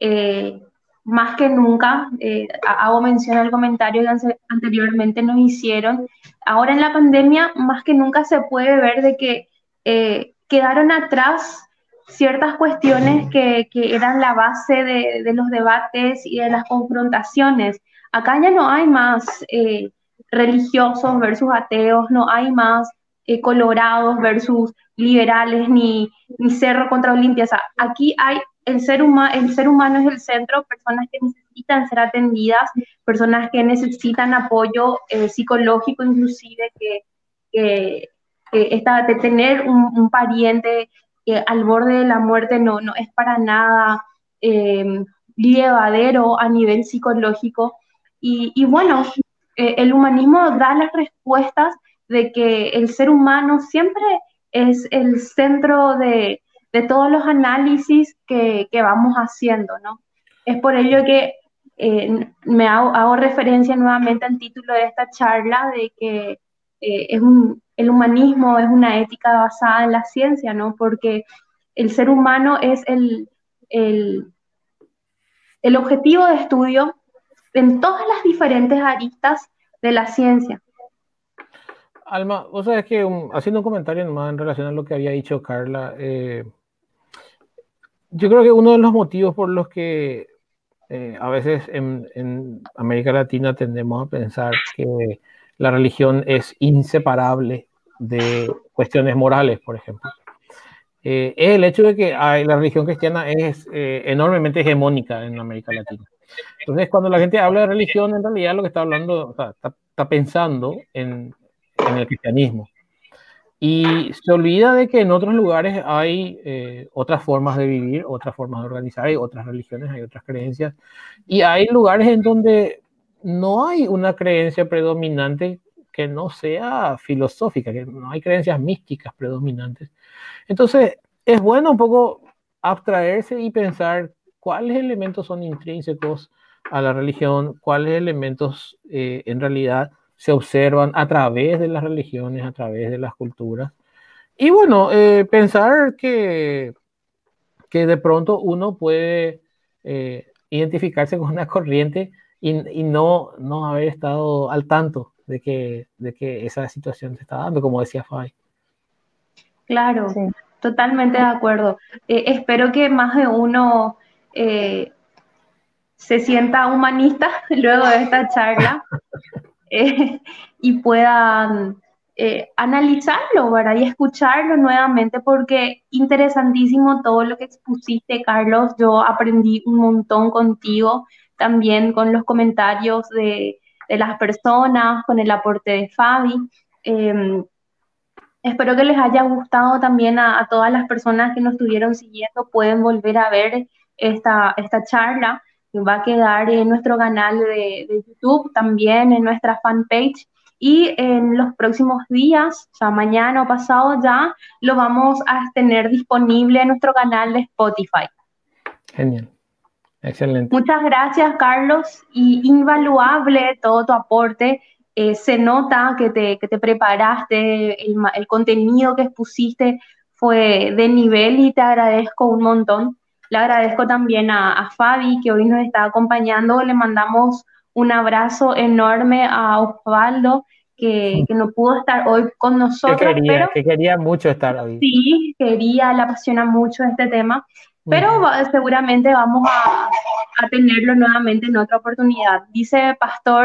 Más que nunca, hago mención al comentario que anteriormente nos hicieron. Ahora en la pandemia, más que nunca se puede ver de que quedaron atrás ciertas cuestiones que eran la base de los debates y de las confrontaciones. Acá ya no hay más religiosos versus ateos, no hay más colorados versus liberales, ni Cerro contra Olimpia. O sea, aquí hay el ser humano es el centro, personas que necesitan ser atendidas, personas que necesitan apoyo psicológico, inclusive que de tener un pariente al borde de la muerte no es para nada llevadero a nivel psicológico. Y bueno, el humanismo da las respuestas de que el ser humano siempre es el centro de todos los análisis que vamos haciendo, ¿no? Es por ello que me hago referencia nuevamente al título de esta charla, de que el humanismo es una ética basada en la ciencia, ¿no? Porque el ser humano es el objetivo de estudio en todas las diferentes aristas de la ciencia. Alma, vos sabés que haciendo un comentario nomás en relación a lo que había dicho Carla, yo creo que uno de los motivos por los que a veces en América Latina tendemos a pensar que la religión es inseparable de cuestiones morales, por ejemplo, es el hecho de que la religión cristiana es enormemente hegemónica en América Latina. Entonces, cuando la gente habla de religión, en realidad lo que está hablando, o sea, está pensando en el cristianismo. Y se olvida de que en otros lugares hay otras formas de vivir, otras formas de organizar, hay otras religiones, hay otras creencias. Y hay lugares en donde no hay una creencia predominante que no sea filosófica, que no hay creencias místicas predominantes. Entonces, es bueno un poco abstraerse y pensar cuáles elementos son intrínsecos a la religión, cuáles elementos en realidad se observan a través de las religiones, a través de las culturas. Y bueno, pensar que de pronto uno puede identificarse con una corriente y no haber estado al tanto de que esa situación se está dando, como decía Fabi. Claro, sí. Totalmente de acuerdo. Espero que más de uno se sienta humanista luego de esta charla y puedan analizarlo, ¿verdad? Y escucharlo nuevamente, porque interesantísimo todo lo que expusiste, Carlos. Yo aprendí un montón contigo, también con los comentarios de las personas, con el aporte de Fabi. Espero que les haya gustado también a todas las personas que nos estuvieron siguiendo. Pueden volver a ver esta charla, que va a quedar en nuestro canal de YouTube, también en nuestra fanpage. Y en los próximos días, o sea, mañana o pasado ya, lo vamos a tener disponible en nuestro canal de Spotify. Genial. Excelente. Muchas gracias, Carlos, y invaluable todo tu aporte. Se nota que te preparaste, el contenido que expusiste fue de nivel y te agradezco un montón. Le agradezco también a Fabi, que hoy nos está acompañando. Le mandamos un abrazo enorme a Osvaldo, que no pudo estar hoy con nosotros. Que quería mucho estar hoy. Sí, le apasiona mucho este tema. Pero seguramente vamos a tenerlo nuevamente en otra oportunidad. Dice Pastor,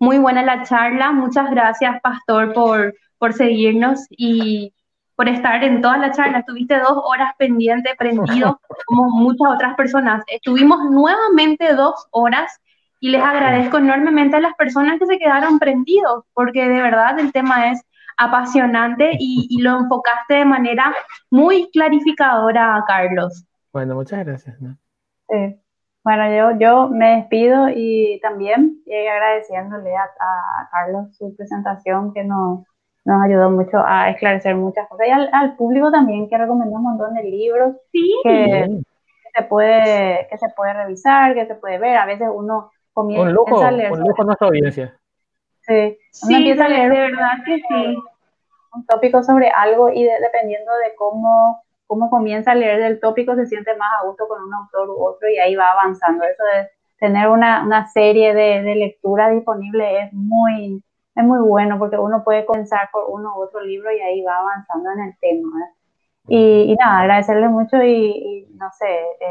muy buena la charla. Muchas gracias, Pastor, por seguirnos y por estar en toda la charla. Estuviste 2 horas pendiente, prendido, como muchas otras personas. Estuvimos nuevamente 2 horas y les agradezco enormemente a las personas que se quedaron prendidos, porque de verdad el tema es apasionante y lo enfocaste de manera muy clarificadora, Carlos. Bueno, muchas gracias, ¿no? Sí. Bueno, yo me despido y también agradeciéndole a Carlos su presentación que nos ayudó mucho a esclarecer muchas cosas y al público también que recomendó un montón de libros Sí. que se puede revisar, que se puede ver. A veces uno comienza a leer. Un lujo a nuestra audiencia. Sí, uno Sí, empieza a leer de verdad que sí. un tópico sobre algo y dependiendo de cómo comienza a leer el tópico se siente más a gusto con un autor u otro y ahí va avanzando. Eso de tener una serie de lectura disponible es muy bueno porque uno puede comenzar por uno u otro libro y ahí va avanzando en el tema, ¿verdad? Y nada, agradecerle mucho y no sé,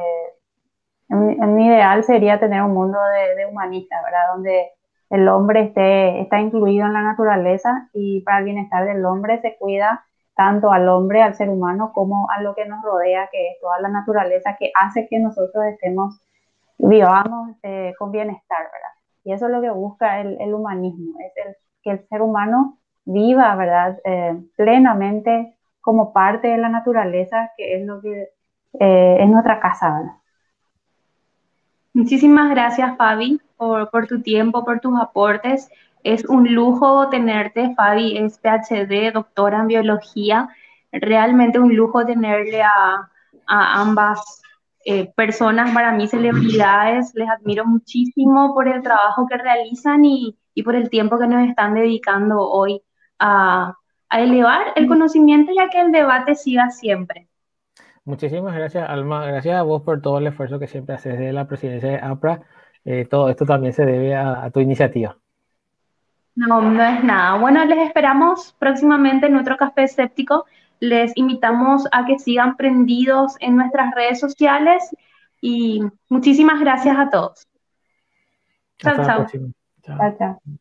en mi ideal sería tener un mundo de humanistas, ¿verdad? Donde el hombre está incluido en la naturaleza y para el bienestar del hombre se cuida tanto al hombre, al ser humano, como a lo que nos rodea, que es toda la naturaleza que hace que nosotros vivamos con bienestar, ¿verdad? Y eso es lo que busca el humanismo, es que el ser humano viva, ¿verdad? Plenamente como parte de la naturaleza, que es lo que es nuestra casa, ¿verdad? Muchísimas gracias, Fabi, por tu tiempo, por tus aportes. Es un lujo tenerte. Fabi es PhD, doctora en biología. Realmente un lujo tenerle a ambas personas, para mí celebridades. Les admiro muchísimo por el trabajo que realizan y por el tiempo que nos están dedicando hoy a elevar el conocimiento y a que el debate siga siempre. Muchísimas gracias, Alma. Gracias a vos por todo el esfuerzo que siempre haces de la presidencia de APRA. Todo esto también se debe a tu iniciativa. No, no es nada. Bueno, les esperamos próximamente en otro café escéptico. Les invitamos a que sigan prendidos en nuestras redes sociales y muchísimas gracias a todos. Chao, Hasta la chao. próxima. Chao. Chao, chao.